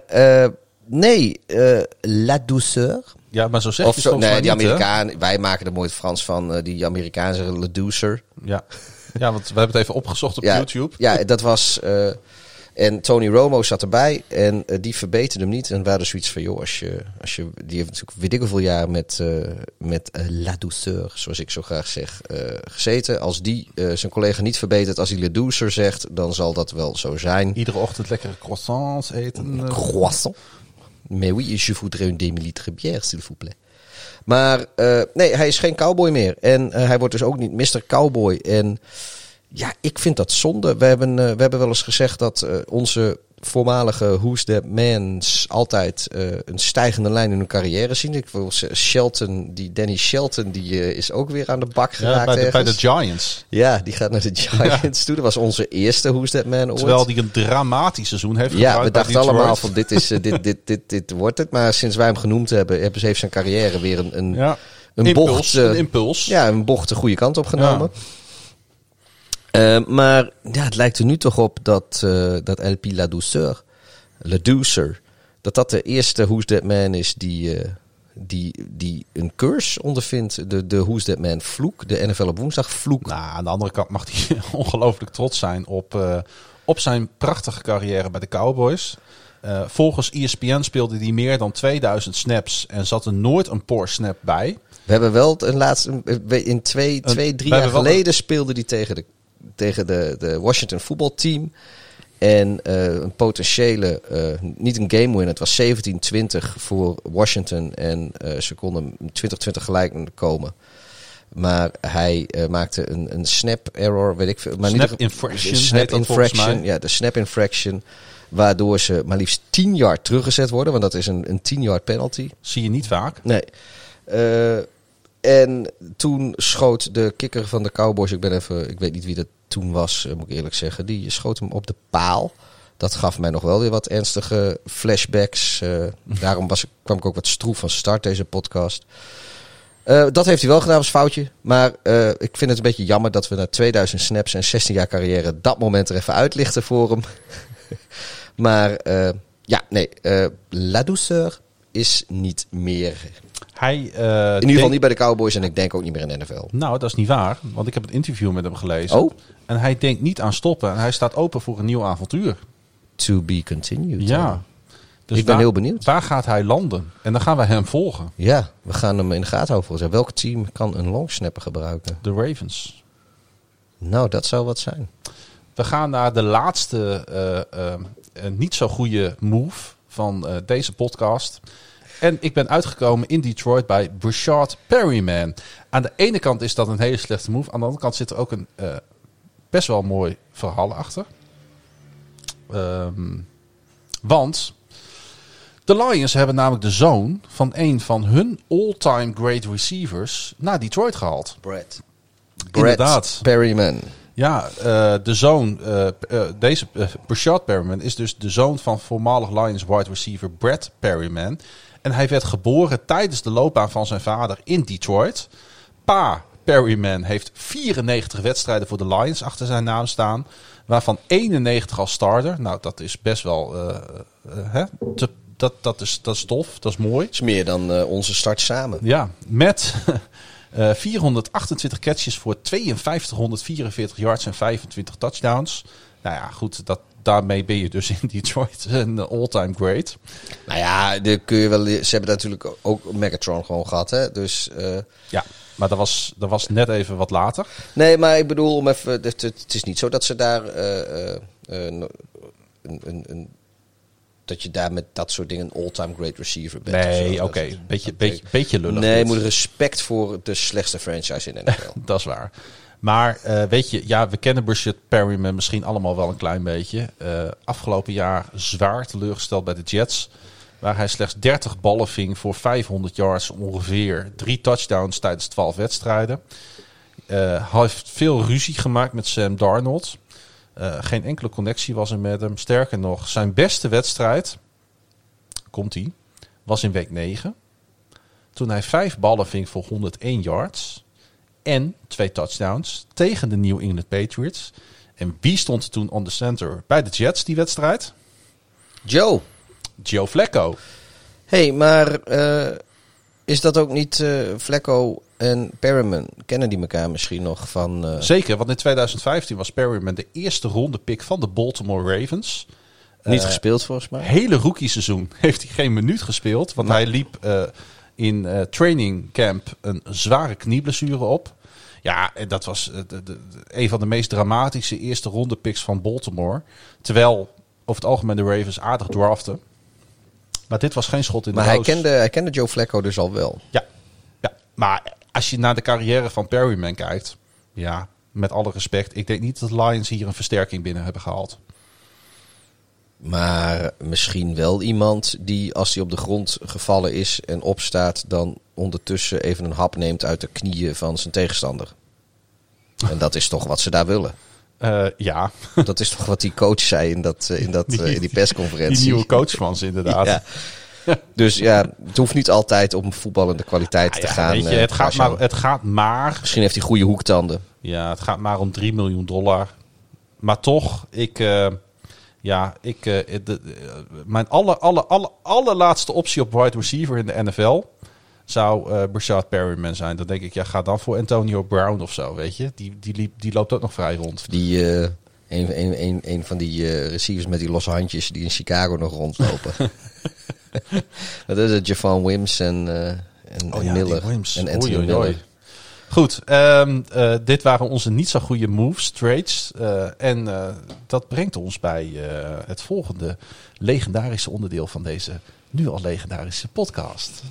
La Douceur. Ja, maar zo zeg je Of zo, nee, die niet, Amerikaan. Wij maken er mooi Frans van. Die Amerikanen zeggen La Douceur. Ja, want we hebben het even opgezocht op YouTube. Ja, dat was... en Tony Romo zat erbij en die verbeterde hem niet. En we hadden zoiets van, joh, als je die heeft natuurlijk weet ik hoeveel jaar met La Douceur, zoals ik zo graag zeg, gezeten. Als die zijn collega niet verbetert, als hij La Douceur zegt, dan zal dat wel zo zijn. Iedere ochtend lekkere croissants eten. Croissant. Mais oui, je voudrais une demi-litre bière, s'il vous plaît. Maar nee, hij is geen cowboy meer. En hij wordt dus ook niet Mr. Cowboy. En ja, ik vind dat zonde. We hebben wel eens gezegd dat onze voormalige Who's That Man's altijd een stijgende lijn in hun carrière zien. Ik wil Danny Shelton, die is ook weer aan de bak geraakt. Bij de Giants. Ja, die gaat naar de Giants toe. Dat was onze eerste Who's That Man ooit. Terwijl die een dramatisch seizoen heeft gebruikt. Ja, we dachten allemaal van dit wordt het. Maar sinds wij hem genoemd heeft zijn carrière weer een impuls. Ja, een bocht de goede kant op genomen. Ja. Maar ja, het lijkt er nu toch op dat LP La Douceur, dat de eerste Who's That Man is die een curse ondervindt. De Who's That Man vloek, de NFL op woensdag vloek. Nou, aan de andere kant mag hij ongelooflijk trots zijn op zijn prachtige carrière bij de Cowboys. Volgens ESPN speelde hij meer dan 2000 snaps en zat er nooit een poor snap bij. We hebben wel een laatste, in 3 jaar geleden speelde hij tegen de Washington voetbalteam. En een potentiële, niet een game winner, het was 17-20 voor Washington. En ze konden 20-20 gelijk komen. Maar hij maakte een snap error, weet ik veel. Maar snap infraction. Ja, de snap infraction. Waardoor ze maar liefst 10 yard teruggezet worden. Want dat is een 10 yard penalty. Zie je niet vaak. Nee. En toen schoot de kikker van de Cowboys, ik weet niet wie dat toen was, moet ik eerlijk zeggen. Die schoot hem op de paal. Dat gaf mij nog wel weer wat ernstige flashbacks. Daarom kwam ik ook wat stroef van start, deze podcast. Dat heeft hij wel gedaan als foutje. Maar ik vind het een beetje jammer dat we na 2000 snaps en 16 jaar carrière dat moment er even uitlichten voor hem. Maar La Douceur is niet meer... in ieder geval niet bij de Cowboys en ik denk ook niet meer in de NFL. Nou, dat is niet waar. Want ik heb een interview met hem gelezen. Oh. En hij denkt niet aan stoppen. En hij staat open voor een nieuw avontuur. To be continued. Ja. Dus ik ben heel benieuwd. Waar gaat hij landen? En dan gaan we hem volgen. Ja, we gaan hem in de gaten houden. Welk team kan een longsnapper gebruiken? De Ravens. Nou, dat zou wat zijn. We gaan naar de laatste niet zo goede move van deze podcast. En ik ben uitgekomen in Detroit bij Breshad Perriman. Aan de ene kant is dat een hele slechte move. Aan de andere kant zit er ook een best wel mooi verhaal achter. Want de Lions hebben namelijk de zoon van een van hun all-time great receivers naar Detroit gehaald. Brett Perriman. Ja, de zoon, deze Breshad Perriman is dus de zoon van voormalig Lions wide receiver Brett Perriman. En hij werd geboren tijdens de loopbaan van zijn vader in Detroit. Pa Perriman heeft 94 wedstrijden voor de Lions achter zijn naam staan. Waarvan 91 als starter. Nou, dat is best wel... Dat is tof, dat is mooi. Het is meer dan onze start samen. Ja, met 428 catches voor 5244 yards en 25 touchdowns. Nou ja, goed, daarmee ben je dus in Detroit een all-time great. Nou ja, ze hebben natuurlijk ook Megatron gewoon gehad, hè? Dus, ja, maar dat was net even wat later. Nee, maar ik bedoel, om even, het is niet zo dat ze daar dat je daar met dat soort dingen een all-time great receiver bent. Nee, oké. Beetje lullig. Nee, je moet respect voor de slechtste franchise in de NFL. Dat is waar. Maar weet je, ja, we kennen Brashad Perryman misschien allemaal wel een klein beetje. Afgelopen jaar zwaar teleurgesteld bij de Jets. Waar hij slechts 30 ballen ving voor 500 yards ongeveer. 3 touchdowns tijdens 12 wedstrijden. Hij heeft veel ruzie gemaakt met Sam Darnold. Geen enkele connectie was er met hem. Sterker nog, zijn beste wedstrijd, komt-ie, was in week 9. Toen hij 5 ballen ving voor 101 yards. En 2 touchdowns tegen de New England Patriots. En wie stond er toen on the center bij de Jets die wedstrijd? Joe Flacco. Hey, maar is dat ook niet Flacco en Perriman? Kennen die elkaar misschien nog van... Zeker, want in 2015 was Perriman de eerste ronde pick van de Baltimore Ravens. Niet gespeeld volgens mij. Hele rookie seizoen heeft hij geen minuut gespeeld. Want hij liep in training camp een zware knieblessure op. Ja, en dat was een van de meest dramatische eerste ronde picks van Baltimore. Terwijl over het algemeen de Ravens aardig draften. Maar dit was geen schot in de roos. Maar hij kende Joe Flacco dus al wel. Ja, maar als je naar de carrière van Perryman kijkt... Ja, met alle respect. Ik denk niet dat de Lions hier een versterking binnen hebben gehaald. Maar misschien wel iemand die, als hij op de grond gevallen is en opstaat... dan ondertussen even een hap neemt uit de knieën van zijn tegenstander. En dat is toch wat ze daar willen. Ja. Dat is toch wat die coach zei in die persconferentie. Die nieuwe coach van ze, inderdaad. Ja. Dus ja, het hoeft niet altijd om voetballende kwaliteit te gaan. Weet je, het gaat maar... Misschien heeft hij goede hoektanden. Ja, het gaat maar om $3 miljoen. Maar toch, mijn allerlaatste optie op wide receiver in de NFL zou Brashad Perryman zijn. Dan denk ik, ga dan voor Antonio Brown of zo, weet je. Die loopt ook nog vrij rond. Een van die receivers met die losse handjes die in Chicago nog rondlopen. Dat is het Javon Wims en Miller. En Anthony Miller. Goed, dit waren onze niet zo goede moves, trades. En dat brengt ons bij het volgende legendarische onderdeel van deze nu al legendarische podcast.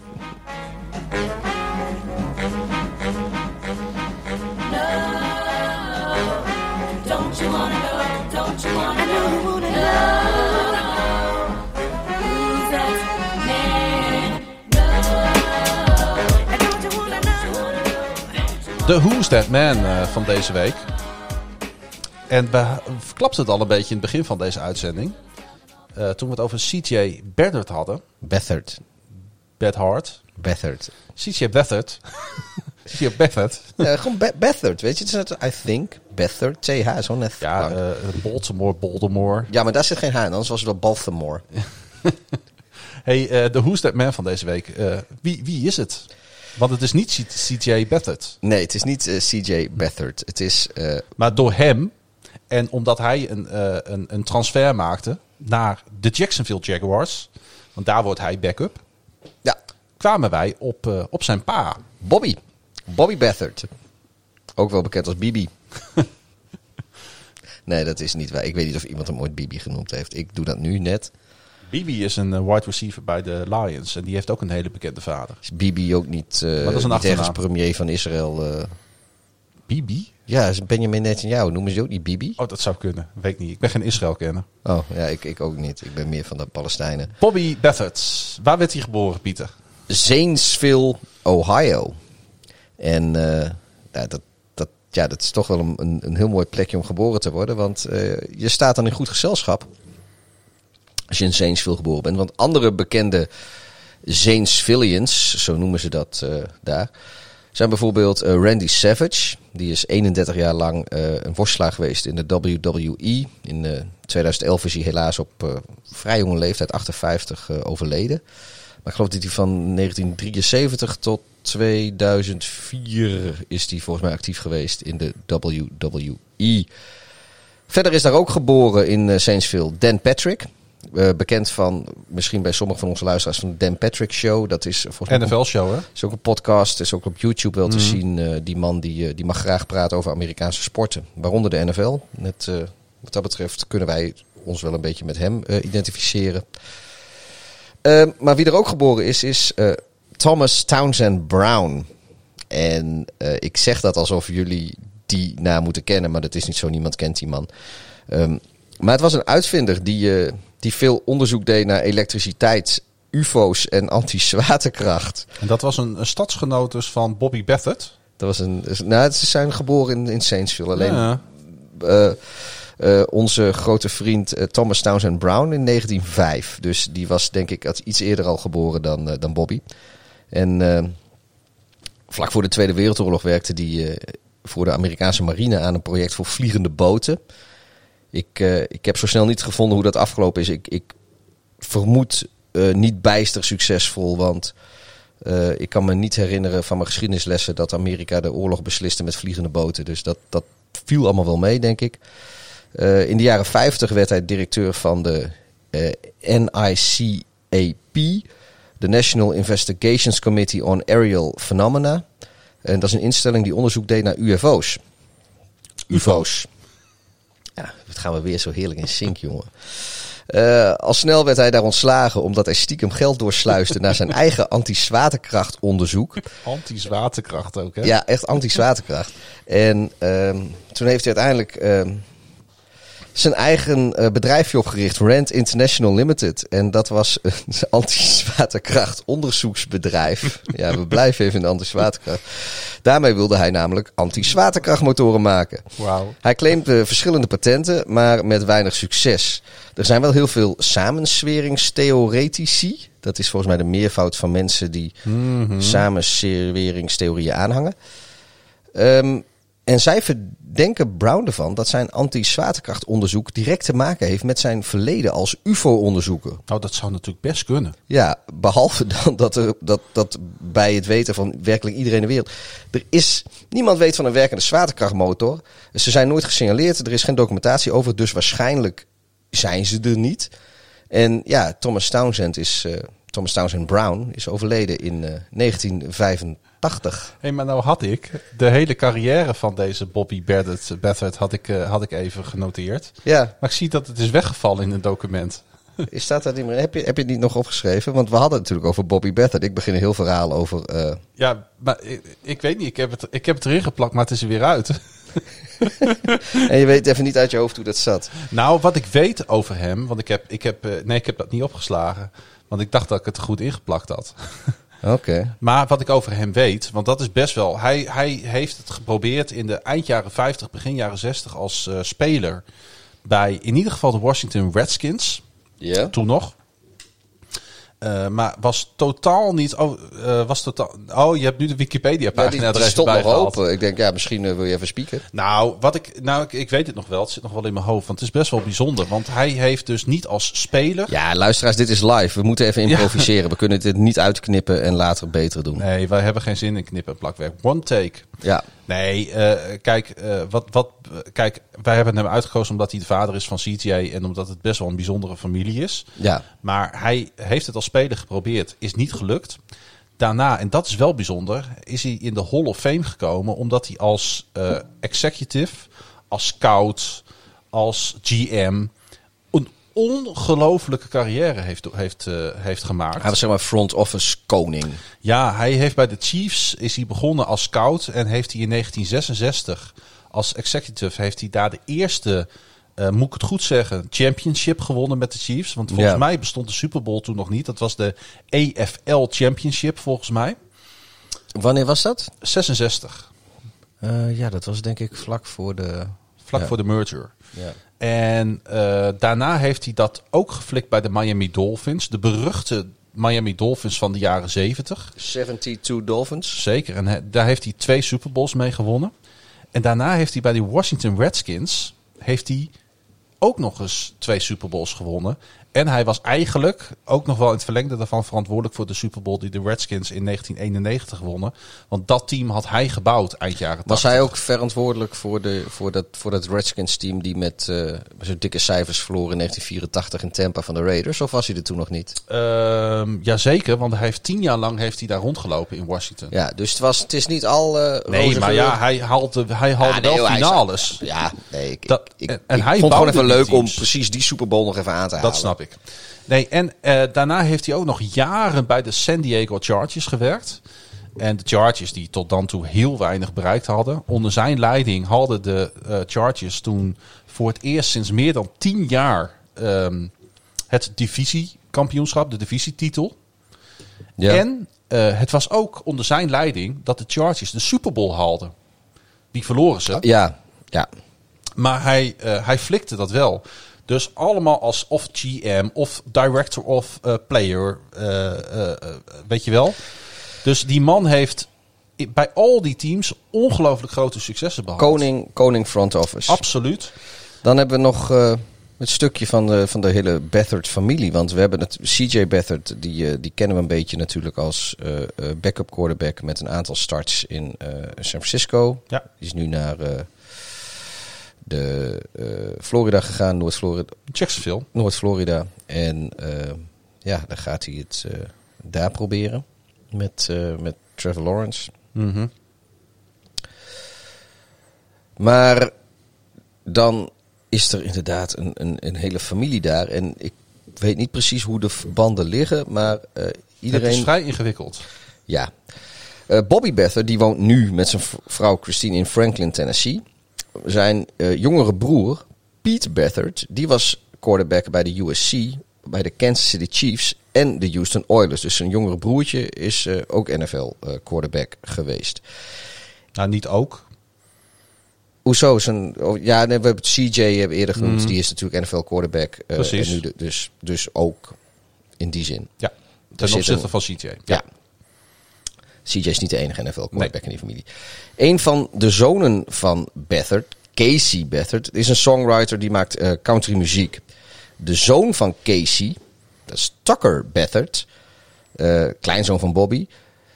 Don't you wanna know? Don't you wanna know? I know you wanna know. Who's that man? No. Don't you wanna know? De Who's That Man van deze week. En we verklapten het al een beetje in het begin van deze uitzending. Toen we het over CJ Beathard hadden. Beathard. CJ Beathard. CJ Beathard. Gewoon Beathard, weet je. Het is net, I think, Beathard. TH is gewoon net. Ja, Baltimore. Ja, maar daar zit geen H in, anders was het wel Baltimore. Hey, de Who's That Man van deze week. Wie is het? Want het is niet CJ Beathard. Nee, het is niet CJ Beathard. Het is... Maar door hem, en omdat hij een transfer maakte naar de Jacksonville Jaguars, want daar wordt hij backup, ja, kwamen wij op zijn pa. Bobby Beathard. Ook wel bekend als Bibi. Nee, dat is niet waar. Ik weet niet of iemand hem ooit Bibi genoemd heeft. Ik doe dat nu net. Bibi is een wide receiver bij de Lions. En die heeft ook een hele bekende vader. Is Bibi ook niet, maar dat is een niet ergens premier van Israël? Bibi? Ja, is Benjamin Netanyahu. Noemen ze ook niet Bibi? Oh, dat zou kunnen. Weet ik niet. Ik ben geen Israël-kenner. Oh, ja, ik ook niet. Ik ben meer van de Palestijnen. Bobby Beathard. Waar werd hij geboren, Pieter? Zanesville, Ohio. En dat is toch wel een heel mooi plekje om geboren te worden. Want je staat dan in goed gezelschap als je in Zanesville geboren bent. Want andere bekende Zanesvillians, zo noemen ze dat daar, zijn bijvoorbeeld Randy Savage. Die is 31 jaar lang een worstelaar geweest in de WWE. In 2011 is hij helaas op vrij jonge leeftijd, 58, overleden. Maar ik geloof dat hij van 1973 tot 2004 is hij volgens mij actief geweest in de WWE. Verder is daar ook geboren in Zanesville Dan Patrick. Bekend van, misschien bij sommige van onze luisteraars, van de Dan Patrick Show. Dat is volgens mij NFL-show, hè? is ook een podcast, is ook op YouTube wel te zien. Die man die mag graag praten over Amerikaanse sporten. Waaronder de NFL. Net, wat dat betreft kunnen wij ons wel een beetje met hem identificeren. Maar wie er ook geboren is Thomas Townsend Brown. En ik zeg dat alsof jullie die naam moeten kennen, maar dat is niet zo. Niemand kent die man. Maar het was een uitvinder die veel onderzoek deed naar elektriciteit, UFO's en anti-zwaartekracht. En dat was een stadsgenoot dus van Bobby Baffert. Dat was ze zijn geboren in Saintsville. Alleen onze grote vriend Thomas Townsend Brown in 1905. Dus die was denk ik iets eerder al geboren dan Bobby. En vlak voor de Tweede Wereldoorlog werkte hij voor de Amerikaanse marine aan een project voor vliegende boten. Ik heb zo snel niet gevonden hoe dat afgelopen is. Ik vermoed niet bijster succesvol, want ik kan me niet herinneren van mijn geschiedenislessen dat Amerika de oorlog besliste met vliegende boten. Dus dat viel allemaal wel mee, denk ik. In de jaren 50 werd hij directeur van de NICAP, de National Investigations Committee on Aerial Phenomena. En dat is een instelling die onderzoek deed naar UFO's. UFO's. Ja, dat gaan we weer zo heerlijk in sync, jongen. Al snel werd hij daar ontslagen omdat hij stiekem geld doorsluisde naar zijn eigen anti-zwaartekrachtonderzoek. Anti-zwaartekracht ook, hè? Ja, echt anti-zwaartekracht. En toen heeft hij uiteindelijk zijn eigen bedrijfje opgericht, Rand International Limited. En dat was een anti-zwaartekracht onderzoeksbedrijf. Ja, we blijven even in de anti-zwaartekracht. Daarmee wilde hij namelijk anti-zwaartekrachtmotoren maken. Wauw. Hij claimt verschillende patenten, maar met weinig succes. Er zijn wel heel veel samensweringstheoretici. Dat is volgens mij de meervoud van mensen die samensweringstheorieën aanhangen. En zij verdenken Brown ervan dat zijn anti-zwaartekrachtonderzoek direct te maken heeft met zijn verleden als UFO-onderzoeker. Nou, dat zou natuurlijk best kunnen. Ja, behalve dan dat bij het weten van werkelijk iedereen in de wereld. Niemand weet van een werkende zwaartekrachtmotor. Ze zijn nooit gesignaleerd, er is geen documentatie over, dus waarschijnlijk zijn ze er niet. En ja, Thomas Townsend Brown is overleden in 1985. Hé, maar nou had ik de hele carrière van deze Bobby Baffert had ik even genoteerd. Ja. Maar ik zie dat het is weggevallen in een document. Staat dat niet meer? Heb je het niet nog opgeschreven? Want we hadden het natuurlijk over Bobby Baffert. Ik begin een heel verhaal over... Ja, maar ik weet niet. Ik heb het erin geplakt, maar het is er weer uit. En je weet even niet uit je hoofd hoe dat zat. Nou, wat ik weet over hem... Want ik heb dat niet opgeslagen. Want ik dacht dat ik het er goed ingeplakt had. Oké. Maar wat ik over hem weet, want dat is best wel... Hij heeft het geprobeerd in de eind jaren 50, begin jaren 60 als speler bij in ieder geval de Washington Redskins. Ja. Toen nog. Maar was totaal niet... je hebt nu de Wikipedia-pagina die er stond even nog bij gehaald. open. Ik denk, ja, misschien wil je even spieken. Nou, ik weet het nog wel. Het zit nog wel in mijn hoofd. Want het is best wel bijzonder. Want hij heeft dus niet als speler... Ja, luisteraars, dit is live. We moeten even improviseren. We kunnen dit niet uitknippen en later beter doen. Nee, wij hebben geen zin in knippen en plakwerk. One take. Ja. Nee, kijk, wij hebben hem uitgekozen omdat hij de vader is van CJ en omdat het best wel een bijzondere familie is. Ja. Maar hij heeft het als speler geprobeerd, is niet gelukt. Daarna, en dat is wel bijzonder, is hij in de Hall of Fame gekomen omdat hij als executive, als scout, als GM een ongelofelijke carrière heeft gemaakt. Hij was zeg maar front office koning. Ja, hij heeft bij de Chiefs is hij begonnen als scout en heeft hij in 1966 als executive heeft hij daar de eerste, moet ik het goed zeggen, championship gewonnen met de Chiefs. Want volgens mij bestond de Super Bowl toen nog niet. Dat was de AFL Championship volgens mij. Wanneer was dat? 66. Ja, dat was denk ik vlak voor de merger. Ja. En daarna heeft hij dat ook geflikt bij de Miami Dolphins. De beruchte Miami Dolphins van de jaren 70. 72 Dolphins. Zeker. En daar heeft hij 2 Super Bowls mee gewonnen. En daarna heeft hij bij de Washington Redskins ook nog eens 2 Super Bowls gewonnen. En hij was eigenlijk ook nog wel in het verlengde daarvan verantwoordelijk voor de Super Bowl die de Redskins in 1991 wonnen. Want dat team had hij gebouwd eind jaren 80. Was hij ook verantwoordelijk voor dat Redskins team die met zo'n dikke cijfers verloren in 1984 in Tampa van de Raiders? Of was hij er toen nog niet? Jazeker, want hij heeft 10 jaar lang daar rondgelopen in Washington. Ja, dus het is niet al nee, maar ja, hij haalde wel finales. Ik hij vond het gewoon even leuk teams om precies die Super Bowl nog even aan te halen. Dat snap ik. Nee, en daarna heeft hij ook nog jaren bij de San Diego Chargers gewerkt. En de Chargers die tot dan toe heel weinig bereikt hadden. Onder zijn leiding hadden de Chargers toen voor het eerst sinds meer dan 10 jaar het divisiekampioenschap, de divisietitel. Ja. En het was ook onder zijn leiding dat de Chargers de Super Bowl haalden. Die verloren ze. Ja. Maar hij flikte dat wel. Dus allemaal als of GM of director of player. Weet je wel. Dus die man heeft bij al die teams ongelooflijk grote successen behaald. Koning front office. Absoluut. Dan hebben we nog het stukje van de hele Beathard-familie. Want we hebben het CJ Beathard, die kennen we een beetje natuurlijk als backup quarterback met een aantal starts in San Francisco. Ja. Die is nu naar de Florida gegaan, Noord-Florida. En dan gaat hij het daar proberen met Trevor Lawrence. Mhm. Maar dan is er inderdaad een hele familie daar. En ik weet niet precies hoe de verbanden liggen, maar iedereen... Het is vrij ingewikkeld. Ja. Bobby Beathard, die woont nu met zijn vrouw Christine in Franklin, Tennessee. Zijn jongere broer, Pete Beathard, die was quarterback bij de USC, bij de Kansas City Chiefs en de Houston Oilers. Dus zijn jongere broertje is ook NFL quarterback geweest. Nou, niet ook. Hoezo? We hebben CJ eerder genoemd. Die is natuurlijk NFL quarterback. Precies. En nu dus ook in die zin. Ja, ten opzichte van CJ. Ja. CJ is niet de enige NFL quarterback in die familie. Een van de zonen van Beathard, Casey Beathard, is een songwriter die maakt country muziek. De zoon van Casey, dat is Tucker Beathard, kleinzoon van Bobby.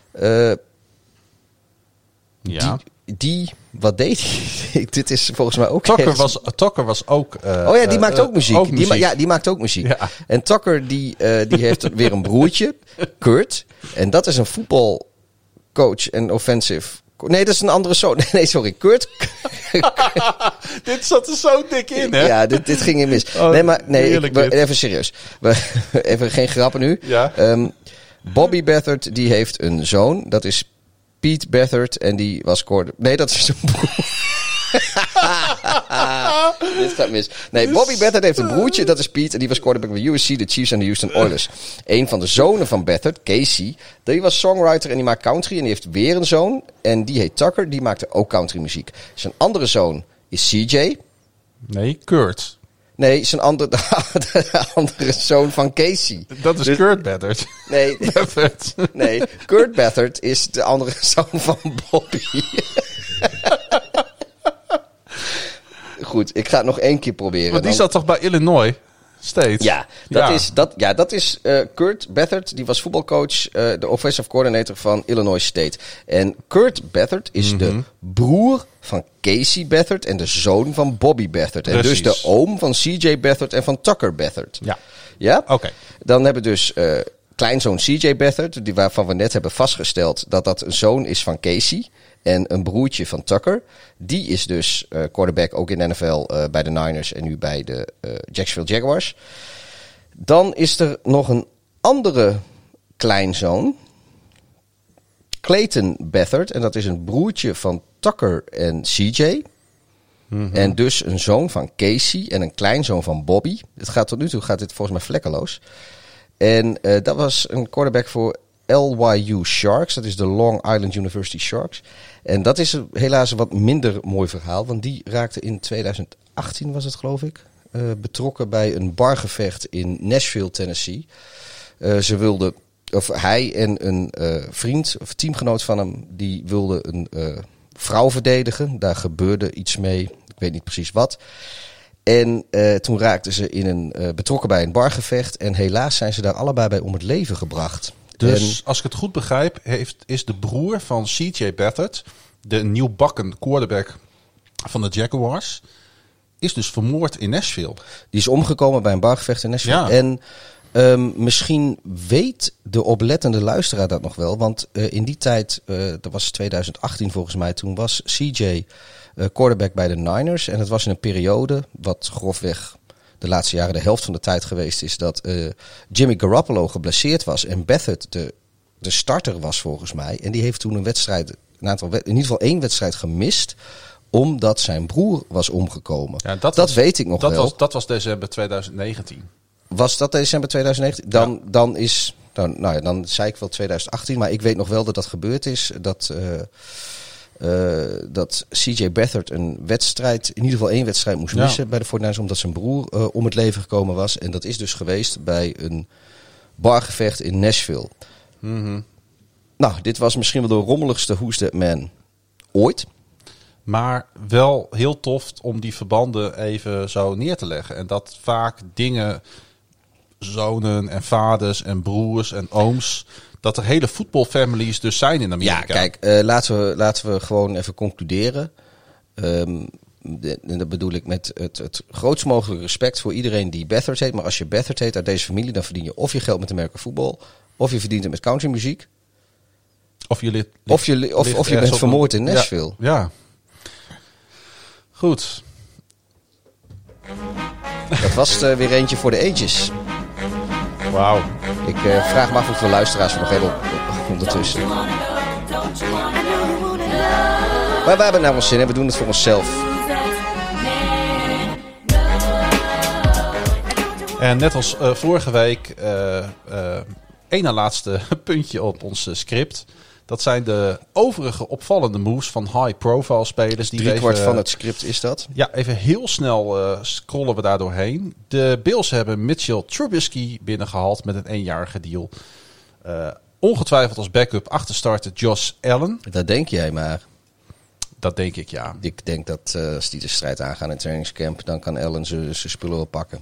Ja. Wat deed hij? Dit is volgens mij ook... Tucker was ook... die maakt ook muziek. Die maakt ook muziek. Ja. En Tucker die heeft weer een broertje, Kurt. En dat is een voetbalcoach en offensive... Nee, dat is een andere zoon. Nee, sorry. Kurt... Dit zat er zo dik in, hè? Ja, dit ging in mis. Even serieus. Even geen grappen nu. Ja. Bobby Beathard, die heeft een zoon. Dat is Pete Beathard. En die was Nee, dat is zijn broer. Dit gaat mis. Nee, Bobby Beathard heeft een broertje, dat is Pete. En die was quarterback bij USC, de Chiefs en de Houston Oilers. Een van de zonen van Beathard, Casey, die was songwriter en die maakt country. En die heeft weer een zoon. En die heet Tucker, die maakte ook country muziek. Zijn andere zoon is CJ. Nee, Kurt. Nee, zijn de andere zoon van Casey. Dat is Kurt Beathard. Nee, nee, Kurt Beathard is de andere zoon van Bobby. Goed, ik ga het nog 1 keer proberen. Maar die zat toch bij Illinois State? Ja, dat is Kurt Beathard. Die was voetbalcoach, de offensive coordinator van Illinois State. En Kurt Beathard is de broer van Casey Beathard en de zoon van Bobby Beathard. En Precies. dus de oom van CJ Beathard en van Tucker Beathard. Ja. Ja? Oké. Dan hebben we dus kleinzoon CJ Beathard, die waarvan we net hebben vastgesteld dat een zoon is van Casey. En een broertje van Tucker. Die is dus quarterback ook in de NFL bij de Niners en nu bij de Jacksonville Jaguars. Dan is er nog een andere kleinzoon. Clayton Beathard. En dat is een broertje van Tucker en CJ. Mm-hmm. En dus een zoon van Casey en een kleinzoon van Bobby. Tot nu toe gaat dit volgens mij vlekkeloos. En dat was een quarterback voor LYU Sharks. Dat is de Long Island University Sharks. En dat is helaas een wat minder mooi verhaal. Want die raakte in 2018, was het geloof ik, betrokken bij een bargevecht in Nashville, Tennessee. Hij en een vriend of teamgenoot van hem, die wilden een vrouw verdedigen. Daar gebeurde iets mee. Ik weet niet precies wat. En toen raakten ze betrokken bij een bargevecht. En helaas zijn ze daar allebei bij om het leven gebracht. Dus als ik het goed begrijp, is de broer van CJ Beathard, de nieuwbakken quarterback van de Jaguars, is dus vermoord in Nashville. Die is omgekomen bij een bargevecht in Nashville. Ja. En misschien weet de oplettende luisteraar dat nog wel. Want in die tijd, dat was 2018 volgens mij, toen was CJ quarterback bij de Niners. En het was in een periode, wat grofweg de laatste jaren de helft van de tijd geweest is, dat Jimmy Garoppolo geblesseerd was en Beathard de de starter was volgens mij. En die heeft toen in ieder geval 1 wedstrijd gemist, omdat zijn broer was omgekomen. Ja, dat weet ik nog wel. Dat was december 2019. Was dat december 2019? Dan zei ik wel 2018, maar ik weet nog wel dat gebeurd is. Dat CJ Beathard in ieder geval 1 wedstrijd moest missen bij de 49ers, omdat zijn broer om het leven gekomen was. En dat is dus geweest bij een bargevecht in Nashville. Mm-hmm. Nou, dit was misschien wel de rommeligste Who's That Man ooit. Maar wel heel tof om die verbanden even zo neer te leggen. En dat vaak dingen, zonen en vaders en broers en ooms, dat er hele voetbalfamilies dus zijn in Amerika. Ja, kijk, laten we gewoon even concluderen. En dat bedoel ik met het grootst mogelijke respect voor iedereen die Beathard heet. Maar als je Beathard heet uit deze familie, dan verdien je of je geld met American voetbal, of je verdient het met countrymuziek. Of je bent vermoord in Nashville. Ja. Goed. Dat was er weer eentje voor de ages. Wauw. Ik vraag me af hoeveel luisteraars we nog hebben ondertussen. Maar we hebben naar ons zin en we doen het voor onszelf. En net als vorige week, één na laatste puntje op ons script. Dat zijn de overige opvallende moves van high-profile spelers. 3/4 van het script is dat. Ja, even heel snel scrollen we daar doorheen. De Bills hebben Mitchell Trubisky binnengehaald met een 1-jarige deal. Ongetwijfeld als backup achterstarter Josh Allen. Dat denk jij maar. Dat denk ik, ja. Ik denk dat als die de strijd aangaan in het trainingscamp, dan kan Allen zijn spullen wel pakken.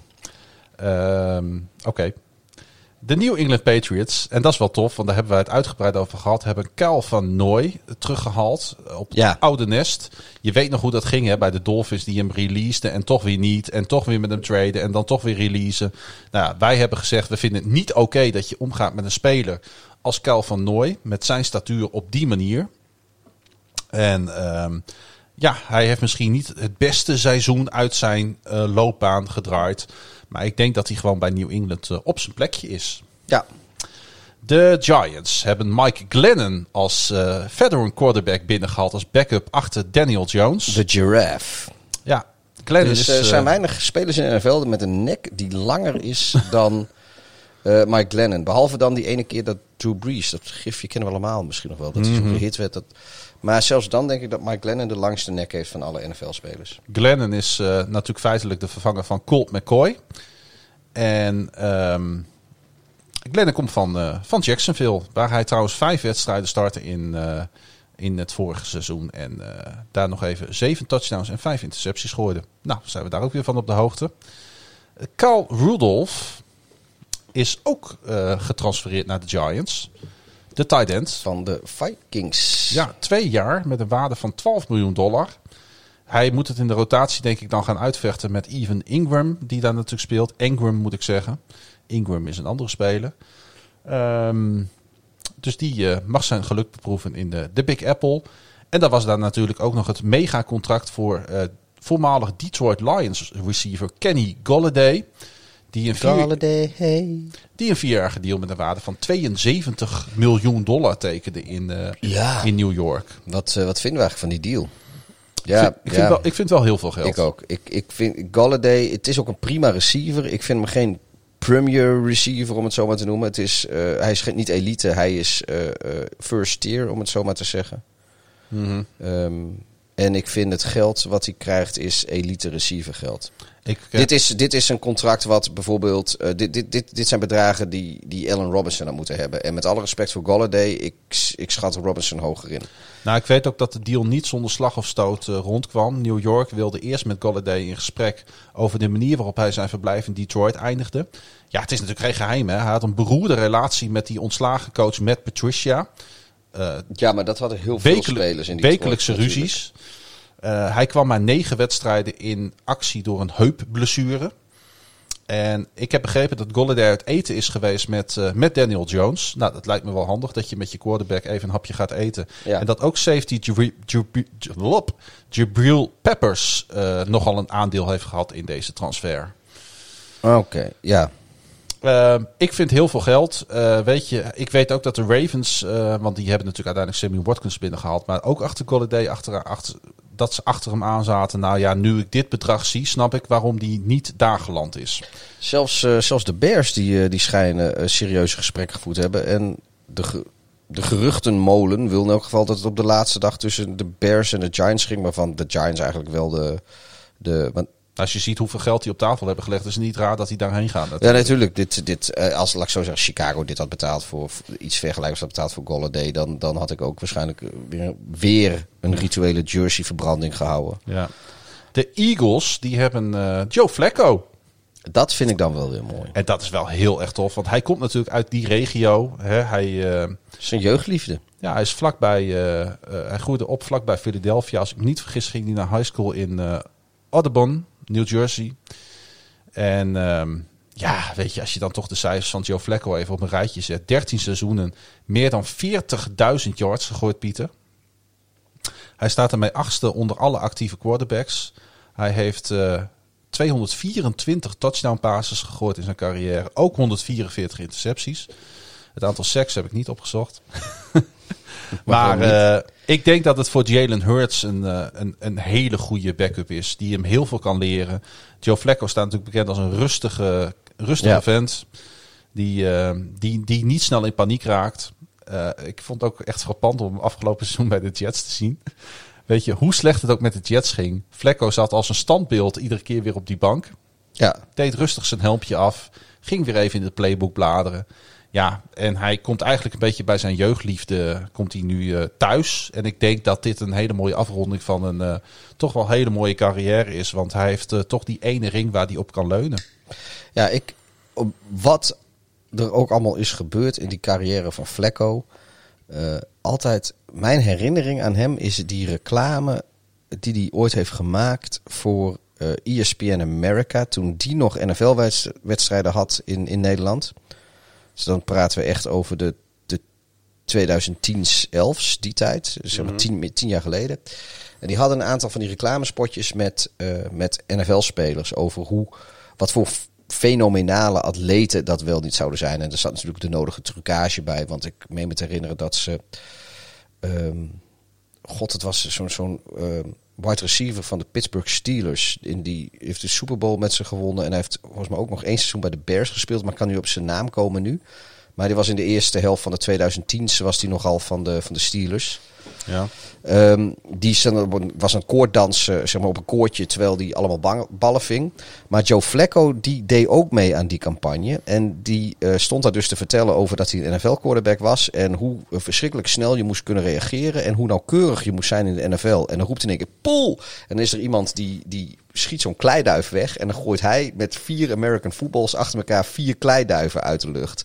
Oké. De New England Patriots, en dat is wel tof, want daar hebben we het uitgebreid over gehad, hebben Kyle Van Noy teruggehaald op het oude nest. Je weet nog hoe dat ging hè, bij de Dolphins die hem releaseden en toch weer niet. En toch weer met hem traden en dan toch weer releasen. Nou ja, wij hebben gezegd, we vinden het niet oké dat je omgaat met een speler als Kyle Van Noy met zijn statuur op die manier. En hij heeft misschien niet het beste seizoen uit zijn loopbaan gedraaid. Maar ik denk dat hij gewoon bij New England op zijn plekje is. Ja. De Giants hebben Mike Glennon als veteran quarterback binnengehaald als backup achter Daniel Jones. De giraffe. Ja, Glennon dus er zijn weinig spelers in de NFL met een nek die langer is dan Mike Glennon. Behalve dan die ene keer dat Drew Brees, dat gifje kennen we allemaal misschien nog wel, dat hij zo gehit werd. Maar zelfs dan denk ik dat Mike Glennon de langste nek heeft van alle NFL-spelers. Glennon is natuurlijk feitelijk de vervanger van Colt McCoy. En Glennon komt van Jacksonville, waar hij trouwens 5 wedstrijden startte in het vorige seizoen. En daar nog even 7 touchdowns en 5 intercepties gooide. Nou, zijn we daar ook weer van op de hoogte. Kyle Rudolph is ook getransfereerd naar de Giants. De tight end. Van de Vikings. Ja, 2 jaar met een waarde van $12 miljoen. Hij moet het in de rotatie denk ik dan gaan uitvechten met Evan Ingram, die daar natuurlijk speelt. Ingram moet ik zeggen. Ingram is een andere speler. Dus die mag zijn geluk beproeven in de Big Apple. En dan was daar natuurlijk ook nog het megacontract voor voormalig Detroit Lions receiver Kenny Golladay. Die een 4-jarige deal met een waarde van $72 miljoen tekende in New York. Wat vinden we eigenlijk van die deal? Ik vind wel heel veel geld. Ik ook. Ik vind Golladay, het is ook een prima receiver. Ik vind hem geen premier receiver, om het zo maar te noemen. Hij is niet elite, hij is first tier, om het zo maar te zeggen. Mm-hmm. En ik vind het geld wat hij krijgt is elite receiver geld. Dit is een contract wat bijvoorbeeld... Dit zijn bedragen die Allen Robinson had moeten hebben. En met alle respect voor Golladay, ik schat Robinson hoger in. Nou, ik weet ook dat de deal niet zonder slag of stoot rondkwam. New York wilde eerst met Golladay in gesprek over de manier waarop hij zijn verblijf in Detroit eindigde. Ja, het is natuurlijk geen geheim. Hè? Hij had een beroerde relatie met die ontslagen coach Matt Patricia. Maar dat hadden heel veel spelers in die wekelijkse ruzies. Hij kwam maar 9 wedstrijden in actie door een heupblessure. En ik heb begrepen dat Golladay uit eten is geweest met Daniel Jones. Nou, dat lijkt me wel handig dat je met je quarterback even een hapje gaat eten. Ja. En dat ook safety Jabril Peppers nogal een aandeel heeft gehad in deze transfer. Oké, ja. Ik vind heel veel geld. Weet je, ik weet ook dat de Ravens, want die hebben natuurlijk uiteindelijk Sammy Watkins binnengehaald, maar ook achter Golladay, dat ze achter hem aan zaten. Nou ja, nu ik dit bedrag zie, snap ik waarom die niet daar geland is. Zelfs de Bears die schijnen serieuze gesprekken gevoerd hebben. En de geruchtenmolen wil in elk geval dat het op de laatste dag tussen de Bears en de Giants ging. Waarvan de Giants eigenlijk wel want Als je ziet hoeveel geld die op tafel hebben gelegd, is het niet raar dat die daarheen gaan. ja, natuurlijk. Als laat ik zo zeggen, Chicago dit had betaald voor iets vergelijkbaars had betaald voor Golladay, dan had ik ook waarschijnlijk weer een rituele jersey-verbranding gehouden. Ja. De Eagles, die hebben Joe Flacco. Dat vind ik dan wel weer mooi. En dat is wel heel erg tof, want hij komt natuurlijk uit die regio. Hè. Zijn jeugdliefde. Ja, hij is vlakbij. Hij groeide op vlakbij Philadelphia. Als ik me niet vergis, ging hij naar high school in Audubon, New Jersey. En ja, weet je, als je dan toch de cijfers van Joe Flacco even op een rijtje zet. 13 seizoenen, meer dan 40.000 yards gegooid, Pieter. Hij staat ermee 8e onder alle actieve quarterbacks. Hij heeft 224 touchdown passes gegooid in zijn carrière. Ook 144 intercepties. Het aantal sacks heb ik niet opgezocht. Maar ik denk dat het voor Jalen Hurts een hele goede backup is. Die hem heel veel kan Joe Flacco staat natuurlijk bekend als een rustige vent. Die niet snel in paniek raakt. Ik vond het ook echt frappant om hem afgelopen seizoen bij de Jets te zien. Weet je, hoe slecht het ook met de Jets ging. Flacco zat als een standbeeld iedere keer weer op die bank. Ja. Deed rustig zijn helmpje af. Ging weer even in het playbook bladeren. Ja, en hij komt eigenlijk een beetje bij zijn jeugdliefde komt hij nu thuis. En ik denk dat dit een hele mooie afronding van een toch wel hele mooie carrière is. Want hij heeft toch die ene ring waar hij op kan leunen. Ja, wat er ook allemaal is gebeurd in die carrière van Flacco. Altijd mijn herinnering aan hem is die reclame die hij ooit heeft gemaakt voor ESPN America. Toen die nog NFL-wedstrijden had in Nederland. Dus dan praten we echt over de 2010's, 11's, die tijd. Dus zeg maar 10 jaar geleden. En die hadden een aantal van die reclamespotjes met NFL-spelers over wat voor fenomenale atleten dat wel niet zouden zijn. En er zat natuurlijk de nodige trucage bij. Want ik meen me te herinneren dat ze... het was zo'n wide receiver van de Pittsburgh Steelers. Die heeft de Super Bowl met ze gewonnen. En hij heeft volgens mij ook nog 1 seizoen bij de Bears gespeeld. Maar kan nu op zijn naam komen nu. Maar die was in de eerste helft van de 2010's was die nogal van de Steelers. Ja. Die was een koorddans zeg maar op een koordje terwijl die allemaal ballen ving. Maar Joe Flacco die deed ook mee aan die campagne. En die stond daar dus te vertellen over dat hij een NFL-quarterback was. En hoe verschrikkelijk snel je moest kunnen reageren. En hoe nauwkeurig je moest zijn in de NFL. En dan roept hij in één keer pool. En dan is er iemand die schiet zo'n kleiduif weg. En dan gooit hij met 4 American footballs achter elkaar 4 kleiduiven uit de lucht.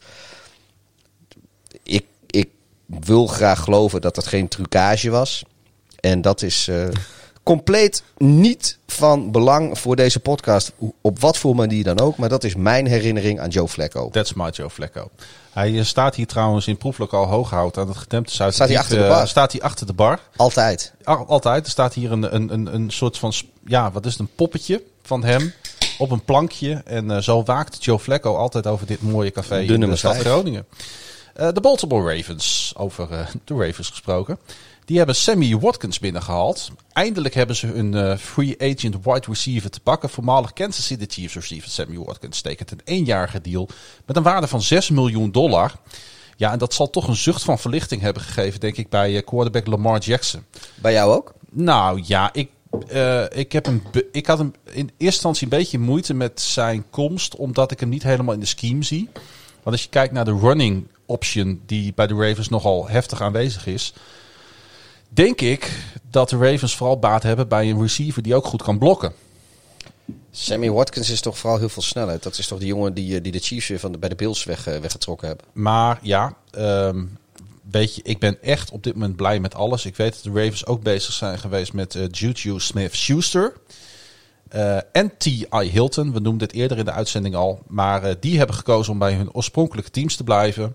Ik wil graag geloven dat dat geen trucage was. En dat is compleet niet van belang voor deze podcast. Op wat voor manier dan ook. Maar dat is mijn herinnering aan Joe Flacco. That's my Joe Flacco. Hij staat hier trouwens in proeflokaal Hooghout aan het gedempte Zuid. Staat hij achter de bar? Staat hij achter de bar. Altijd. Altijd. Er staat hier een soort van, wat is het, een poppetje van hem op een plankje. En zo waakt Joe Flacco altijd over dit mooie café in de stad Groningen. De Baltimore Ravens, over de Ravens gesproken. Die hebben Sammy Watkins binnengehaald. Eindelijk hebben ze hun free agent wide receiver te pakken. Voormalig Kansas City Chiefs receiver Sammy Watkins tekent een 1-jarige deal met een waarde van $6 miljoen. Ja, en dat zal toch een zucht van verlichting hebben gegeven, denk ik, bij quarterback Lamar Jackson. Bij jou ook? Nou ja, ik had hem in eerste instantie een beetje moeite met zijn komst, omdat ik hem niet helemaal in de scheme zie. Want als je kijkt naar de running option die bij de Ravens nogal heftig aanwezig is, denk ik dat de Ravens vooral baat hebben bij een receiver die ook goed kan blokken. Sammy Watkins is toch vooral heel veel snelheid. Dat is toch die jongen die de Chiefs weer bij de Bills weggetrokken hebben. Maar ja, weet je, ik ben echt op dit moment blij met alles. Ik weet dat de Ravens ook bezig zijn geweest met Juju Smith-Schuster. En T.I. Hilton, we noemden dit eerder in de uitzending al. Maar die hebben gekozen om bij hun oorspronkelijke teams te blijven.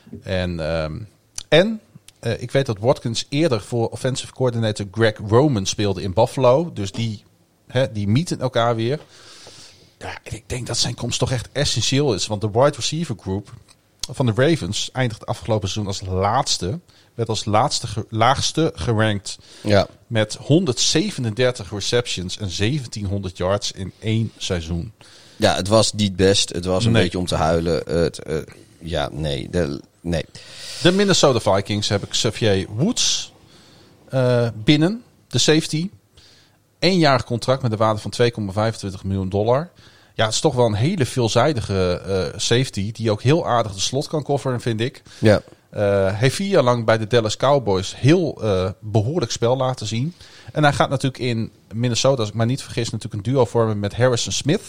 En ik weet dat Watkins eerder voor offensive coordinator Greg Roman speelde in Buffalo. Dus die meeten elkaar weer. Ja, ik denk dat zijn komst toch echt essentieel is. Want de wide receiver group van de Ravens eindigt afgelopen seizoen als laatste. Werd als laagste gerankt. Ja. Met 137 receptions en 1700 yards in 1 seizoen. Ja, het was niet best. Het was een Nee. beetje om te huilen. Nee. De Minnesota Vikings heb ik Xavier Woods binnen. De safety. 1-jarig contract met een waarde van $2,25 miljoen. Ja, het is toch wel een hele veelzijdige safety. Die ook heel aardig de slot kan coveren, vind ik. Ja. Heeft 4 jaar lang bij de Dallas Cowboys heel behoorlijk spel laten zien. En hij gaat natuurlijk in Minnesota, als ik me niet vergis, natuurlijk een duo vormen met Harrison Smith.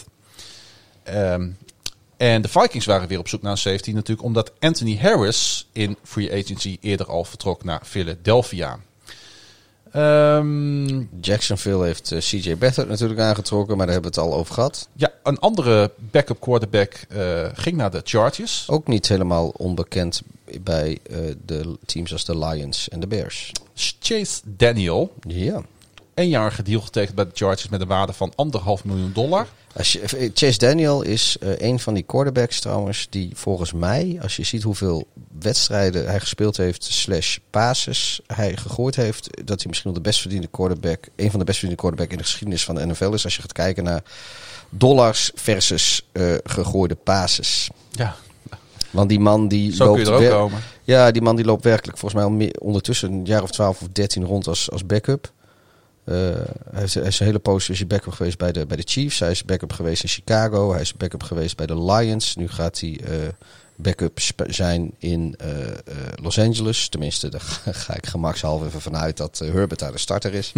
En de Vikings waren weer op zoek naar een safety natuurlijk, omdat Anthony Harris in free agency eerder al vertrok naar Philadelphia. Jacksonville heeft CJ Beathard natuurlijk aangetrokken, maar daar hebben we het al over gehad. Ja, een andere backup quarterback ging naar de Chargers. Ook niet helemaal onbekend bij de teams als de Lions en de Bears. Chase Daniel. Ja. 1-jarige deal getekend bij de Chargers met een waarde van $1,5 miljoen. Chase Daniel is een van die quarterbacks trouwens die volgens mij, als je ziet hoeveel wedstrijden hij gespeeld heeft / passes hij gegooid heeft, dat hij misschien wel de best verdiende quarterback, een van de best verdiende quarterback in de geschiedenis van de NFL is. Als je gaat kijken naar dollars versus gegooide passes. Ja, Want die man die zo loopt kun je er ook komen. Ja, die man die loopt werkelijk volgens mij al ondertussen een jaar of 12 of 13 rond als backup. Hij is een hele poos backup geweest bij de Chiefs. Hij is backup geweest in Chicago. Hij is backup geweest bij de Lions. Nu gaat hij backup zijn in Los Angeles. Tenminste, daar ga ik gemakshalve even vanuit dat Herbert daar de starter is.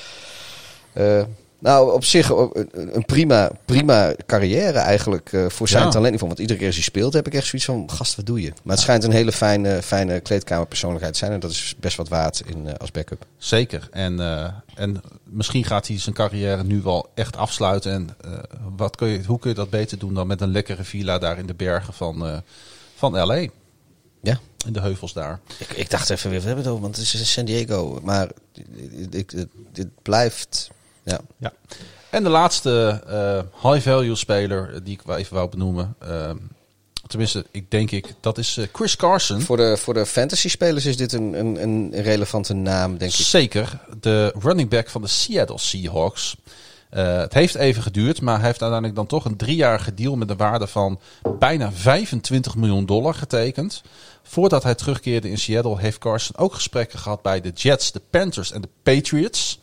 Nou, op zich een prima carrière eigenlijk voor zijn talentniveau. Want iedere keer als hij speelt heb ik echt zoiets van, gast, wat doe je? Maar het schijnt een hele fijne kleedkamerpersoonlijkheid te zijn. En dat is best wat waard als backup. Zeker. En misschien gaat hij zijn carrière nu wel echt afsluiten. En hoe kun je dat beter doen dan met een lekkere villa daar in de bergen van L.A.? Ja. In de heuvels daar. Ik dacht even weer, we hebben het over, want het is San Diego. Maar dit blijft... Ja. En de laatste high-value speler die ik wel even wou benoemen. Tenminste, dat is Chris Carson. Voor de fantasy-spelers is dit een relevante naam, denk ik. Zeker. De running back van de Seattle Seahawks. Het heeft even geduurd, maar hij heeft uiteindelijk dan toch een 3-jarige deal met een waarde van bijna $25 miljoen getekend. Voordat hij terugkeerde in Seattle heeft Carson ook gesprekken gehad bij de Jets, de Panthers en de Patriots.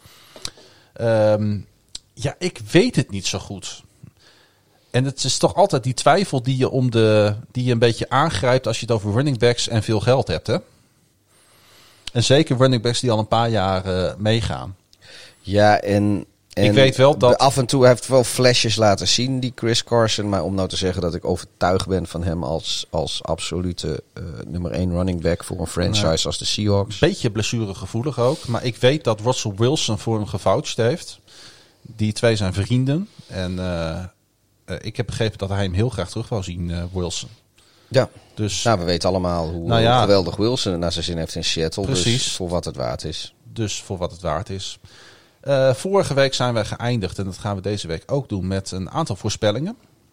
Ja, ik weet het niet zo goed. En het is toch altijd die twijfel die je een beetje aangrijpt als je het over running backs en veel geld hebt, hè? En zeker running backs die al een paar jaar meegaan. Ja, en ik weet wel dat... Af en toe heeft wel flashes laten zien, die Chris Carson. Maar om nou te zeggen dat ik overtuigd ben van hem als absolute nummer 1 running back voor een franchise als de Seahawks. Beetje blessuregevoelig ook. Maar ik weet dat Russell Wilson voor hem gevoucht heeft. Die twee zijn vrienden. En ik heb begrepen dat hij hem heel graag terug wou zien, Wilson. Ja, dus, we weten allemaal hoe geweldig Wilson naar zijn zin heeft in Seattle. Precies. Dus voor wat het waard is. Vorige week zijn wij geëindigd, en dat gaan we deze week ook doen, met een aantal voorspellingen.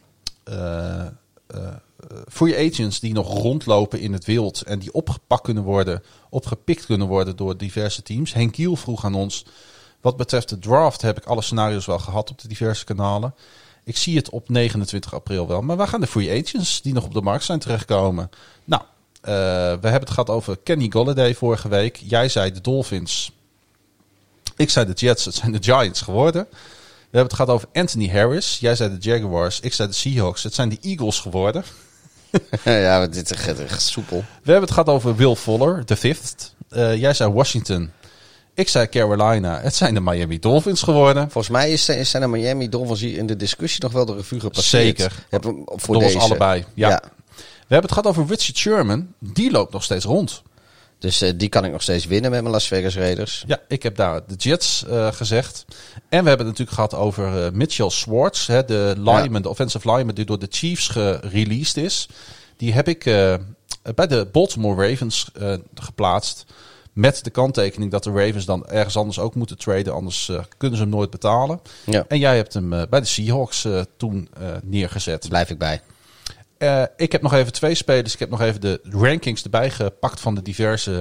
Free agents die nog rondlopen in het wild en die opgepikt kunnen worden door diverse teams. Henk Kiel vroeg aan ons, wat betreft de draft heb ik alle scenario's wel gehad op de diverse kanalen. Ik zie het op 29 april wel, maar waar gaan de free agents die nog op de markt zijn terechtkomen? Nou, we hebben het gehad over Kenny Golladay vorige week. Jij zei de Dolphins. Ik zei de Jets, het zijn de Giants geworden. We hebben het gehad over Anthony Harris. Jij zei de Jaguars, ik zei de Seahawks. Het zijn de Eagles geworden. Ja, dit is echt soepel. We hebben het gehad over Will Fuller, de fifth. Jij zei Washington. Ik zei Carolina. Het zijn de Miami Dolphins geworden. Volgens mij zijn de Miami Dolphins hier in de discussie nog wel de revue gepasseerd. Zeker. Voor door deze. ons allebei. Ja. We hebben het gehad over Richard Sherman. Die loopt nog steeds rond. Dus die kan ik nog steeds winnen met mijn Las Vegas Raiders. Ja, ik heb daar de Jets gezegd. En we hebben het natuurlijk gehad over Mitchell Schwartz. De lineman, de offensive lineman die door de Chiefs gereleased is. Die heb ik bij de Baltimore Ravens geplaatst. Met de kanttekening dat de Ravens dan ergens anders ook moeten traden. Anders kunnen ze hem nooit betalen. Ja. En jij hebt hem bij de Seahawks toen neergezet. Blijf ik bij. Ik heb nog even 2 spelers. Ik heb nog even de rankings erbij gepakt van de diverse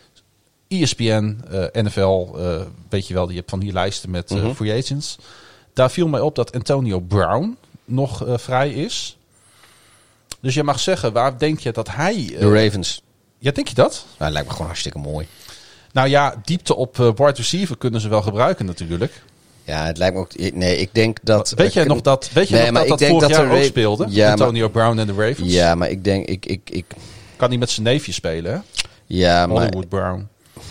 ESPN, NFL. Weet je wel, die hebt van die lijsten met free agents. Daar viel mij op dat Antonio Brown nog vrij is. Dus je mag zeggen, waar denk je dat hij... De Ravens. Ja, denk je dat? Nou, lijkt me gewoon hartstikke mooi. Nou ja, diepte op wide receiver kunnen ze wel gebruiken natuurlijk. Ja, het lijkt me ook... Nee, ik denk dat... Weet jij nog dat vorig jaar ook speelde? Ja, Antonio Brown en de Ravens? Ja, maar ik denk... Ik kan niet met zijn neefje spelen, hè? Ja, Hollywood Brown.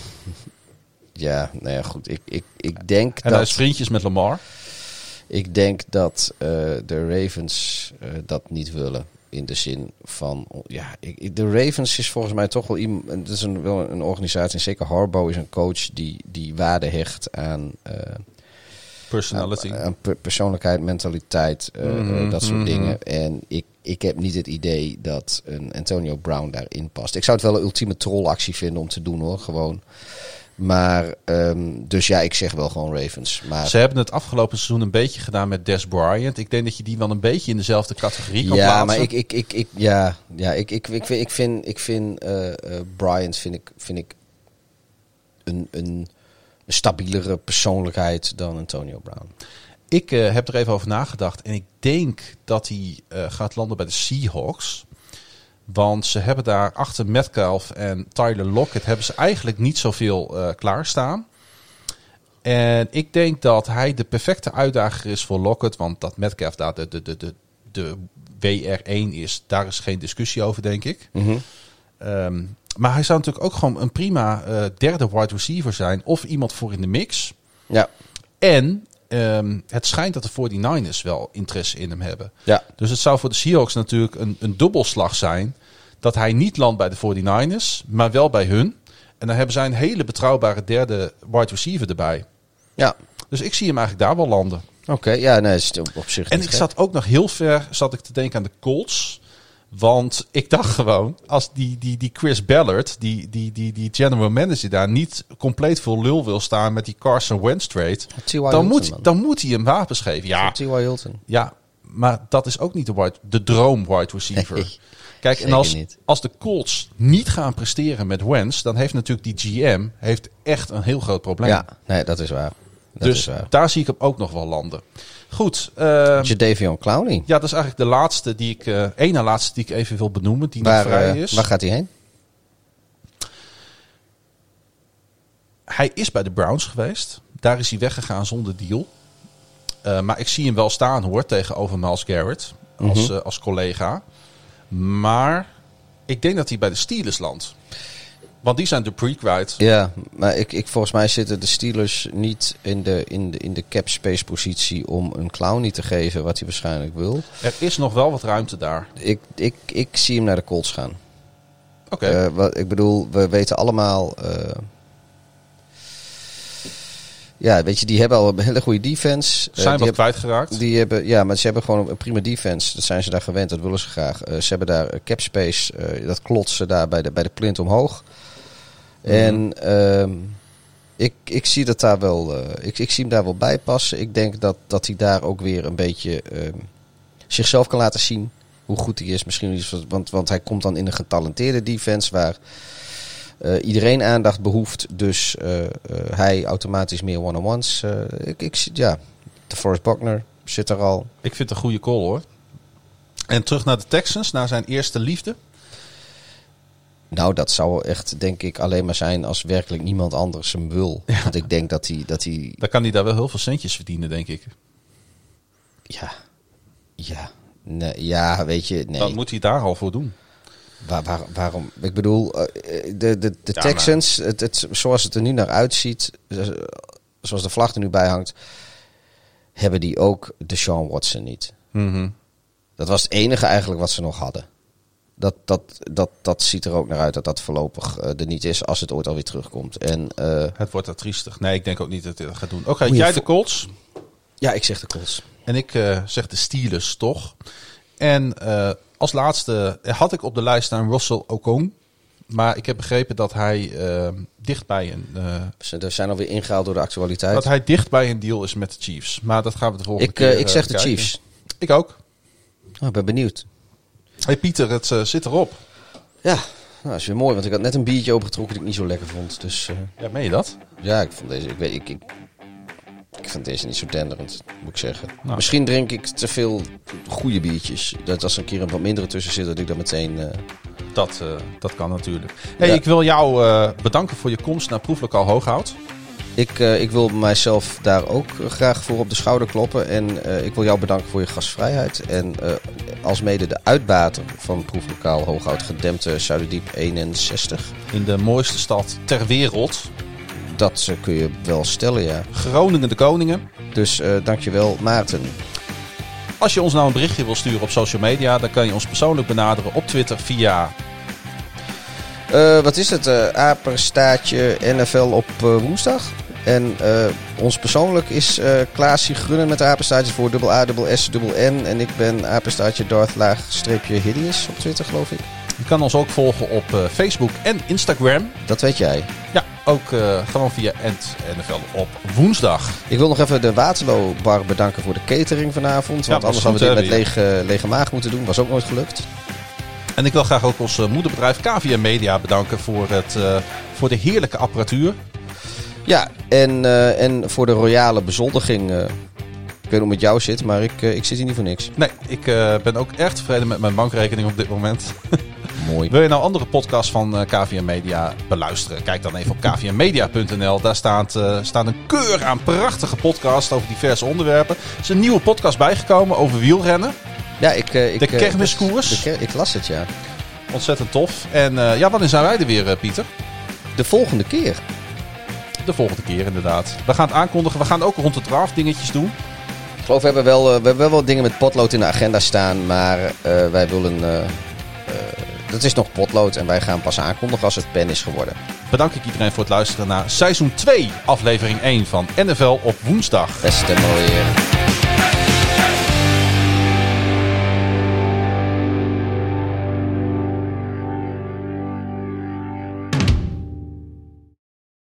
Ja, nou ja, goed. Ik denk en hij is vriendjes met Lamar. Ik denk dat de Ravens dat niet willen. In de zin van... Ja, de Ravens is volgens mij toch wel iemand... Het is wel een organisatie. En zeker Harbaugh is een coach die waarde hecht aan... personality. Aan persoonlijkheid, mentaliteit, dat soort dingen. En ik heb niet het idee dat een Antonio Brown daarin past. Ik zou het wel een ultieme trollactie vinden om te doen, hoor. Gewoon... Maar, dus ja, ik zeg wel gewoon Ravens. Maar... Ze hebben het afgelopen seizoen een beetje gedaan met Des Bryant. Ik denk dat je die wel een beetje in dezelfde categorie kan plaatsen. Maar ik vind Bryant vind ik een stabielere persoonlijkheid dan Antonio Brown. Ik heb er even over nagedacht. En ik denk dat hij gaat landen bij de Seahawks. Want ze hebben daar achter Metcalf en Tyler Lockett hebben ze eigenlijk niet zoveel klaarstaan. En ik denk dat hij de perfecte uitdager is voor Lockett. Want dat Metcalf daar de WR1 is, daar is geen discussie over, denk ik. Maar hij zou natuurlijk ook gewoon een prima derde wide receiver zijn. Of iemand voor in de mix. Ja. En het schijnt dat de 49ers wel interesse in hem hebben. Ja. Dus het zou voor de Seahawks natuurlijk een dubbelslag zijn. Dat hij niet landt bij de 49ers, maar wel bij hun. En dan hebben zij een hele betrouwbare derde wide receiver erbij. Ja. Dus ik zie hem eigenlijk daar wel landen. Oké, ja, nee, is op zich En niet ik gek. zat ook nog heel ver te denken aan de Colts. Want ik dacht gewoon, als die Chris Ballard, die general manager daar, niet compleet voor lul wil staan met die Carson Wentz trade, dan moet hij hem wapens geven. Ja, T.Y. Hilton. ja, maar dat is ook niet de droom wide receiver. Nee, kijk, en niet. als de Colts niet gaan presteren met Wentz, dan heeft natuurlijk die GM echt een heel groot probleem. Ja, nee, dat is waar. Dus daar zie ik hem ook nog wel landen. Goed. Jadeveon Clowney. Ja, dat is eigenlijk de laatste één na laatste die ik even wil benoemen, die nog vrij is. Waar gaat hij heen? Hij is bij de Browns geweest. Daar is hij weggegaan zonder deal. Maar ik zie hem wel staan, hoor, tegenover Myles Garrett als collega. Maar ik denk dat hij bij de Steelers landt. Want die zijn de pre-kwijt. Ja, maar volgens mij zitten de Steelers niet in de cap space positie om een Clowney te geven wat hij waarschijnlijk wil. Er is nog wel wat ruimte daar. Ik zie hem naar de Colts gaan. Oké. Ik bedoel, we weten allemaal... ja, weet je, die hebben al een hele goede defense. Zijn wat kwijtgeraakt. Maar ze hebben gewoon een prima defense. Dat zijn ze daar gewend, dat willen ze graag. Ze hebben daar cap space, dat klotsen daar bij de plint omhoog. En ik zie dat daar wel. Ik zie hem daar wel bij passen. Ik denk dat hij daar ook weer een beetje zichzelf kan laten zien. Hoe goed hij is. Misschien, want hij komt dan in een getalenteerde defense waar iedereen aandacht behoeft. Dus hij automatisch meer one-on-ones. De Forrest Buckner zit er al. Ik vind het een goede call, hoor. En terug naar de Texans, naar zijn eerste liefde. Nou, dat zou echt, denk ik, alleen maar zijn als werkelijk niemand anders hem wil. Ja. Want ik denk dat hij... Dan kan hij daar wel heel veel centjes verdienen, denk ik. Ja, weet je... Nee. Dan moet hij daar al voor doen. Waarom? Ik bedoel, de Texans, zoals het er nu naar uitziet, zoals de vlag er nu bij hangt, hebben die ook Deshaun Watson niet. Mm-hmm. Dat was het enige eigenlijk wat ze nog hadden. Dat ziet er ook naar uit dat voorlopig er niet is als het ooit alweer terugkomt. En, het wordt er triestig. Nee, ik denk ook niet dat hij dat gaat doen. Oké, jij de Colts? Ja, ik zeg de Colts. En ik zeg de Steelers, toch? En als laatste had ik op de lijst staan Russell Okung. Maar ik heb begrepen dat hij dicht bij een... Ze zijn alweer ingehaald door de actualiteit. dat hij dicht bij een deal is met de Chiefs. Maar dat gaan we de volgende keer Ik zeg de kijken. Chiefs. Ik ook. Oh, ik ben benieuwd. Hey Pieter, het zit erop. Ja, nou, dat is weer mooi. Want ik had net een biertje opengetrokken dat ik niet zo lekker vond. Dus Ja, meen je dat? ja, ik vond deze... Ik vind deze niet zo denderend, moet ik zeggen. Nou. Misschien drink ik te veel goede biertjes. Dat als er een keer een wat mindere tussen zit, dat ik dan meteen... Dat kan natuurlijk. Hey, Ja. ik wil jou bedanken voor je komst naar Proeflokaal Hooghout. Ik wil mijzelf daar ook graag voor op de schouder kloppen. En ik wil jou bedanken voor je gastvrijheid. En alsmede de uitbater van Proeflokaal Hooghout, gedempte Zuiderdiep 61. In de mooiste stad ter wereld. Dat kun je wel stellen, ja. Groningen de Koningen. Dus dankjewel, Maarten. Als je ons nou een berichtje wil sturen op social media, dan kan je ons persoonlijk benaderen op Twitter via... Wat is het? Apenstaartje NFL op woensdag. En ons persoonlijk is Klaasje Grunnen met de apenstaartjes voor @ASSN. En ik ben apenstaartje Darth_Hideous op Twitter, geloof ik. Je kan ons ook volgen op Facebook en Instagram. Dat weet jij. Ja, ook gewoon via NFL op woensdag. Ik wil nog even de Waterloo Bar bedanken voor de catering vanavond. Want was anders goed, hadden we dit hè, met lege maag moeten doen. Was ook nooit gelukt. En ik wil graag ook ons moederbedrijf KVM Media bedanken voor de heerlijke apparatuur. Ja, en voor de royale bezoldiging. Ik weet niet hoe het met jou zit, maar ik zit hier niet voor niks. Nee, ik ben ook erg tevreden met mijn bankrekening op dit moment. Mooi. Wil je nou andere podcasts van KVM Media beluisteren? Kijk dan even op kvmmedia.nl. Daar staat een keur aan prachtige podcasts over diverse onderwerpen. Er is een nieuwe podcast bijgekomen over wielrennen. Ja, De kermiskoers. Ik las het, ja. Ontzettend tof. En wanneer zijn wij er weer, Pieter? De volgende keer. De volgende keer inderdaad. We gaan het aankondigen. We gaan ook rond de draft dingetjes doen. Ik geloof, we hebben wel dingen met potlood in de agenda staan. Maar wij willen... dat is nog potlood en wij gaan pas aankondigen als het pen is geworden. Bedank ik iedereen voor het luisteren naar seizoen 2, aflevering 1 van NFL op woensdag. Beste mooie.